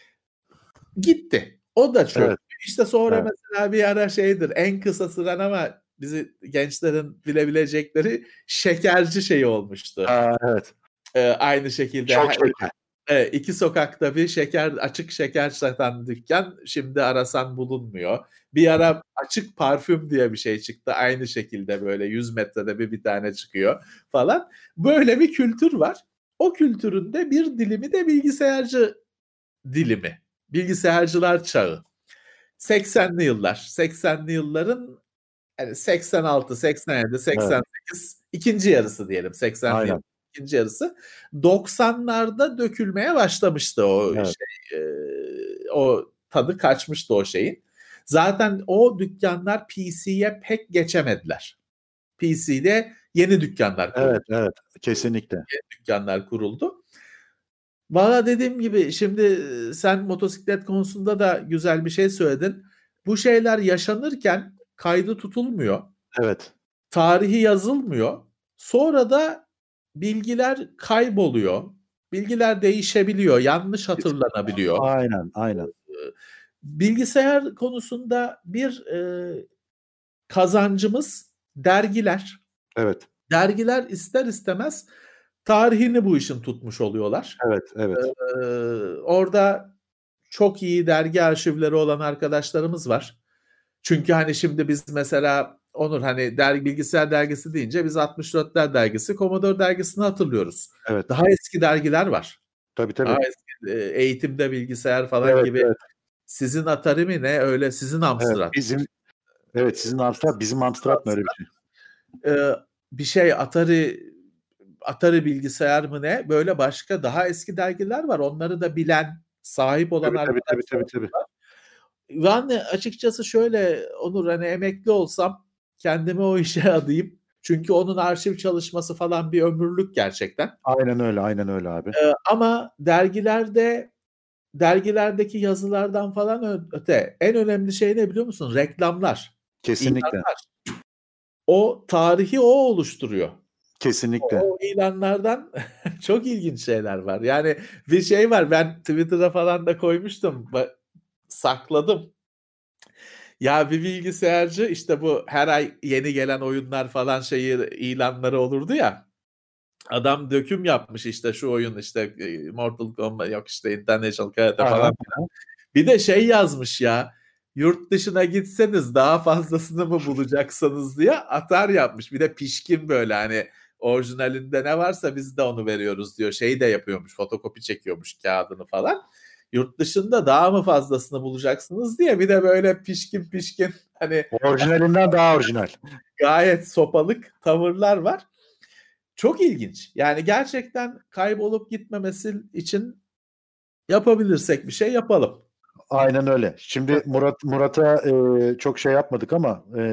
Gitti. O da çok. Evet. İşte sonra evet. mesela bir ara şeydir, en kısa süren ama bizi gençlerin bilebilecekleri şekerci şeyi olmuştu. Aa, evet. Ee, aynı şekilde. Çok şeker. Evet, iki sokakta bir şeker, açık şeker satan dükkan şimdi arasan bulunmuyor. Bir ara açık parfüm diye bir şey çıktı. Aynı şekilde böyle yüz metrede bir bir tane çıkıyor falan. Böyle bir kültür var. O kültürün de bir dilimi de bilgisayarcı dilimi. Bilgisayarcılar çağı. seksenli yıllar. seksenli yılların yani seksen altı, seksen yedi, seksen sekiz evet. ikinci yarısı diyelim. seksenli yıl ikinci yarısı. doksanlarda dökülmeye başlamıştı o evet. şey. E, o tadı kaçmıştı o şeyin. Zaten o dükkanlar P C'ye pek geçemediler. P C'de yeni dükkanlar kuruldu. Evet, evet. Kesinlikle. Yeni dükkanlar kuruldu. Valla dediğim gibi şimdi sen motosiklet konusunda da güzel bir şey söyledin. Bu şeyler yaşanırken kaydı tutulmuyor. Evet. Tarihi yazılmıyor. Sonra da bilgiler kayboluyor. Bilgiler değişebiliyor. Yanlış hatırlanabiliyor. Aynen, aynen. Bilgisayar konusunda bir e, kazancımız dergiler. Evet. Dergiler ister istemez tarihini bu işin tutmuş oluyorlar. Evet, evet. Ee, orada çok iyi dergi arşivleri olan arkadaşlarımız var. Çünkü hani şimdi biz mesela Onur hani dergi, bilgisayar dergisi deyince biz altmış dörtler dergisi, Commodore dergisini hatırlıyoruz. Evet. Daha eski dergiler var. Tabii tabii. Daha eski eğitimde bilgisayar falan evet, gibi. Evet. Sizin Atari mi ne öyle sizin Amstrad. Evet, bizim evet sizin Amstrad bizim Amstrad mı öyle bir şey? Ee, bir şey Atari Atari bilgisayar mı ne? Böyle başka daha eski dergiler var. Onları da bilen, sahip olan tabii, arkadaşlar tabii, tabii, tabii, var. Ben de açıkçası şöyle Onur hani emekli olsam kendimi o işe adayım. Çünkü onun arşiv çalışması falan bir ömürlük gerçekten. Aynen öyle, aynen öyle abi. Ee, ama dergilerde dergilerdeki yazılardan falan öte en önemli şey ne biliyor musun? Reklamlar. Kesinlikle. İlanlar. O tarihi o oluşturuyor. Kesinlikle. O ilanlardan çok ilginç şeyler var. Yani bir şey var ben Twitter'a falan da koymuştum. Sakladım. Ya bir bilgisayarcı işte bu her ay yeni gelen oyunlar falan şeyi ilanları olurdu ya. Adam döküm yapmış işte şu oyun işte Mortal Kombat yok işte International Karate falan. Bir de şey yazmış ya. Yurt dışına gitseniz daha fazlasını mı bulacaksınız diye atar yapmış. Bir de pişkin böyle hani orijinalinde ne varsa biz de onu veriyoruz diyor. Şeyi de yapıyormuş, fotokopi çekiyormuş kağıdını falan. Yurt dışında daha mı fazlasını bulacaksınız diye bir de böyle pişkin pişkin hani orijinalinden daha orijinal. Gayet sopalık tavırlar var. Çok ilginç. Yani gerçekten kaybolup gitmemesi için yapabilirsek bir şey yapalım. Aynen öyle. Şimdi Murat Murat'a e, çok şey yapmadık ama e,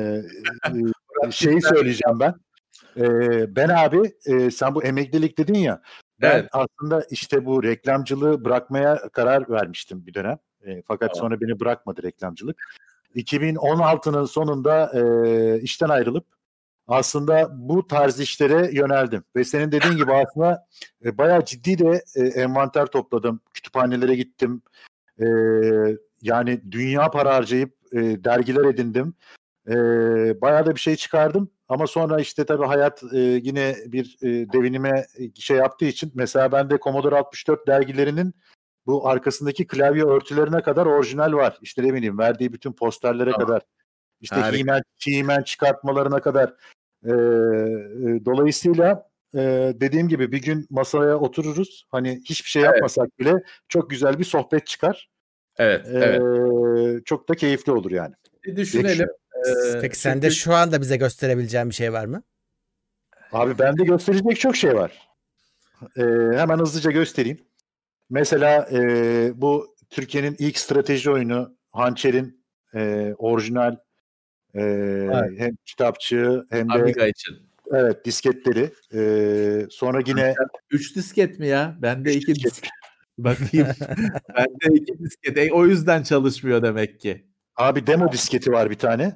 e, şeyi söyleyeceğim ben. E, ben abi e, sen bu emeklilik dedin ya. Ben evet. aslında işte bu reklamcılığı bırakmaya karar vermiştim bir dönem. E, fakat tamam. sonra beni bırakmadı reklamcılık. iki bin on altının sonunda e, işten ayrılıp aslında bu tarz işlere yöneldim. Ve senin dediğin gibi aslında e, bayağı ciddi de e, envanter topladım. Kütüphanelere gittim. E, yani dünya para harcayıp e, dergiler edindim. E, bayağı da bir şey çıkardım. Ama sonra işte tabii hayat e, yine bir e, devinime şey yaptığı için mesela bende Commodore altmış dört dergilerinin bu arkasındaki klavye örtülerine kadar orijinal var. İşte ne bileyim verdiği bütün posterlere tamam. kadar. İşte He-Man, He-Man çıkartmalarına kadar. E, e, dolayısıyla e, dediğim gibi bir gün masaya otururuz. Hani hiçbir şey evet. yapmasak bile çok güzel bir sohbet çıkar. Evet, e, evet. Çok da keyifli olur yani. Bir düşünelim. Ee, Peki sende çünkü... şu anda bize gösterebileceğin bir şey var mı? Abi bende gösterecek çok şey var. Ee, hemen hızlıca göstereyim. Mesela e, bu Türkiye'nin ilk strateji oyunu Hançer'in e, orijinal e, evet. hem kitapçığı hem de Amiga için. Evet disketleri. E, sonra yine üç disket mi ya? Bende iki disket. disket. Bakayım. Bende iki disket. E, o yüzden çalışmıyor demek ki. Abi demo disketi var bir tane.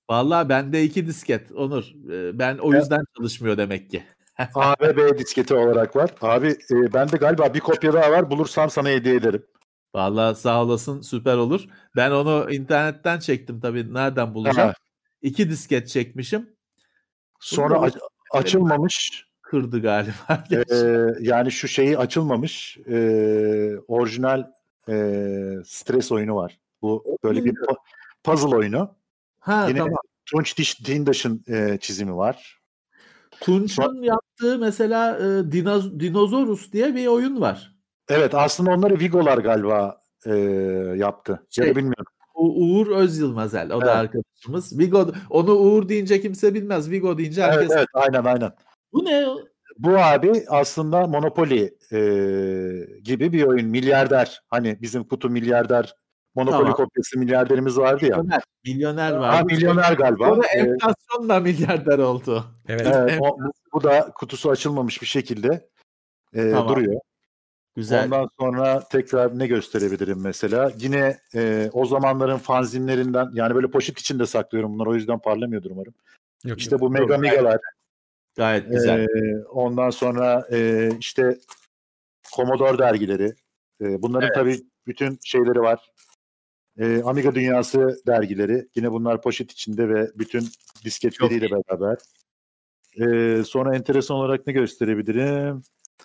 Vallahi bende iki disket Onur. Ee, Ben o yüzden çalışmıyor demek ki. A ve B disketi olarak var. Abi e, bende galiba bir kopya daha var. Bulursam sana hediye ederim. Vallahi sağ olasın, süper olur. Ben onu internetten çektim tabii. Nereden bulacağım? Ha. İki disket çekmişim. Sonra aç- açılmamış. Kırdı galiba. Ee, yani şu şeyi açılmamış. E, orijinal e, stres oyunu var. Bu böyle bir pu- puzzle oyunu. Ha Yine tamam. Tunç Diş Dindaş'ın e, çizimi var. Tunç'un Sonra- yaptığı mesela e, Dinoz- Dinosaurus diye bir oyun var. Evet, aslında onları Vigo'lar galiba e, yaptı. Şey, ya da bilmiyorum. U- Uğur Özyılmazel, o da Evet. arkadaşımız. Vigo, onu Uğur deyince kimse bilmez. Vigo deyince Evet, herkes. evet, aynen aynen. Bu ne? Bu abi aslında Monopoly e, gibi bir oyun. Milyarder. Hani bizim kutu milyarder. Monopoly Tamam. kopyası milyarderimiz vardı ya. Milyoner, milyoner var. Ha, milyoner galiba. O da Ee, enflasyonla milyarder oldu. Evet. evet, o, bu, bu da kutusu açılmamış bir şekilde e, Tamam. duruyor. Güzel. Ondan sonra tekrar ne gösterebilirim mesela? Yine e, o zamanların fanzinlerinden, yani böyle poşet içinde saklıyorum bunları, o yüzden parlamıyordur umarım. Yok, İşte yok. bu Mega Migalar. Gayet güzel. E, ondan sonra e, işte Commodore dergileri. E, bunların Evet. tabii bütün şeyleri var. E, Amiga Dünyası dergileri. Yine bunlar poşet içinde ve bütün disketleriyle beraber. E, sonra enteresan olarak ne gösterebilirim?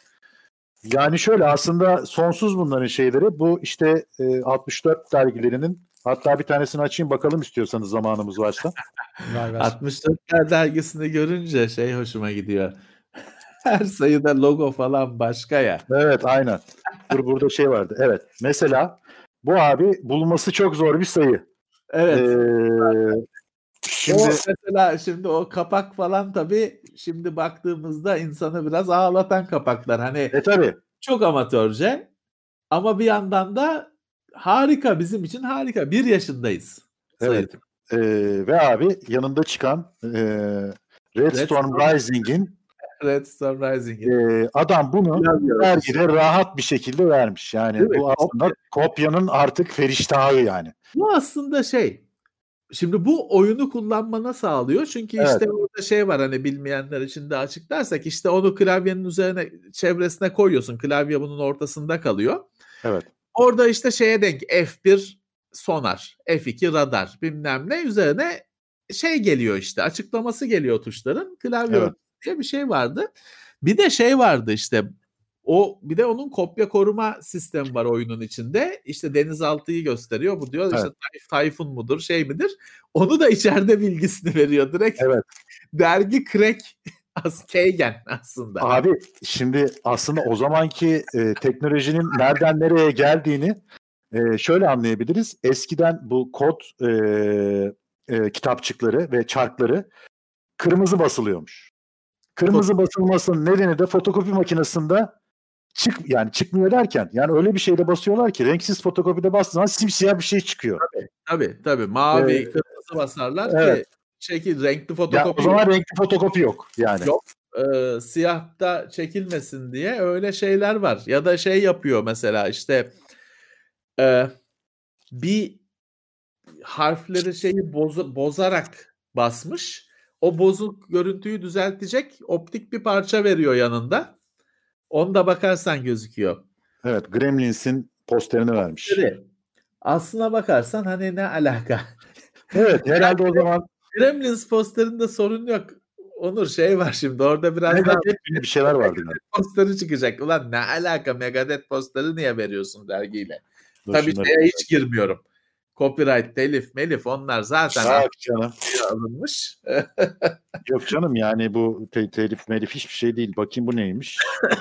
Yani şöyle, aslında sonsuz bunların şeyleri. Bu işte e, altmış dört dergilerinin, hatta bir tanesini açayım bakalım istiyorsanız, zamanımız varsa. Var var. altmış dörtler dergisini görünce şey hoşuma gidiyor. Her sayıda logo falan başka ya. Evet, aynen. Dur, burada şey vardı. Evet. Mesela bu abi bulması çok zor bir sayı. Evet. Ee, şimdi O mesela şimdi o kapak falan tabii şimdi baktığımızda insanı biraz ağlatan kapaklar. Hani e tabii. çok amatörce ama bir yandan da harika, bizim için harika. Bir yaşındayız. Evet. Ee, ve abi yanında çıkan e, Red Storm Rising'in Red Storm Rising'in. e, adam bunu dergide rahat bir şekilde vermiş. Yani Değil bu mi? aslında Kopya. kopyanın artık feriştahı yani. Bu aslında şey, şimdi bu oyunu kullanmana sağlıyor. Çünkü Evet. işte orada şey var, hani bilmeyenler için de açıklarsak, işte onu klavyenin üzerine, çevresine koyuyorsun. Klavye bunun ortasında kalıyor. Evet. Orada işte şeye denk F bir sonar, F iki radar, bilmem ne, üzerine şey geliyor, işte açıklaması geliyor tuşların. Klavye Evet. diye bir şey vardı. Bir de şey vardı işte, o bir de onun kopya koruma sistemi var oyunun içinde. İşte denizaltıyı gösteriyor. Bu diyor işte Evet. Tayf, Tayfun mudur, şey midir? Onu da içeride bilgisini veriyor direkt. Evet. Dergi crack as Keygen aslında. Abi şimdi aslında o zamanki e, teknolojinin nereden nereye geldiğini e, şöyle anlayabiliriz. Eskiden bu kod e, e, kitapçıkları ve çarkları kırmızı basılıyormuş. Kırmızı basılmasının nedeni de fotokopi makinesinde çık yani çıkmıyor derken, yani öyle bir şeyde basıyorlar ki renksiz fotokopide bastığı zaman simsiyah bir şey çıkıyor. Tabii tabii, tabii. Mavi, Ee, kırmızı basarlar evet. ki şekil, renkli Ya, fotokopi o zaman yok. renkli fotokopi yok yani. Yok. Ee, siyahta çekilmesin diye öyle şeyler var. Ya da şey yapıyor mesela, işte e, bir harfleri şeyi boz, bozarak basmış. O bozuk görüntüyü düzeltecek optik bir parça veriyor yanında. Onda bakarsan gözüküyor. Evet, Gremlins'in posterini vermiş. Posteri. Aslına bakarsan hani ne alaka? Evet, herhalde o zaman Gremlins posterinde sorun yok. Onur, şey var şimdi orada biraz daha Megadeth bir şeyler vardı galiba. posteri çıkacak. Ulan ne alaka, Megadeth posteri niye veriyorsun dergiyle? Dur, Tabii şunları- şeye hiç girmiyorum. Copyright, telif, melif, onlar zaten Yok canım. alınmış. Yok canım, yani bu te- telif melif hiçbir şey değil. Bakayım bu neymiş?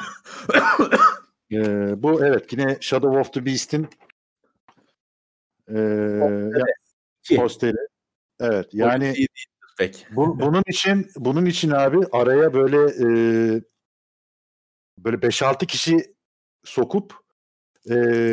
ee, bu evet, yine Shadow of the Beast'in ee, İki. posteri. Evet, Yani yani pek. bu, bunun için bunun için abi araya böyle ee, böyle beş altı kişi sokup ee,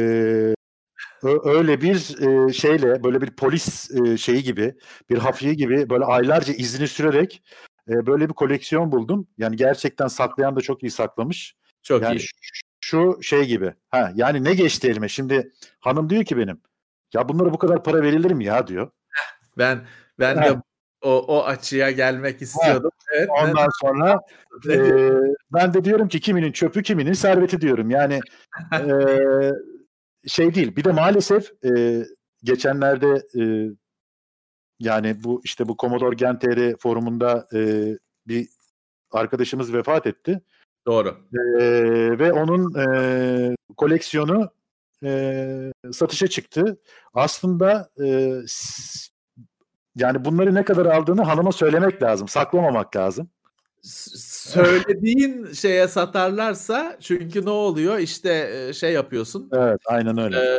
öyle bir e, şeyle, böyle bir polis e, şeyi gibi, bir hafiye gibi böyle aylarca izini sürerek e, böyle bir koleksiyon buldum. Yani gerçekten saklayan da çok iyi saklamış. Çok yani iyi. Şu, şu şey gibi. Ha, yani ne geçti elime? Şimdi hanım diyor ki benim, ya bunlara bu kadar para verilir mi ya diyor. Ben ben Ha. de o o açıya gelmek istiyordum. Evet. Ondan sonra e, ben de diyorum ki kiminin çöpü kiminin serveti diyorum. Yani e, şey değil. Bir de maalesef e, geçenlerde e, yani bu işte bu Commodore Gen T R forumunda e, bir arkadaşımız vefat etti. Doğru. E, ve onun e, koleksiyonu e, satışa çıktı. Aslında e, s- yani bunları ne kadar aldığını hanıma söylemek lazım. Saklamamak lazım. Söylediğin şeye satarlarsa çünkü ne oluyor? İşte şey yapıyorsun. Evet, aynen öyle. E,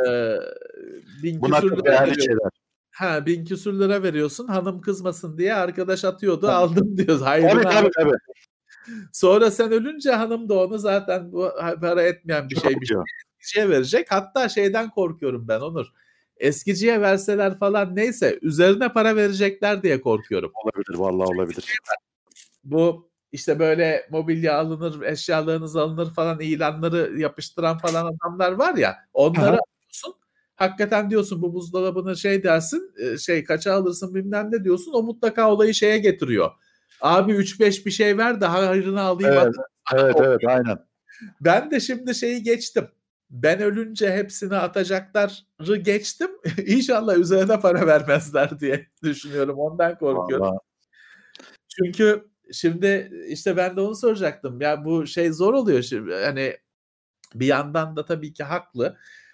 bin Bunlar küsür çok lira değerli veriyorsun. şeyler. Ha, bin küsür lira veriyorsun. Hanım kızmasın diye arkadaş atıyordu. Tabii. Aldım diyoruz. Hayrına Tabii tabii tabii. Sonra sen ölünce hanım da onu zaten bu para etmeyen bir Çok şey bir şey eskiciye verecek. Hatta şeyden korkuyorum ben Onur. Eskiciye verseler falan neyse üzerine para verecekler diye korkuyorum. Olabilir, vallahi olabilir. Bu işte böyle mobilya alınır, eşyalarınız alınır falan ilanları yapıştıran falan adamlar var ya. Onları alıyorsun. Hakikaten diyorsun bu buzdolabını şey dersin, şey kaça alırsın bilmem ne diyorsun. O mutlaka olayı şeye getiriyor. Abi üç beş bir şey ver daha hayrını alayım. Evet, evet, evet, aynen. Ben de şimdi şeyi geçtim. Ben ölünce hepsini atacakları geçtim. İnşallah üzerine para vermezler diye düşünüyorum. Ondan korkuyorum. Vallahi. Çünkü şimdi işte ben de onu soracaktım. Ya bu şey zor oluyor şimdi. Hani bir yandan da tabii ki haklı.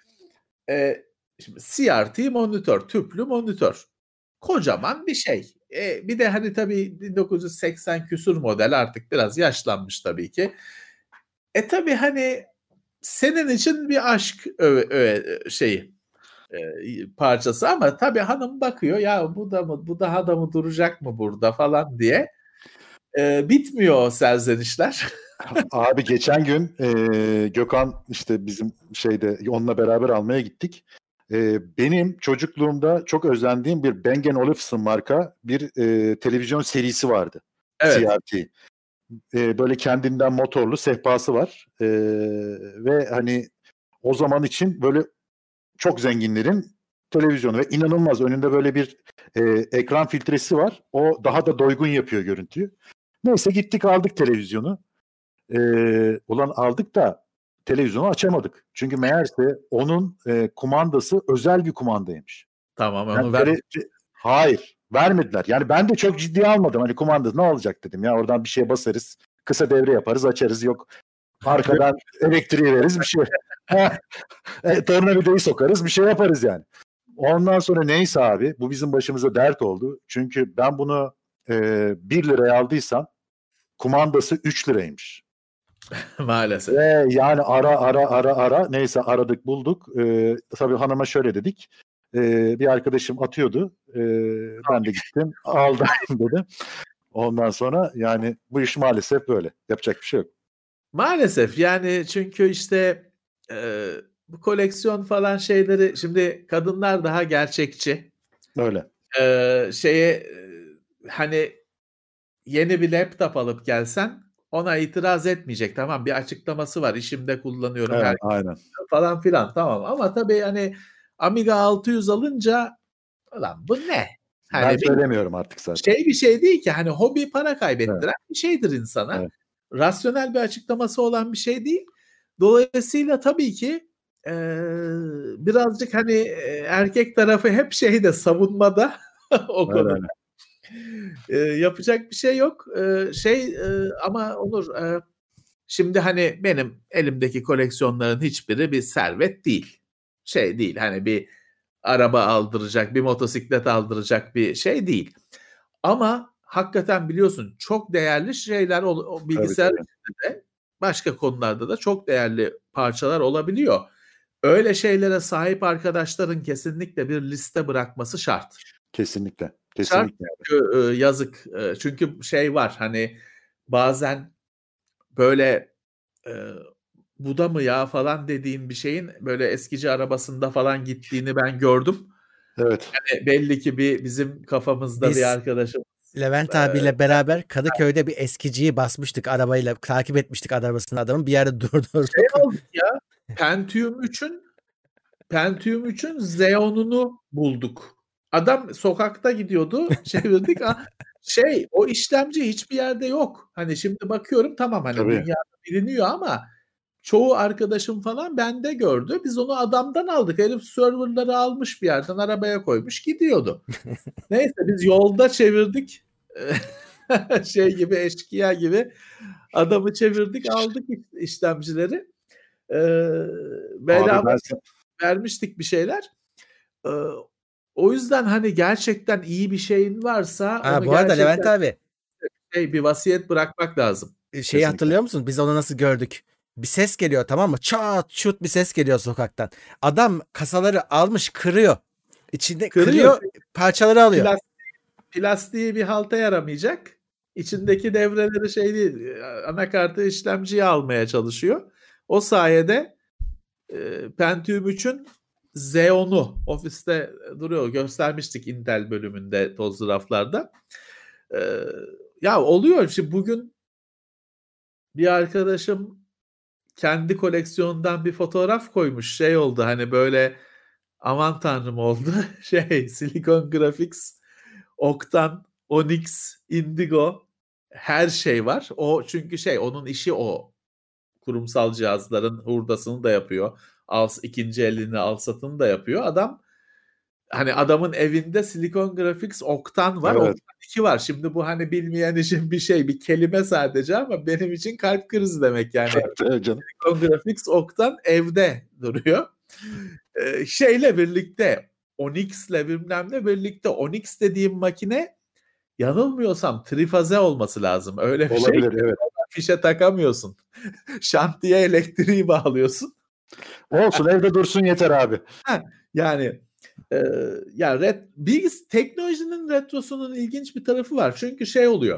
Ee, şimdi C R T monitör, tüplü monitör. Kocaman bir şey. Ee, bir de hani tabii bin dokuz yüz seksen küsur model artık biraz yaşlanmış tabii ki. E tabii hani senin için bir aşk öve, öve, şeyi e, parçası ama tabii hanım bakıyor ya bu da mı bu daha da mı duracak mı burada falan diye e, bitmiyor o serzenişler. Abi geçen gün e, Gökhan işte bizim şeyde onunla beraber almaya gittik. E, benim çocukluğumda çok özendiğim bir Bang and Olufsen marka bir e, televizyon serisi vardı. Evet. C R T. E, böyle kendinden motorlu sehpası var. E, ve hani o zaman için böyle çok zenginlerin televizyonu ve inanılmaz önünde böyle bir e, ekran filtresi var. O daha da doygun yapıyor görüntüyü. Neyse gittik aldık televizyonu. E, ulan aldık da televizyonu açamadık. Çünkü meğerse onun e, kumandası özel bir kumandaymış. Tamam onu Yani ver. tele- Hayır vermediler. Yani ben de çok ciddiye almadım. Hani kumanda ne olacak dedim ya oradan bir şeye basarız. Kısa devre yaparız açarız yok. Arkadan elektriği veririz bir şey. e, tornavidayı sokarız bir şey yaparız yani. Ondan sonra neyse abi bu bizim başımıza dert oldu. Çünkü ben bunu e, bir liraya aldıysam kumandası üç liraymış. Maalesef. Ve yani ara ara ara ara neyse aradık bulduk. E, tabii hanıma şöyle dedik. E, bir arkadaşım atıyordu. E, ben de gittim aldım dedim. Ondan sonra yani bu iş maalesef böyle. Yapacak bir şey yok. Maalesef yani çünkü işte e, bu koleksiyon falan şeyleri şimdi kadınlar daha gerçekçi. Öyle. E, şeye e, hani yeni bir laptop alıp gelsen ona itiraz etmeyecek. Tamam bir açıklaması var. İşimde kullanıyorum Evet, her aynen. falan filan tamam ama tabii hani Amiga altı yüz alınca lan bu ne? Hani Ben bir söylemiyorum artık zaten. şey bir şey değil ki hani hobi para kaybettiren Evet. bir şeydir insana. Evet. Rasyonel bir açıklaması olan bir şey değil. Dolayısıyla tabii ki e, birazcık hani e, erkek tarafı hep şeyde savunmada o Öyle, konuda. öyle. E, yapacak bir şey yok. E, şey e, ama Onur e, şimdi hani benim elimdeki koleksiyonların hiçbiri bir servet değil. Şey değil hani bir araba aldıracak, bir motosiklet aldıracak bir şey değil. Ama hakikaten biliyorsun çok değerli şeyler o bilgisayar Tabii, içinde de başka konularda da çok değerli parçalar olabiliyor. Öyle şeylere sahip arkadaşların kesinlikle bir liste bırakması şart. Kesinlikle. Şart Kesinlikle. çünkü e, yazık. E, çünkü şey var hani bazen böyle e, bu da mı ya falan dediğin bir şeyin böyle eskici arabasında falan gittiğini ben gördüm. Evet. Yani belli ki bir bizim kafamızda Biz bir arkadaşım. Levent e, abiyle beraber Kadıköy'de bir eskiciyi basmıştık arabayla. Takip etmiştik arabasını adamın. Bir yerde durdurduk. Şey olduk ya. Pentium üçün Pentium üçün Xeon'unu bulduk. Adam sokakta gidiyordu. Çevirdik. Şey, o işlemci hiçbir yerde yok. Hani şimdi bakıyorum tamam hani Tabii. dünyada biliniyor ama çoğu arkadaşım falan bende gördü. Biz onu adamdan aldık. Herif serverları almış bir yerden arabaya koymuş gidiyordu. Neyse biz yolda çevirdik. Şey gibi eşkıya gibi adamı çevirdik aldık işlemcileri. Ee, bedava ben sen- vermiştik bir şeyler. Ee, o yüzden hani gerçekten iyi bir şeyin varsa Ha, onu bu arada Levent gerçekten abi şey, bir vasiyet bırakmak lazım. şeyi Kesinlikle. hatırlıyor musun? Biz onu nasıl gördük? Bir ses geliyor, tamam mı? Çat çut bir ses geliyor sokaktan. Adam kasaları almış kırıyor. İçinde Kırıyor. kırıyor, parçaları alıyor. Plas- plastiği bir halta yaramayacak. İçindeki devreleri şey değil, anakartı işlemciyi almaya çalışıyor. O sayede e, Pentium üçün Xeon'u ofiste duruyor. Göstermiştik Intel bölümünde tozlu raflarda. E, ya oluyor. Şimdi bugün bir arkadaşım kendi koleksiyonundan bir fotoğraf koymuş. Şey oldu hani böyle aman tanrım oldu. Şey Silicon Graphics, Octan, Onyx, Indigo her şey var. O çünkü şey onun işi o. Kurumsal cihazların hurdasını da yapıyor. Al, ikinci elini al satını da yapıyor. Adam hani adamın evinde Silicon Graphics Octan var. Evet. Octan iki var. Şimdi bu hani bilmeyen için bir şey, bir kelime sadece ama benim için kalp krizi demek yani. Evet canım. Silicon Graphics Octan evde duruyor. Ee, şeyle birlikte Onyx'le bilmem ne birlikte Onyx dediğim makine yanılmıyorsam trifaze olması lazım. Öyle bir Olabilir şey. evet. Fişe takamıyorsun. Şantiye elektriği bağlıyorsun. Olsun evde dursun yeter abi. Yani e, ya ret, bilgis teknolojinin retrosunun ilginç bir tarafı var. Çünkü şey oluyor.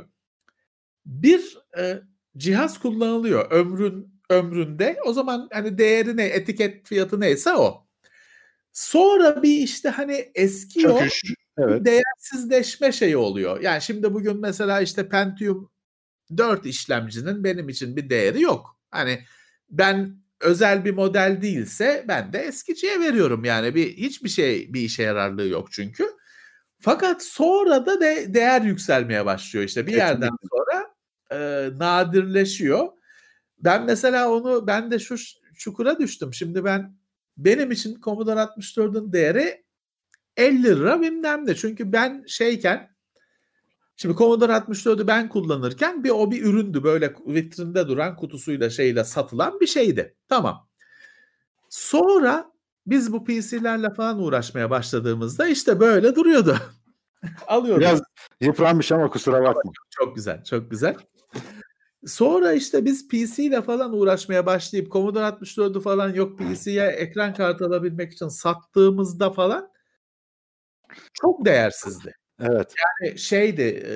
Bir e, cihaz kullanılıyor ömrün ömründe. O zaman hani değeri ne, etiket fiyatı neyse o. Sonra bir işte hani eskiyor. Çöküş. Evet. Değersizleşme şeyi oluyor. Yani şimdi bugün mesela işte Pentium dört işlemcinin benim için bir değeri yok. Hani ben özel bir model değilse ben de eskiciye veriyorum. Yani bir hiçbir şey bir işe yararlığı yok çünkü. Fakat sonra da de, değer yükselmeye başlıyor işte bir yerden sonra e, nadirleşiyor. Ben mesela onu ben de şu çukura düştüm. Şimdi ben benim için Commodore altmış dördün değeri elli lira bilmem ne. Çünkü ben şeyken şimdi Commodore altmış dördü ben kullanırken bir o bir üründü. Böyle vitrinde duran kutusuyla şeyle satılan bir şeydi. Tamam. Sonra biz bu P C'lerle falan uğraşmaya başladığımızda işte böyle duruyordu. Alıyorduk. Biraz yıpranmış ama kusura bakma. Çok güzel, çok güzel. Sonra işte biz P C ile falan uğraşmaya başlayıp Commodore altmış dördü falan yok P C'ye ekran kartı alabilmek için sattığımızda falan çok değersizdi. Evet. Yani şeydi e,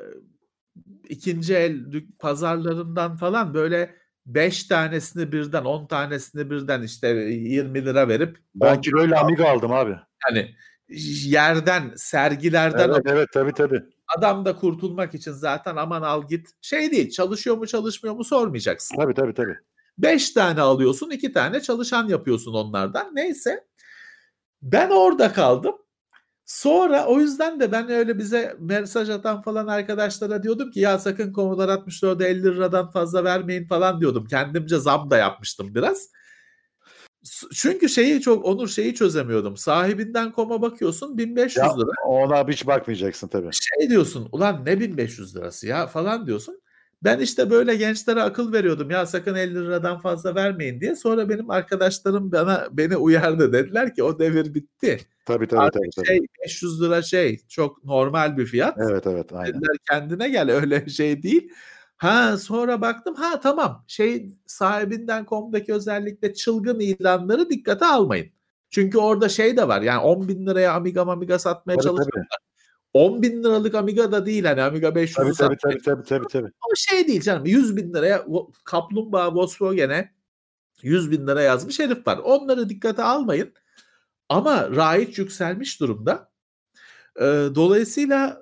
ikinci el pazarlarından falan böyle beş tanesini birden on tanesini birden işte yirmi lira verip Ben kiloyla Amiga aldım abi. hani yerden sergilerden Evet evet tabii tabii. adam da kurtulmak için zaten aman al git şey değil çalışıyor mu çalışmıyor mu sormayacaksın. Tabii tabii tabii. Beş tane alıyorsun iki tane çalışan yapıyorsun onlardan neyse ben orada kaldım. Sonra o yüzden de ben öyle bize mesaj atan falan arkadaşlara diyordum ki ya sakın Commodore altmış dörde elli liradan fazla vermeyin falan diyordum. Kendimce zam da yapmıştım biraz. Çünkü şeyi çok Onur şeyi çözemiyordum. Sahibinden koma bakıyorsun bin beş yüz Ya, lira. ona hiç bakmayacaksın tabii. Şey diyorsun ulan ne bin beş yüz lirası ya falan diyorsun. Ben işte böyle gençlere akıl veriyordum ya sakın elli liradan fazla vermeyin diye. Sonra benim arkadaşlarım bana beni uyardı. Dediler ki o devir bitti. Tabii tabii Artık tabii. tabii. şey beş yüz lira şey çok normal bir fiyat. Evet evet aynen. Dediler kendine gel öyle şey değil. Ha sonra baktım ha tamam şey sahibinden nokta com'daki özellikle çılgın ilanları dikkate almayın. Çünkü orada şey de var yani on bin liraya Amiga Amiga satmaya Tabii, çalışıyorlar. on bin liralık Amiga da değil hani Amiga beş yüzü Tabii tabii satmaya. tabii tabii tabii tabii. O şey değil canım yüz bin liraya Kaplumbağa Volkswagen'e yüz bin lira yazmış herif var. Onları dikkate almayın. Ama raiç yükselmiş durumda. Ee, dolayısıyla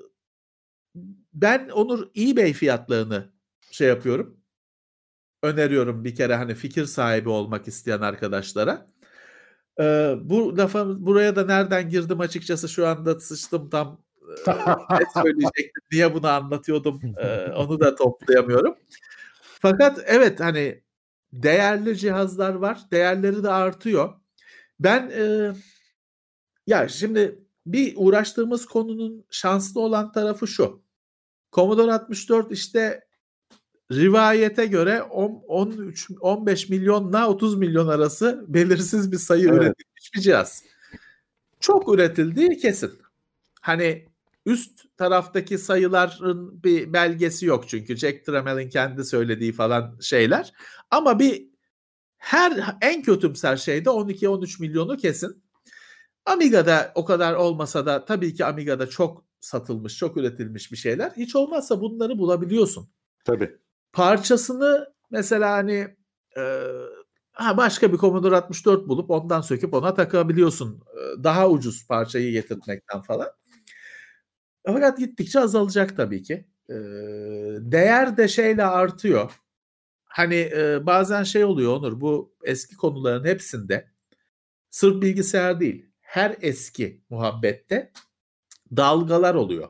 ben Onur eBay fiyatlarını şey yapıyorum. Öneriyorum bir kere hani fikir sahibi olmak isteyen arkadaşlara. Ee, bu lafa buraya da nereden girdim açıkçası şu anda sıçtım tam ne söyleyecektim, niye bunu anlatıyordum e, onu da toplayamıyorum. Fakat evet hani değerli cihazlar var. Değerleri de artıyor. Ben e, ya şimdi bir uğraştığımız konunun şanslı olan tarafı şu. Commodore altmış dört işte rivayete göre on, on üç on beş milyonla otuz milyon arası belirsiz bir sayı evet. üretilmiş bir cihaz. Çok üretildiği kesin. Hani üst taraftaki sayıların bir belgesi yok çünkü Jack Tramel'in kendi söylediği falan şeyler. Ama bir her en kötümser şeyde on iki on üç milyonu kesin. Amiga'da o kadar olmasa da tabii ki Amiga'da çok satılmış, çok üretilmiş bir şeyler. Hiç olmazsa bunları bulabiliyorsun. Tabii. Parçasını mesela hani e, ha başka bir Commodore altmış dört bulup ondan söküp ona takabiliyorsun. E, daha ucuz parçayı getirtmekten falan. Fakat gittikçe azalacak tabii ki. E, değer de şeyle artıyor. Hani e, bazen şey oluyor Onur, bu eski konuların hepsinde sırf bilgisayar değil, her eski muhabbette dalgalar oluyor.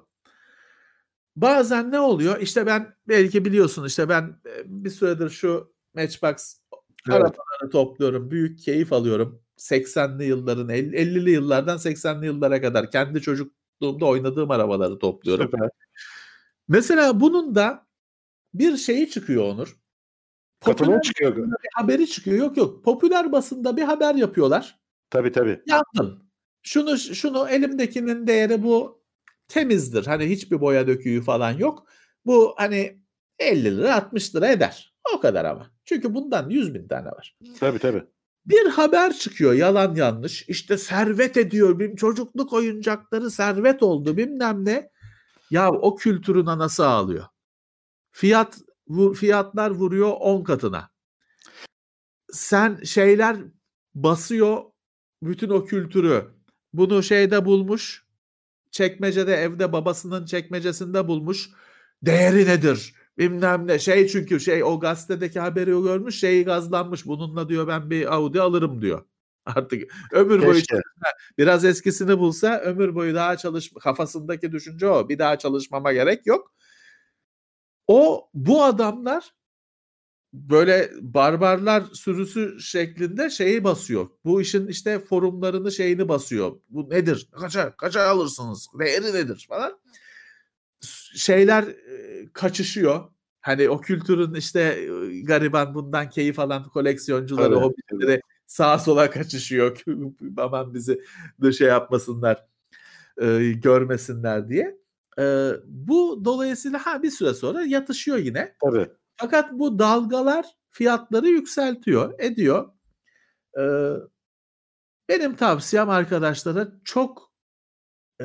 Bazen ne oluyor? İşte ben belki biliyorsun işte ben bir süredir şu Matchbox evet. arabaları topluyorum. Büyük keyif alıyorum. seksenli yılların, ellili yıllardan seksenli yıllara kadar kendi çocukluğumda oynadığım arabaları topluyorum. Süper. Mesela bunun da bir şeyi çıkıyor Onur. Kataloğu çıkıyor. Bir haberi çıkıyor. Yok yok. Popüler basında bir haber yapıyorlar. Tabii tabii. Yandım. Şunu şunu elimdekinin değeri bu temizdir. Hani hiçbir boya döküğü falan yok. Bu hani elli lira altmış lira eder. O kadar ama. Çünkü bundan yüz bin tane var. Tabii tabii. Bir haber çıkıyor yalan yanlış. İşte servet ediyor. Benim çocukluk oyuncakları servet oldu bilmem ne. Ya o kültürün anası ağlıyor. Fiyat fiyatlar vuruyor on katına. Sen şeyler basıyor bütün o kültürü. Bunu şeyde bulmuş. Çekmecede evde babasının çekmecesinde bulmuş. Değeri nedir? Bilmem ne. Şey çünkü şey o gazetedeki haberi görmüş. Şeyi gazlanmış. Bununla diyor ben bir Audi alırım diyor. Artık ömür boyu biraz eskisini bulsa ömür boyu daha çalış kafasındaki düşünce o. Bir daha çalışmama gerek yok. O bu adamlar böyle barbarlar sürüsü şeklinde şeyi basıyor. Bu işin işte forumlarını şeyini basıyor. Bu nedir? Kaça, kaça alırsınız? Değeri nedir falan. Şeyler kaçışıyor. Hani o kültürün işte gariban bundan keyif alan koleksiyoncuları, evet, hobileri evet. sağa sola kaçışıyor. Aman bizi de şey yapmasınlar, görmesinler diye. Bu dolayısıyla ha bir süre sonra yatışıyor yine. Tabii. Fakat bu dalgalar fiyatları yükseltiyor, ediyor. Ee, benim tavsiyem arkadaşlara çok e,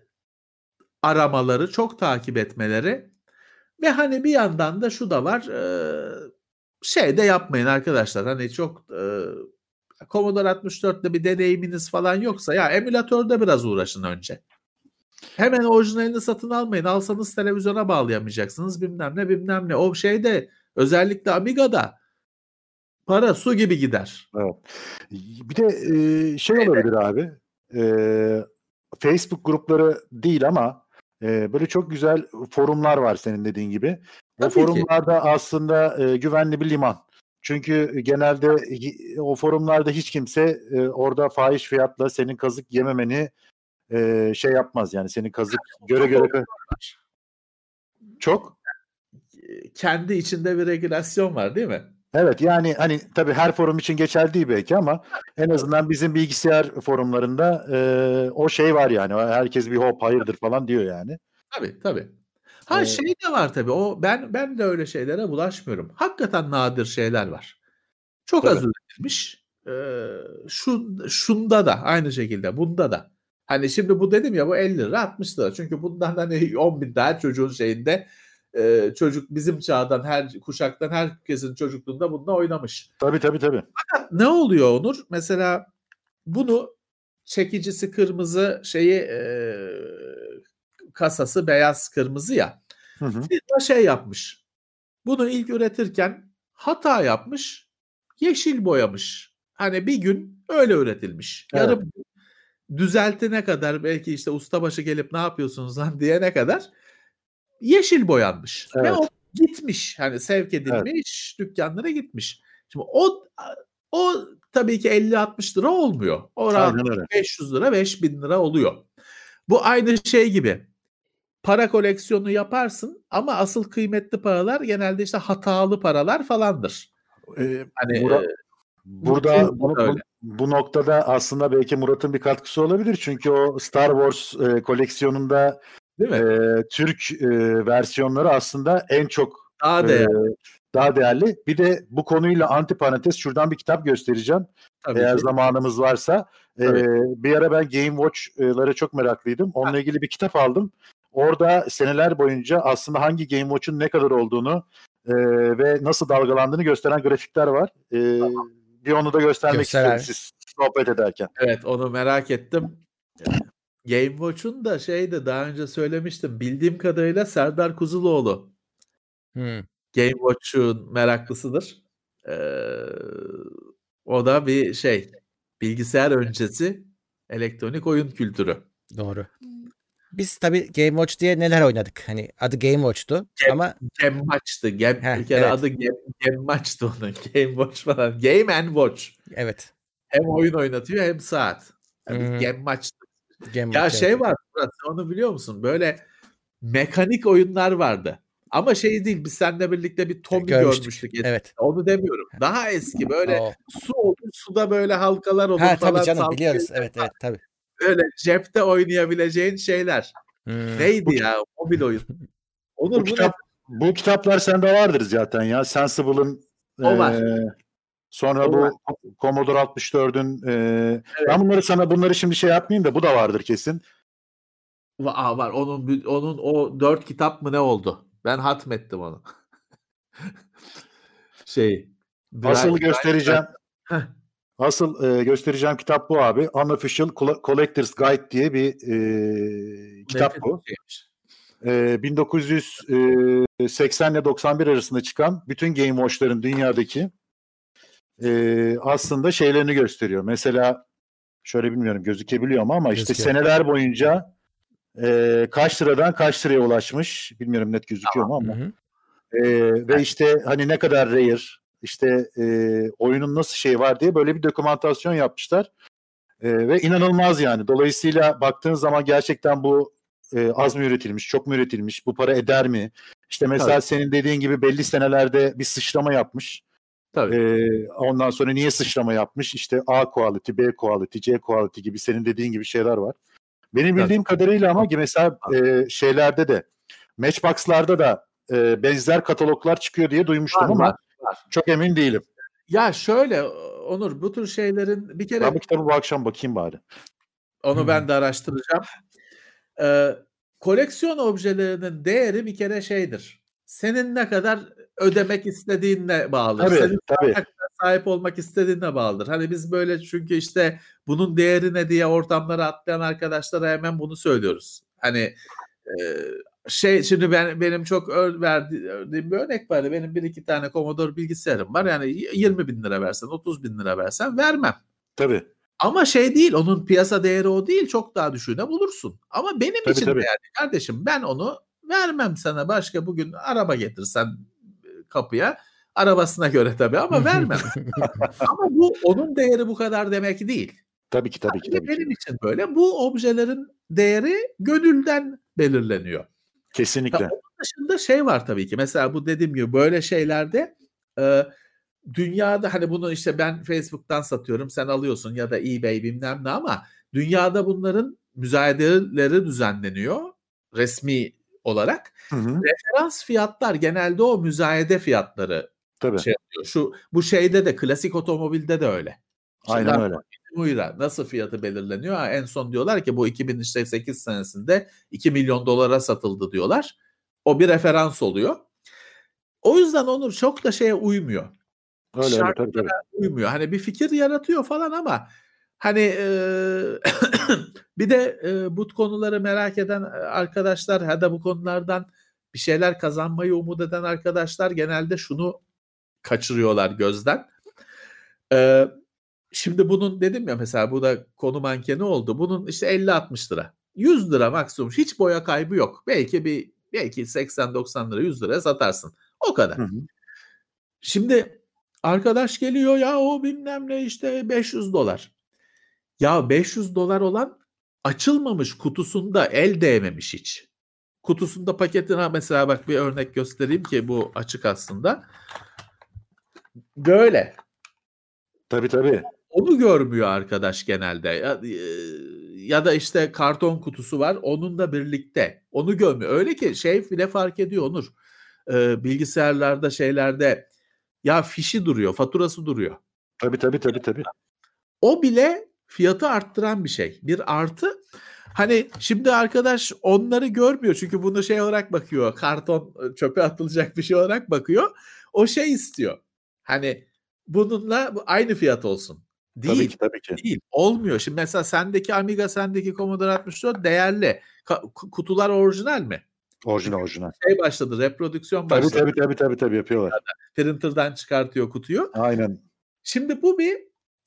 aramaları, çok takip etmeleri ve hani bir yandan da şu da var, e, şey de yapmayın arkadaşlar. Hani çok e, Commodore altmış dörtte bir deneyiminiz falan yoksa ya emülatörde biraz uğraşın önce. Hemen orijinalini satın almayın. Alsanız televizyona bağlayamayacaksınız bilmem ne bilmem ne. O şeyde özellikle Amiga'da para su gibi gider. Evet. Bir de e, şey olabilir abi. E, Facebook grupları değil ama e, böyle çok güzel forumlar var senin dediğin gibi. O Tabii forumlarda ki. aslında e, güvenli bir liman. Çünkü genelde o forumlarda hiç kimse e, orada fahiş fiyatla senin kazık yememeni e, şey yapmaz. Yani senin kazık yani göre göre var. Çok kendi içinde bir regülasyon var değil mi? Evet yani hani tabii her forum için geçerli değil belki ama en azından bizim bilgisayar forumlarında e, o şey var yani. Herkes bir hop hayırdır falan diyor yani. Tabii tabii. Ha ee, şey de var tabii. O ben ben de öyle şeylere bulaşmıyorum. Hakikaten nadir şeyler var. Çok tabii. az üretilmiş. Ee, şu şunda da aynı şekilde bunda da. Hani şimdi bu dedim ya bu elli lira altmış lira. Çünkü bundan hani on bin tane çocuğun şeyinde Ee, çocuk bizim çağdan her kuşaktan herkesin çocukluğunda bununla oynamış. Tabii tabii tabii. Fakat ne oluyor Onur? Mesela bunu çekicisi kırmızı şeyi e, kasası beyaz kırmızı ya. Hı hı. Bir şey yapmış. Bunu ilk üretirken hata yapmış. Yeşil boyamış. Hani bir gün öyle üretilmiş. Evet. Yarım düzeltene kadar, belki işte ustabaşı gelip ne yapıyorsunuz lan diyene kadar yeşil boyanmış. Evet. Ve o gitmiş. Hani sevk edilmiş, evet. Dükkanlara gitmiş. Şimdi o o tabii ki elli altmış lira olmuyor. O rahat beş yüz lira, beş bin lira oluyor. Bu aynı şey gibi. Para koleksiyonu yaparsın ama asıl kıymetli paralar genelde işte hatalı paralar falandır. Ee, hani Murat, e, burada bu, bu, bu noktada aslında belki Murat'ın bir katkısı olabilir. Çünkü o Star Wars e, koleksiyonunda e, Türk e, versiyonları aslında en çok daha değerli. E, daha değerli. Bir de bu konuyla antiparantez şuradan bir kitap göstereceğim. Tabii Eğer ki. zamanımız varsa. E, bir ara ben Game Watch'ları çok meraklıydım. Onunla ha. ilgili bir kitap aldım. Orada seneler boyunca aslında hangi Game Watch'un ne kadar olduğunu e, ve nasıl dalgalandığını gösteren grafikler var. E, tamam. Bir onu da göstermek Göster. istedim siz sohbet ederken. Evet, onu merak ettim. Game Watch'un da şeydi, daha önce söylemiştim. Bildiğim kadarıyla Serdar Kuzuloğlu hmm. Game Watch'un meraklısıdır. Ee, o da bir şey, bilgisayar öncesi elektronik oyun kültürü. Doğru. Biz tabii Game Watch diye neler oynadık? Hani adı Game Watch'tu Game, ama Game Watch'tı. Game, Heh, bir kere evet. adı Game, Game Watch'tı onun. Game Watch falan. Game and Watch. Evet. Hem oyun oynatıyor hem saat. Yani hmm. Game Watch'tı. Game ya Watch, şey evet. var Murat, onu biliyor musun? Böyle mekanik oyunlar vardı. Ama şey değil, biz seninle birlikte bir Tommy görmüştük. görmüştük evet. Onu demiyorum. Daha eski böyle oh. su olur, suda böyle halkalar olur ha, falan. Tabii canım biliyoruz. Evet evet tabii. Öyle cepte oynayabileceğin şeyler. Hmm. Neydi bu, ya mobil oyun? Onur, bu, kitap, bu, bu kitaplar sende vardır zaten ya. Sensible'ın o var. E, sonra o bu var. Commodore altmış dördün e, evet. Ben bunları sana bunları şimdi şey yapmayayım da bu da vardır kesin. Aa, var. Onun onun o dört kitap mı ne oldu? Ben hatmettim onu. şey. Asıl göstereceğim. Asıl e, göstereceğim kitap bu abi. Unofficial Collector's Guide diye bir e, kitap Nefes bu. E, bin dokuz yüz seksen ile doksan bir arasında çıkan bütün Game Watch'ların dünyadaki e, aslında şeylerini gösteriyor. Mesela şöyle bilmiyorum gözükebiliyor mu ama Gözüküyor. işte seneler boyunca e, kaç liradan kaç liraya ulaşmış. Bilmiyorum net gözüküyor mu ama. E, ve işte hani ne kadar rare, işte e, oyunun nasıl şey var diye böyle bir dokümantasyon yapmışlar. E, ve inanılmaz yani. Dolayısıyla baktığın zaman gerçekten bu e, az mı üretilmiş, çok mu üretilmiş, bu para eder mi? İşte mesela Tabii. senin dediğin gibi belli senelerde bir sıçrama yapmış. Tabii. E, ondan sonra niye sıçrama yapmış? İşte A quality, B quality, C quality gibi senin dediğin gibi şeyler var. Benim bildiğim Tabii. kadarıyla ama mesela e, şeylerde de Matchbox'larda da e, benzer kataloglar çıkıyor diye duymuştum var, ama var, var. çok emin değilim. Ya şöyle Onur, bu tür şeylerin bir kere... Ben bu kitabı bu akşam bakayım bari. Onu hmm. ben de araştıracağım. Ee, koleksiyon objelerinin değeri bir kere şeydir. Senin ne kadar ödemek istediğinle bağlıdır. Tabii, Senin tabii. ne kadar sahip olmak istediğinle bağlıdır. Hani biz böyle çünkü işte bunun değeri ne diye ortamlara atlayan arkadaşlara hemen bunu söylüyoruz. Hani e, şey şimdi ben benim çok ör, verdiğim bir örnek var. Benim bir iki tane Commodore bilgisayarım var. Yani yirmi bin lira versen, otuz bin lira versen vermem. Tabii. Ama şey değil, onun piyasa değeri o değil, çok daha düşüğüne bulursun. Ama benim tabii, için tabii. değerli kardeşim, ben onu vermem sana. Başka bugün araba getirsen kapıya, arabasına göre tabii ama vermem. Ama bu onun değeri bu kadar demek değil. Tabii ki tabii ki. Tabii benim ki. için böyle. Bu objelerin değeri gönülden belirleniyor. Kesinlikle. Ya, onun dışında şey var tabii ki. Mesela bu dediğim gibi böyle şeylerde e, dünyada hani bunu işte ben Facebook'tan satıyorum, sen alıyorsun ya da eBay bilmem ne, ama dünyada bunların müzayedeleri düzenleniyor resmi olarak. Hı hı. Referans fiyatlar genelde o müzayede fiyatları Tabii. şey yapıyor. Şu bu şeyde de, klasik otomobilde de öyle. Aynen öyle. Buyra nasıl fiyatı belirleniyor? Ha, en son diyorlar ki bu iki bin sekiz senesinde iki milyon dolara satıldı diyorlar. O bir referans oluyor. O yüzden Onur çok da şeye uymuyor. Öyle, öyle tabii, tabii. uymuyor. Hani bir fikir yaratıyor falan ama hani e, bir de e, bu konuları merak eden arkadaşlar ya da bu konulardan bir şeyler kazanmayı umut eden arkadaşlar genelde şunu kaçırıyorlar gözden. E, Şimdi bunun dedim ya mesela bu da konu mankeni oldu. Bunun işte elli altmış lira. yüz lira maksimum. Hiç boya kaybı yok. Belki bir belki seksen doksan lira yüz liraya satarsın. O kadar. Hı hı. Şimdi arkadaş geliyor ya o bilmem ne işte beş yüz dolar. Ya beş yüz dolar olan açılmamış kutusunda el değmemiş hiç. Kutusunda paketine mesela bak bir örnek göstereyim ki bu açık aslında. Böyle. Tabii tabii. Onu görmüyor arkadaş genelde. Ya, e, ya da işte karton kutusu var onunla birlikte. Onu görmüyor. Öyle ki şey bile fark ediyor Onur. Ee, bilgisayarlarda şeylerde ya fişi duruyor, faturası duruyor. Tabii tabii tabii tabii. O bile fiyatı arttıran bir şey. Bir artı. Hani şimdi arkadaş onları görmüyor çünkü bunu şey olarak bakıyor. Karton çöpe atılacak bir şey olarak bakıyor. O şey istiyor. Hani bununla aynı fiyat olsun. Değil. Tabii ki tabii ki. Değil. Olmuyor. Şimdi mesela sendeki Amiga, sendeki Commodore altmış dört değerli. Ka- kutular orijinal mi? Orijinal orijinal. Şey başladı, reprodüksiyon Tabii başladı. tabii tabii tabii tabii yapıyorlar. Printer'dan çıkartıyor kutuyu. Aynen. Şimdi bu bir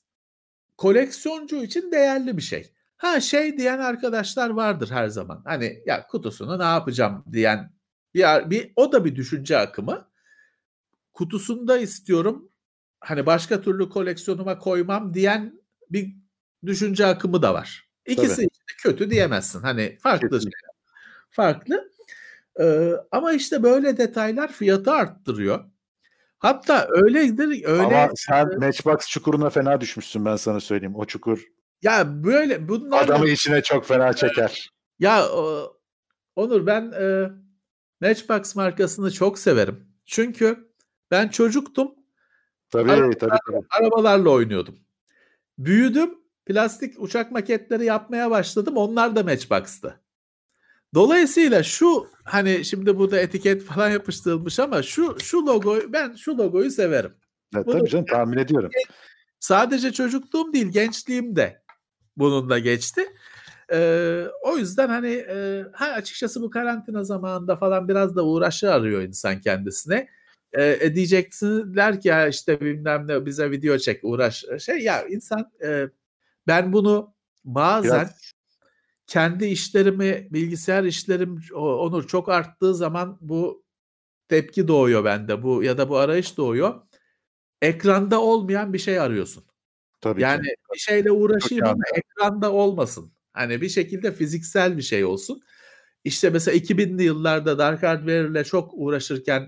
koleksiyoncu için değerli bir şey. Ha şey diyen arkadaşlar vardır her zaman. Hani ya kutusunu ne yapacağım diyen bir, bir o da bir düşünce akımı. Kutusunda istiyorum. Hani başka türlü koleksiyonuma koymam diyen bir düşünce akımı da var. İkisi Tabii. için de kötü diyemezsin. Hani farklı Kesinlikle. şeyler. Farklı. Ee, ama işte böyle detaylar fiyatı arttırıyor. Hatta öyledir öyle. Ama sen Matchbox çukuruna fena düşmüşsün ben sana söyleyeyim. O çukur Ya böyle bunlar adamı içine çok fena çeker. Ya o, Onur ben e, Matchbox markasını çok severim. Çünkü ben çocuktum. Tabii Arabalarla, tabii tabii. arabalarla oynuyordum. Büyüdüm. Plastik uçak maketleri yapmaya başladım. Onlar da Matchbox'tı. Dolayısıyla şu hani şimdi burada etiket falan yapıştırılmış ama şu şu logoyu ben şu logoyu severim. Evet, Bunu tabii canım tahmin ediyorum. sadece çocukluğum değil gençliğim de bununla geçti. Ee, o yüzden hani e, ha açıkçası bu karantina zamanında falan biraz da uğraşı arıyor insan kendisine. Ee, e, diyeceksinler ki ya işte bilmem ne bize video çek uğraş. Şey ya insan e, ben bunu bazen Biraz kendi işlerimi bilgisayar işlerim o- Onur çok arttığı zaman bu tepki doğuyor bende bu ya da bu arayış doğuyor. Ekranda olmayan bir şey arıyorsun. tabii Yani ki. bir şeyle Çok uğraşayım iyi ama anlıyorum. ekranda olmasın. Hani bir şekilde fiziksel bir şey olsun. İşte mesela iki binli yıllarda Dark Hardware ile çok uğraşırken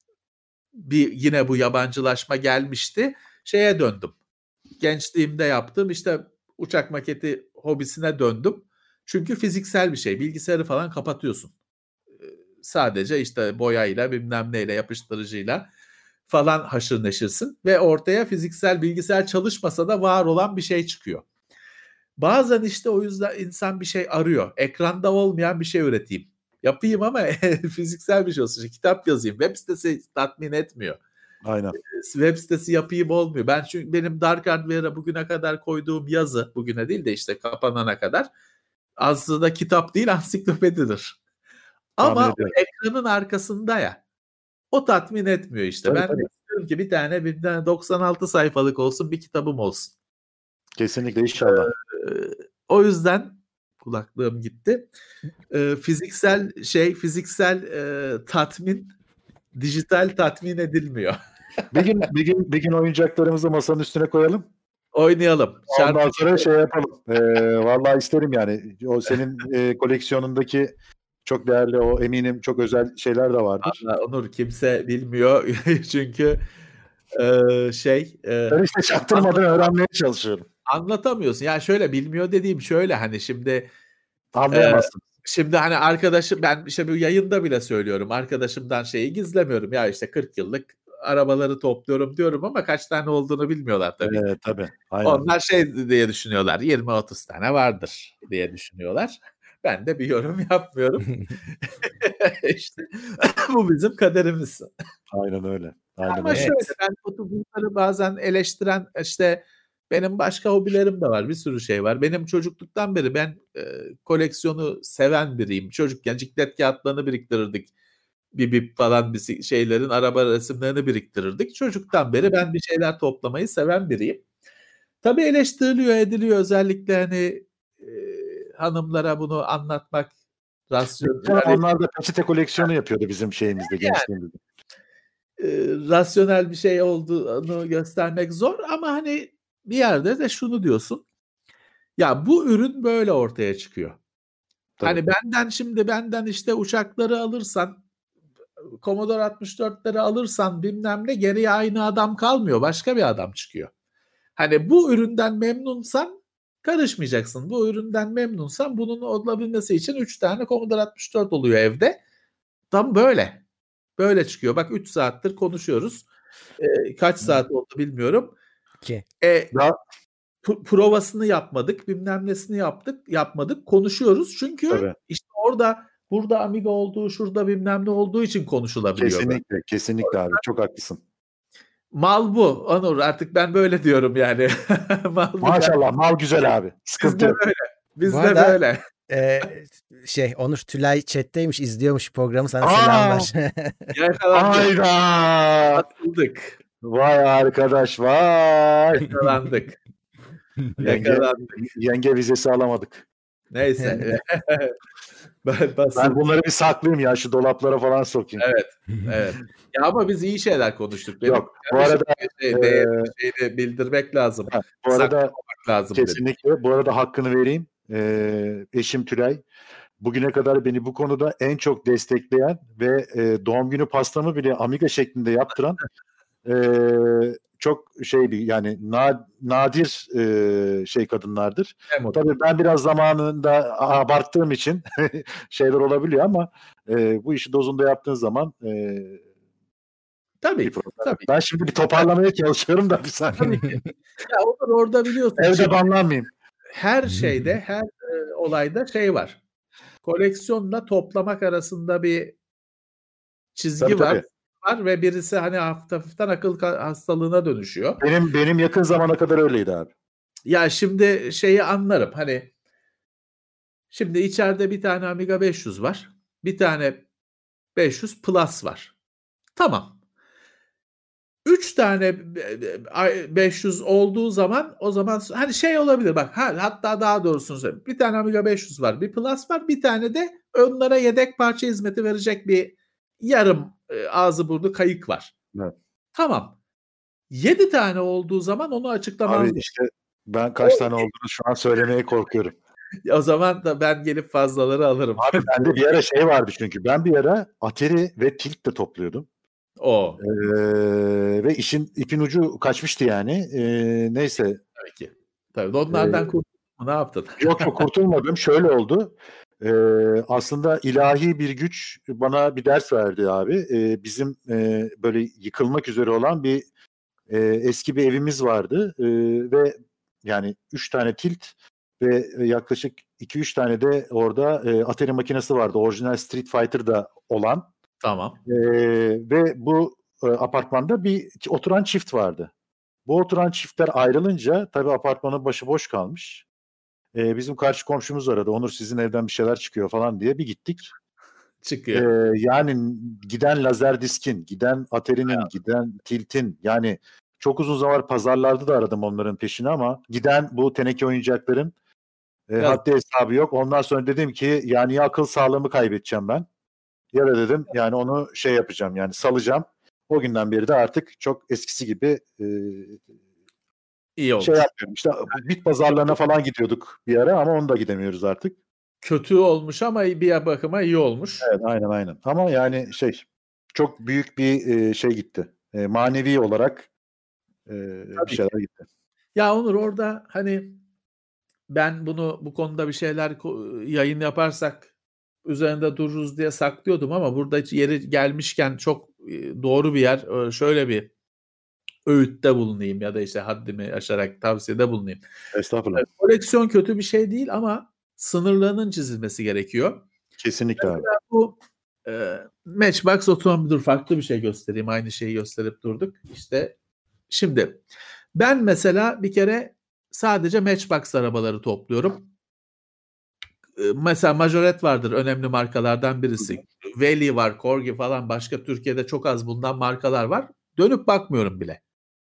bir yine bu yabancılaşma gelmişti. Şeye döndüm. Gençliğimde yaptığım işte uçak maketi hobisine döndüm. Çünkü fiziksel bir şey. Bilgisayarı falan kapatıyorsun. Ee, Sadece işte boyayla bilmem neyle yapıştırıcıyla falan haşır neşirsin ve ortaya fiziksel bilgisayar çalışmasa da var olan bir şey çıkıyor. Bazen işte o yüzden insan bir şey arıyor. Ekranda olmayan bir şey üreteyim. Yapayım ama fiziksel bir şey olsun. İşte kitap yazayım. Web sitesi tatmin etmiyor. Aynen. Web sitesi yapayım olmuyor. Ben çünkü benim Dark Hardware'a bugüne kadar koyduğum yazı, bugüne değil de işte kapanana kadar aslında kitap değil ansiklopedidir. Tahmin Ama o ediyorum. ekranın arkasında ya o tatmin etmiyor işte. Tabii Ben tabii. de istiyorum ki bir tane bir tane doksan altı sayfalık olsun bir kitabım olsun. Kesinlikle inşallah. Ee, o yüzden kulaklığım gitti. Ee, fiziksel şey, fiziksel e, tatmin, dijital tatmin edilmiyor. Bir gün bir gün bir gün oyuncaklarımızı masanın üstüne koyalım. Oynayalım. Ondan Şarkı sonra şey yapalım. Ee, vallahi isterim yani. O senin e, koleksiyonundaki çok değerli o eminim çok özel şeyler de vardır. Vallahi Onur kimse bilmiyor çünkü e, şey e, Ben işte çaktırmadan öğrenmeye çalışıyorum. anlatamıyorsun. Yani şöyle bilmiyor dediğim şöyle hani şimdi e, Anlayamazsın. şimdi hani arkadaşım ben işte bu yayında bile söylüyorum. Arkadaşımdan şeyi gizlemiyorum. Ya işte kırk yıllık arabaları topluyorum diyorum ama kaç tane olduğunu bilmiyorlar tabii. Ee, tabii. Aynen. Onlar şey diye düşünüyorlar. yirmi otuz tane vardır diye düşünüyorlar. Ben de bir yorum yapmıyorum. İşte bu bizim kaderimiz. Aynen öyle. Aynen Ama öyle. şöyle Evet. ben bu- bunları bazen eleştiren işte benim başka hobilerim de var. Bir sürü şey var. Benim çocukluktan beri ben e, koleksiyonu seven biriyim. Çocukken ciklet kağıtlarını biriktirirdik. Bip bip falan bir şeylerin araba resimlerini biriktirirdik. Çocuktan beri ben bir şeyler toplamayı seven biriyim. Tabii eleştiriliyor, ediliyor. Özellikle hani e, hanımlara bunu anlatmak rasyonel. Yani, onlar da peçete koleksiyonu yapıyordu bizim şeyimizde, yani, gençliğimizde. E, rasyonel bir şey olduğunu göstermek zor ama hani bir yerde de şunu diyorsun. Ya bu ürün böyle ortaya çıkıyor. Tabii. Hani benden şimdi benden işte uçakları alırsan, Commodore altmış dörtleri alırsan bilmem ne, geriye aynı adam kalmıyor. Başka bir adam çıkıyor. Hani bu üründen memnunsan karışmayacaksın. Bu üründen memnunsan bunun olabilmesi için üç tane Commodore altmış dört oluyor evde. Tam böyle. Böyle çıkıyor. Bak üç saattir konuşuyoruz. Ee, kaç saat oldu bilmiyorum. Ki. E, ya, provasını yapmadık, bilmem nesini yaptık, yapmadık, konuşuyoruz. Çünkü Tabii. işte orada burada Amiga olduğu, şurada bilmem ne olduğu için konuşulabiliyor. Kesinlikle, böyle. kesinlikle abi. Çok haklısın. Mal bu Onur, artık ben böyle diyorum yani. mal Maşallah yani. Mal güzel abi. Sıkıntı yok. Bizde böyle. Bizde böyle. E, şey Onur Tülay chat'teymiş, izliyormuş programı, sana Aa! selamlar. Yakalandık. Atıldık. Vay arkadaş vay. Yakalandık. Yenge, yenge vizesi alamadık. Neyse. ben, ben bunları bir saklayayım ya, şu dolaplara falan sokayım. Evet. Evet. Ya ama biz iyi şeyler konuştuk. Benim Yok. Bu arada şey, e, şeyini bildirmek lazım. Ha, bu arada lazım kesinlikle. Dedim. Bu arada hakkını vereyim. Ee, eşim Tülay bugüne kadar beni bu konuda en çok destekleyen ve e, doğum günü pastamı bile Amiga şeklinde yaptıran e, çok şey bir yani na, nadir e, şey kadınlardır. Evet. Tabii ben biraz zamanında abarttığım için şeyler olabiliyor ama e, bu işi dozunda yaptığın zaman e, tabii, tabii. Ben şimdi bir toparlamaya çalışıyorum da bir saniye. Ya Onur, orada biliyorsun. Evde banlanmayayım. Her şeyde, her e, olayda şey var. Koleksiyonla toplamak arasında bir çizgi tabii, var. Tabii. var ve birisi hani hafif hafiften akıl hastalığına dönüşüyor. Benim benim yakın zamana kadar öyleydi abi. Ya şimdi şeyi anlarım. Hani şimdi içeride bir tane Amiga beş yüz var. Bir tane beş yüz Plus var. Tamam. Üç tane beş yüz olduğu zaman o zaman hani şey olabilir bak, hatta daha doğrusunu söyleyeyim. Bir tane Amiga beş yüz var, bir Plus var, bir tane de onlara yedek parça hizmeti verecek bir yarım ağzı burnu kayık var. Evet. Tamam. yedi tane olduğu zaman onu açıklamazdım. Abi işte ben kaç o, tane olduğunu şu an söylemeye korkuyorum. O zaman da ben gelip fazlaları alırım. Abi bende bir ara şey vardı çünkü. Ben bir ara Atari ve Tilt de topluyordum. O. Ee, ve işin ipin ucu kaçmıştı yani. Ee, neyse. Tabii ki. Tabii onlardan ee, kurtuldun mu? Ne yaptın? Yok çok kurtulmadım. Şöyle oldu. Ee, aslında ilahi bir güç bana bir ders verdi abi. Ee, bizim e, böyle yıkılmak üzere olan bir e, eski bir evimiz vardı. Ee, ve yani üç tane Tilt ve yaklaşık iki üç tane de orada e, Atari makinesi vardı. Orijinal Street Fighter'da olan. Tamam. Ee, ve bu e, apartmanda bir oturan çift vardı. Bu oturan çiftler ayrılınca tabii apartmanın başı boş kalmış. Ee, bizim karşı komşumuz aradı. Onur sizin evden bir şeyler çıkıyor falan diye bir gittik. Çıkıyor. Ee, yani giden lazer diskin, giden Atari'nin, evet. giden Tilt'in, yani çok uzun zaman pazarlarda da aradım onların peşini ama giden bu teneke oyuncakların e, evet. haddi hesabı yok. Ondan sonra dedim ki yani ya akıl sağlığımı kaybedeceğim ben. Ya da dedim yani onu şey yapacağım, yani salacağım. O günden beri de artık çok eskisi gibi e, iyi olmuş. Şey yapıyorum. İşte bit pazarlarına falan gidiyorduk bir ara ama onu da gidemiyoruz artık. Kötü olmuş ama bir bakıma iyi olmuş. Evet, aynen aynen. Ama yani şey çok büyük bir e, şey gitti. E, manevi olarak e, bir şeyler ki. gitti. Ya Onur, orada hani ben bunu bu konuda bir şeyler yayın yaparsak üzerinde dururuz diye saklıyordum ama burada yeri gelmişken çok doğru bir yer. Şöyle bir öğütte bulunayım ya da işte haddimi aşarak tavsiyede bulunayım. Estağfurullah. Koleksiyon kötü bir şey değil ama sınırlarının çizilmesi gerekiyor. Kesinlikle abi. Bu e, Matchbox Otomobil, dur farklı bir şey göstereyim. Aynı şeyi gösterip durduk. İşte şimdi ben mesela bir kere sadece Matchbox arabaları topluyorum. E, mesela Majoret vardır, önemli markalardan birisi. Valley var, Corgi falan, başka Türkiye'de çok az bundan markalar var. Dönüp bakmıyorum bile.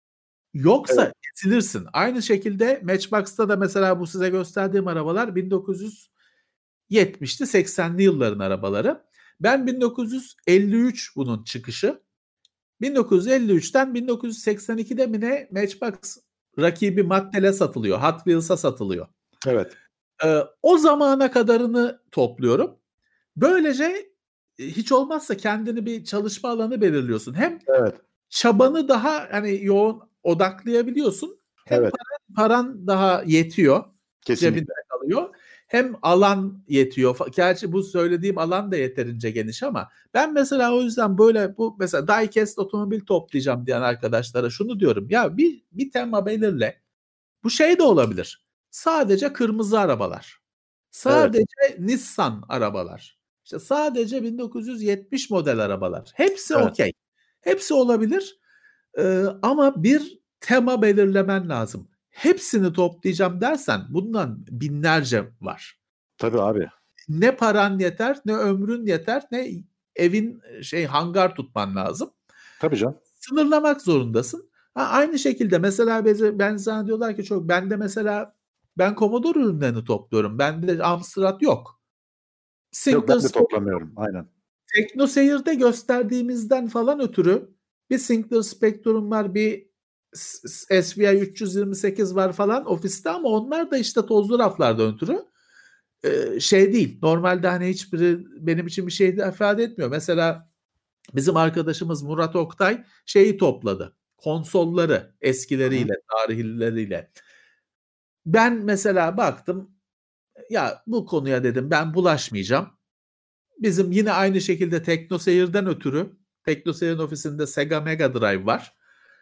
Yoksa Evet. ezilirsin. Aynı şekilde Matchbox'ta da mesela bu size gösterdiğim arabalar bin dokuz yüz yetmişli seksenli yılların arabaları. Ben bin dokuz yüz elli üç bunun çıkışı. bin dokuz yüz elli üçten bin dokuz yüz seksen ikide mi ne Matchbox rakibi Mattel'e satılıyor. Hot Wheels'a satılıyor. Evet. Ee, o zamana kadarını topluyorum. Böylece hiç olmazsa kendini bir çalışma alanı belirliyorsun. Hem Evet. çabanı daha hani yoğun odaklayabiliyorsun. Hem Evet. paran, paran daha yetiyor. Kesinlikle. Cebinde kalıyor. Hem alan yetiyor. Gerçi bu söylediğim alan da yeterince geniş ama ben mesela o yüzden böyle bu mesela diecast otomobil toplayacağım diyen arkadaşlara şunu diyorum. Ya bir bir tema belirle. Bu şey de olabilir. Sadece kırmızı arabalar. Sadece evet. Nissan arabalar. İşte sadece bin dokuz yüz yetmiş model arabalar. Hepsi evet. okey. Hepsi olabilir. Ee, ama bir tema belirlemen lazım. Hepsini toplayacağım dersen bundan binlerce var. Tabii abi. Ne paran yeter, ne ömrün yeter, ne evin şey hangar tutman lazım. Tabii canım. Sınırlamak zorundasın. Ha, aynı şekilde mesela ben sana diyorlar ki çok bende mesela ben Commodore ürünlerini topluyorum. Bende Amstrad yok. Yok ben de toplamıyorum. Aynen. TeknoSeyir'de gösterdiğimizden falan ötürü bir Sinclair Spectrum var, bir S V I üç yüz yirmi sekiz var falan ofiste ama onlar da işte tozlu raflardan ötürü e, şey değil. Normalde hani hiçbiri benim için bir şey ifade etmiyor. Mesela bizim arkadaşımız Murat Oktay şeyi topladı. Konsolları eskileriyle, Hı. tarihlileriyle. Ben mesela baktım ya bu konuya dedim ben bulaşmayacağım. Bizim yine aynı şekilde TeknoSeyir'den ötürü TeknoSeyir'in ofisinde Sega Mega Drive var.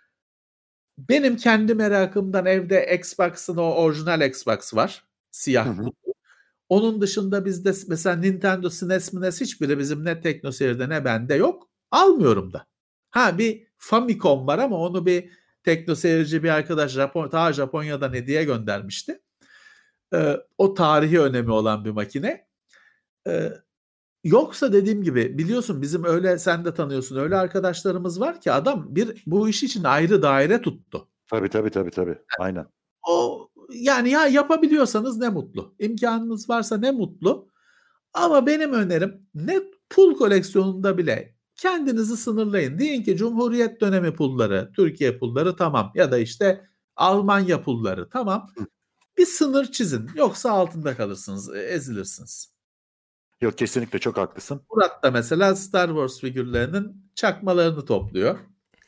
Benim kendi merakımdan evde Xbox'ın o orijinal Xbox var. Siyah kutu. Onun dışında bizde mesela Nintendo S N E S, M N E S hiçbiri bizim ne TeknoSeyir'de ne bende yok. Almıyorum da. Ha bir Famicom var ama onu bir TeknoSeyirci bir arkadaş Japon, ta Japonya'dan hediye göndermişti. Ee, o tarihi önemi olan bir makine. Ee, Yoksa dediğim gibi biliyorsun bizim öyle sen de tanıyorsun öyle arkadaşlarımız var ki adam bir bu iş için ayrı daire tuttu. Tabii tabii tabii tabii. Aynen. O yani ya yapabiliyorsanız ne mutlu. İmkanınız varsa ne mutlu. Ama benim önerim ne pul koleksiyonunda bile kendinizi sınırlayın. Deyin ki Cumhuriyet dönemi pulları, Türkiye pulları tamam ya da işte Almanya pulları tamam. Bir sınır çizin. Yoksa altında kalırsınız, ezilirsiniz. Yok kesinlikle çok haklısın. Murat da mesela Star Wars figürlerinin çakmalarını topluyor.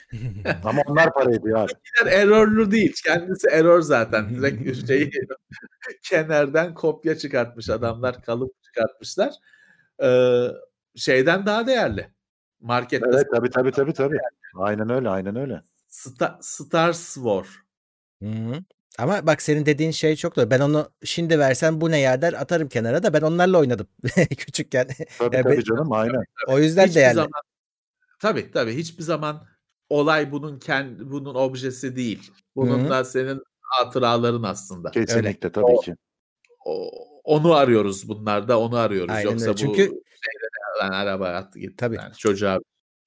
Ama onlar para ediyor abi. Error'lu değil. Kendisi error zaten. Direkt şeyi kenardan kopya çıkartmış adamlar. Kalıp çıkartmışlar. Ee, şeyden daha değerli. Markette. Evet tabii tabii tabii tabii. Aynen öyle aynen öyle. Star, Stars War. Hı-hı. Ama bak senin dediğin şey çok doğru. Ben onu şimdi versem bu ne ya der atarım kenara da ben onlarla oynadım küçükken. Tabii yani tabii ben, canım aynen. O yüzden hiçbir değerli. Zaman, tabii tabii hiçbir zaman olay bunun kendi bunun objesi değil. Bununla Hı-hı. senin hatıraların aslında. Kesinlikle öyle. Tabii o, ki. O, onu arıyoruz bunlarda onu arıyoruz. Aynen Yoksa öyle. Çünkü bu şeyden araba attı gitti. Tabii. Yani çocuğa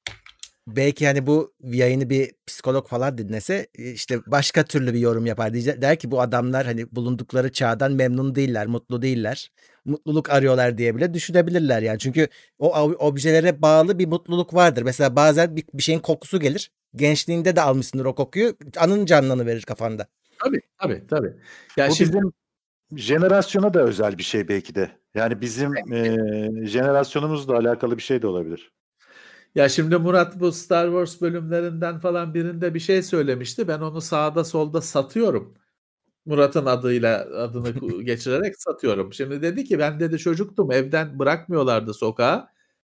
belki hani bu yayını bir psikolog falan dinlese işte başka türlü bir yorum yapar. Der ki bu adamlar hani bulundukları çağdan memnun değiller, mutlu değiller. Mutluluk arıyorlar diye bile düşünebilirler yani. Çünkü o objelere bağlı bir mutluluk vardır. Mesela bazen bir, bir şeyin kokusu gelir. Gençliğinde de almışsındır o kokuyu. Anın canlanı verir kafanda. Tabii tabii tabii. Ya bu şimdi... bizim jenerasyona da özel bir şey belki de. Yani bizim e, jenerasyonumuzla alakalı bir şey de olabilir. Ya şimdi Murat bu Star Wars bölümlerinden falan birinde bir şey söylemişti. Ben onu sağda solda satıyorum. Murat'ın adıyla adını geçirerek satıyorum. Şimdi dedi ki ben dedi çocuktum evden bırakmıyorlardı sokağa.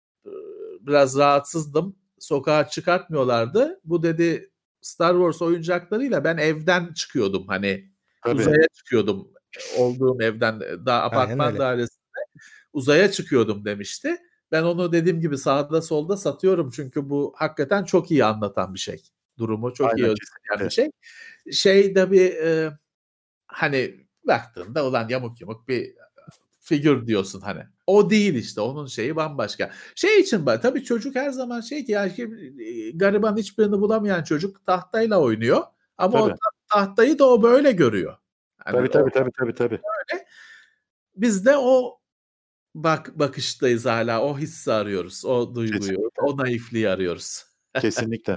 Biraz rahatsızdım. Sokağa çıkartmıyorlardı. Bu dedi Star Wars oyuncaklarıyla ben evden çıkıyordum. Hani Tabii. uzaya çıkıyordum. Olduğum evden daha apartman dairesinde uzaya çıkıyordum demişti. Ben onu dediğim gibi sağda solda satıyorum. Çünkü bu hakikaten çok iyi anlatan bir şey. Durumu çok Aynen, iyi özetleyen bir şey. Şey de bir e, hani baktığında olan yamuk yumuk bir figür diyorsun hani. O değil işte. Onun şeyi bambaşka. Şey için bak tabii çocuk her zaman şey ki yani gariban hiçbirini bulamayan çocuk tahtayla oynuyor. Ama Tabii. o tahtayı da o böyle görüyor. Yani Tabii tabii o, tabii tabii tabii. Böyle. Biz de o bak bakıştayız hala. O hissi arıyoruz. O duyguyu, Kesinlikle. o naifliği arıyoruz. Kesinlikle.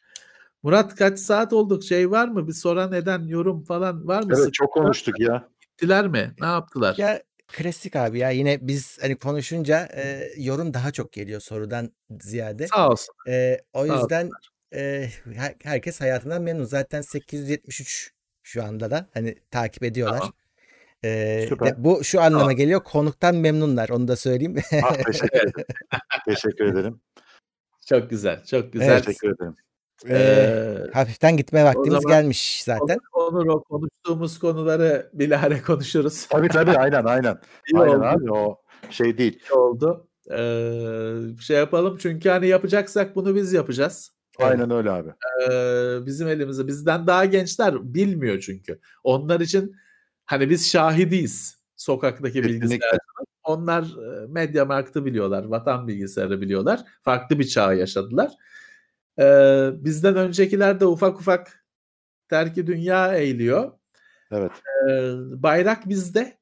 Murat kaç saat olduk? Şey var mı? Bir soran eden yorum falan var mı? Evet Sık çok konuştuk ya. gittiler mi? Ne yaptılar? Ya klasik abi ya yine biz hani konuşunca e, yorum daha çok geliyor sorudan ziyade. Sağ olsun. E, o Sağ yüzden e, her- herkes hayatından memnun. Zaten sekiz yüz yetmiş üç şu anda da hani takip ediyorlar. Tamam. E, Süper. de, bu şu anlama geliyor. Konuktan memnunlar. Onu da söyleyeyim. Ah, teşekkür ederim. Teşekkür ederim. Çok güzel. Çok güzel. Evet. Teşekkür ederim. E, Ee, hafiften gitme vaktimiz zaman gelmiş zaten. Onur, Onur o konuştuğumuz konuları bilahare konuşuruz. Tabii tabii aynen aynen. İyi Aynen oldu. abi o şey değil. İyi oldu. Ee, şey yapalım çünkü hani yapacaksak bunu biz yapacağız. Aynen öyle abi. Ee, bizim elimizde. Bizden daha gençler bilmiyor çünkü. Onlar için hani biz şahidiyiz sokaktaki Kesinlikle. bilgisayarcılar. Onlar e, MediaMarkt'ı biliyorlar, Vatan Bilgisayarı biliyorlar. Farklı bir çağ yaşadılar. Ee, bizden öncekiler de ufak ufak terki dünya eğiliyor. Evet. Ee, bayrak bizde.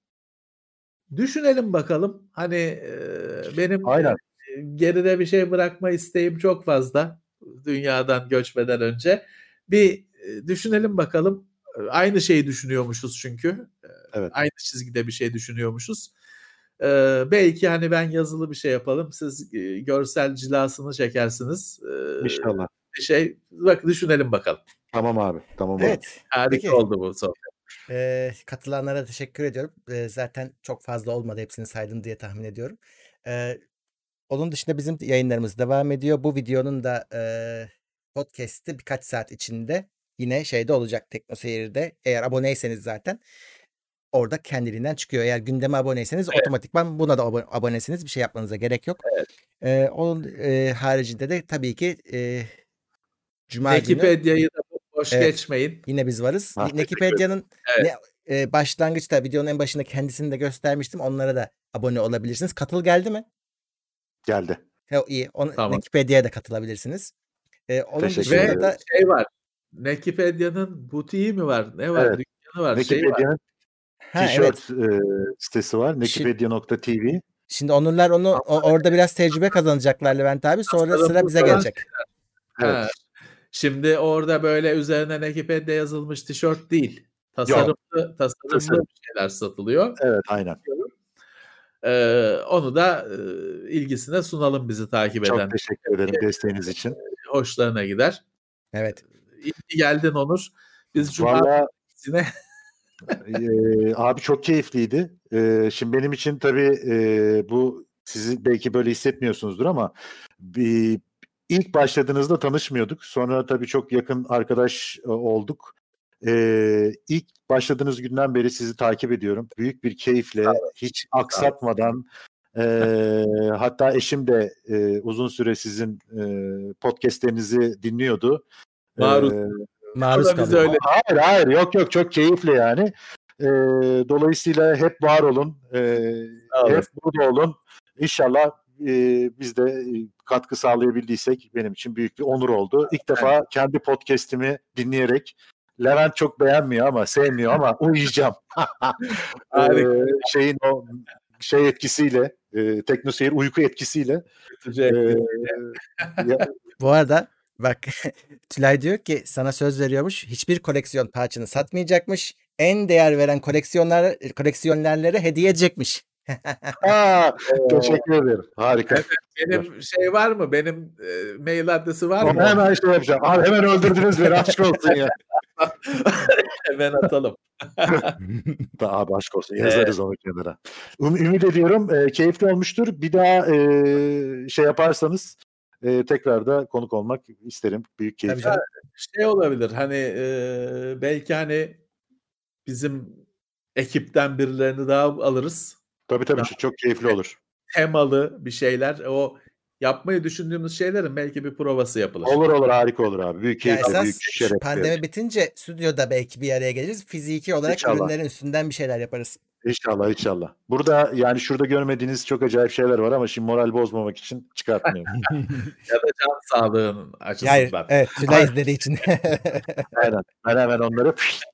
Düşünelim bakalım. Hani e, benim Aynen. e, geride bir şey bırakma isteğim çok fazla. Dünyadan göçmeden önce. Bir e, düşünelim bakalım. E, Aynı şeyi düşünüyormuşuz çünkü. E, Evet. Aynı çizgide bir şey düşünüyormuşuz. E, belki hani ben yazılı bir şey yapalım. Siz e, görsel cilasını çekersiniz. E, İnşallah. bir şey. Bak düşünelim bakalım. Tamam abi. Tamam abi. Evet. Harika Peki. oldu bu sohbet. Ee, katılanlara teşekkür ediyorum. Ee, zaten çok fazla olmadı. Hepsini saydım diye tahmin ediyorum. Ee, onun dışında bizim yayınlarımız devam ediyor. Bu videonun da e, podcast'i birkaç saat içinde yine şeyde olacak TeknoSeyir'de. Eğer aboneyseniz zaten orada kendiliğinden çıkıyor. Eğer gündeme aboneyseniz Evet. otomatikman buna da abo- abonesiniz. Bir şey yapmanıza gerek yok. Evet. Ee, onun e, haricinde de tabii ki e, Cuma günü Wikipedia'yı da boş Evet. geçmeyin. yine biz varız. Ha, Wikipedia'nın Evet. ne e, başlangıçta videonun en başında kendisini de göstermiştim. Onlara da abone olabilirsiniz. Katıl geldi mi? Geldi. He, iyi. Onu, Tamam. Wikipedia'ya da katılabilirsiniz. E, onun Teşekkür dışında Ve da şey var. Wikipedia'nın butiği mi var? Ne var? Evet. Dükkanı var. Şey var. Wikipedia'nın ha, evet. tişört e, sitesi var. Wikipedia nokta tv. Şimdi Onurlar onu o- orada biraz tecrübe kazanacaklar Levent abi. Sonra Tasarımlı sıra bize falan gelecek. Ha, Evet. Şimdi orada böyle üzerine Wikipedia yazılmış tişört değil. Tasarımlı, tasarımlı Tasarım. şeyler satılıyor. Evet aynen. Ee, onu da e, ilgisine sunalım bizi takip Çok eden. teşekkür ederim desteğiniz için. Hoşlarına gider. Evet. İyi ki geldin Onur. Biz Cuma Valla yine e, abi çok keyifliydi. E, şimdi benim için tabii e, bu sizi belki böyle hissetmiyorsunuzdur ama bir, ilk başladığınızda tanışmıyorduk. Sonra tabii çok yakın arkadaş e, olduk. E, ilk başladığınız günden beri sizi takip ediyorum. Büyük bir keyifle, hiç aksatmadan. E, hatta eşim de e, uzun süre sizin e, podcastlerinizi dinliyordu. maruz. E, Maruz O da biz kalıyor. öyle. Hayır hayır yok yok çok keyifli yani. Ee, dolayısıyla hep var olun. Ee, Sağ olun. hep burada olun. İnşallah e, biz de e, katkı sağlayabildiysek benim için büyük bir onur oldu. İlk defa kendi podcast'imi dinleyerek Levent çok beğenmiyor ama sevmiyor ama uyuyacağım. Harika. ee, şeyin o şey etkisiyle e, TeknoSeyir uyku etkisiyle e, ya, Bu arada bak Tülay diyor ki sana söz veriyormuş. Hiçbir koleksiyon parçanı satmayacakmış. En değer veren koleksiyonlar koleksiyonerlere hediye edecekmiş. Aa, teşekkür ederim. Harika. Evet, benim şey var mı? Benim e, mail adresi var Ama mı? hemen şey yapacağım. Abi hemen öldürdünüz beni. Aşk olsun ya. Hemen atalım. Abi aşk olsun. Yazarız onu kenara. Um, ümit ediyorum. E, keyifli olmuştur. Bir daha e, şey yaparsanız e, tekrar da konuk olmak isterim. Büyük Tabii keyif. canım. Şey olabilir hani e, belki hani bizim ekipten birilerini daha alırız. Tabii tabii. Çok keyifli olur. Temalı bir şeyler. O yapmayı düşündüğümüz şeylerin belki bir provası yapılır. Olur olur. Harika olur abi. Büyük Ya keyifle. esas Büyük şeref. pandemi bitince stüdyoda belki bir araya geliriz. Fiziki olarak İnşallah. ürünlerin üstünden bir şeyler yaparız. İnşallah inşallah. Burada yani şurada görmediğiniz çok acayip şeyler var ama şimdi moral bozmamak için çıkartmıyorum. Ya da can sağlığının açısından. Hayır, evet, Tülay izlediği için. Aynen. Ben hemen onları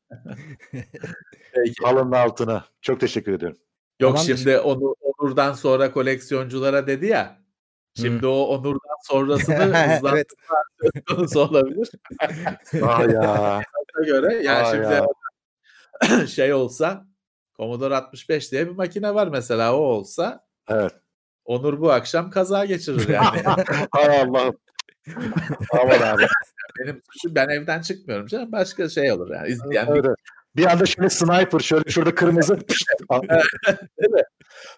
Peki. halının altına. Çok teşekkür ediyorum. Yok Tamamdır. şimdi Onur, Onur'dan sonra koleksiyonculara dedi ya. Şimdi Hmm. o Onur'dan sonrasını hızlandırma Evet. söz konusu olabilir. Ah ya. Ona göre yani Ah şimdi ya. şey olsa Commodore altmış beş diye bir makine var mesela, o olsa Evet. Onur bu akşam kaza geçirir yani. Hay Allah'ım. Aman abi. Benim suçum, ben evden çıkmıyorum canım. Başka şey olur yani. İzleyen bir... Evet. Bir anda şöyle sniper şöyle şurada kırmızı. Değil mi?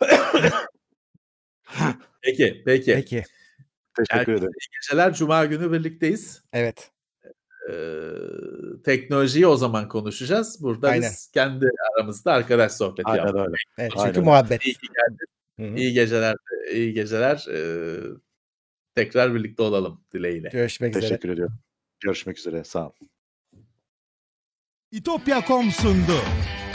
Peki, peki. Peki. Teşekkür ederim. İyi geceler. Cuma günü birlikteyiz. Evet. Ee, teknolojiyi o zaman konuşacağız. Burada Aynen. biz kendi aramızda arkadaş sohbeti Aynen yapalım. öyle. Evet, çünkü Aynen. muhabbet. İyi ki geldin. Hı-hı. İyi geceler. İyi geceler. Ee, tekrar birlikte olalım dileğiyle. Görüşmek üzere. Teşekkür ediyorum. Görüşmek üzere. Sağ olun. İtopya nokta com sundu.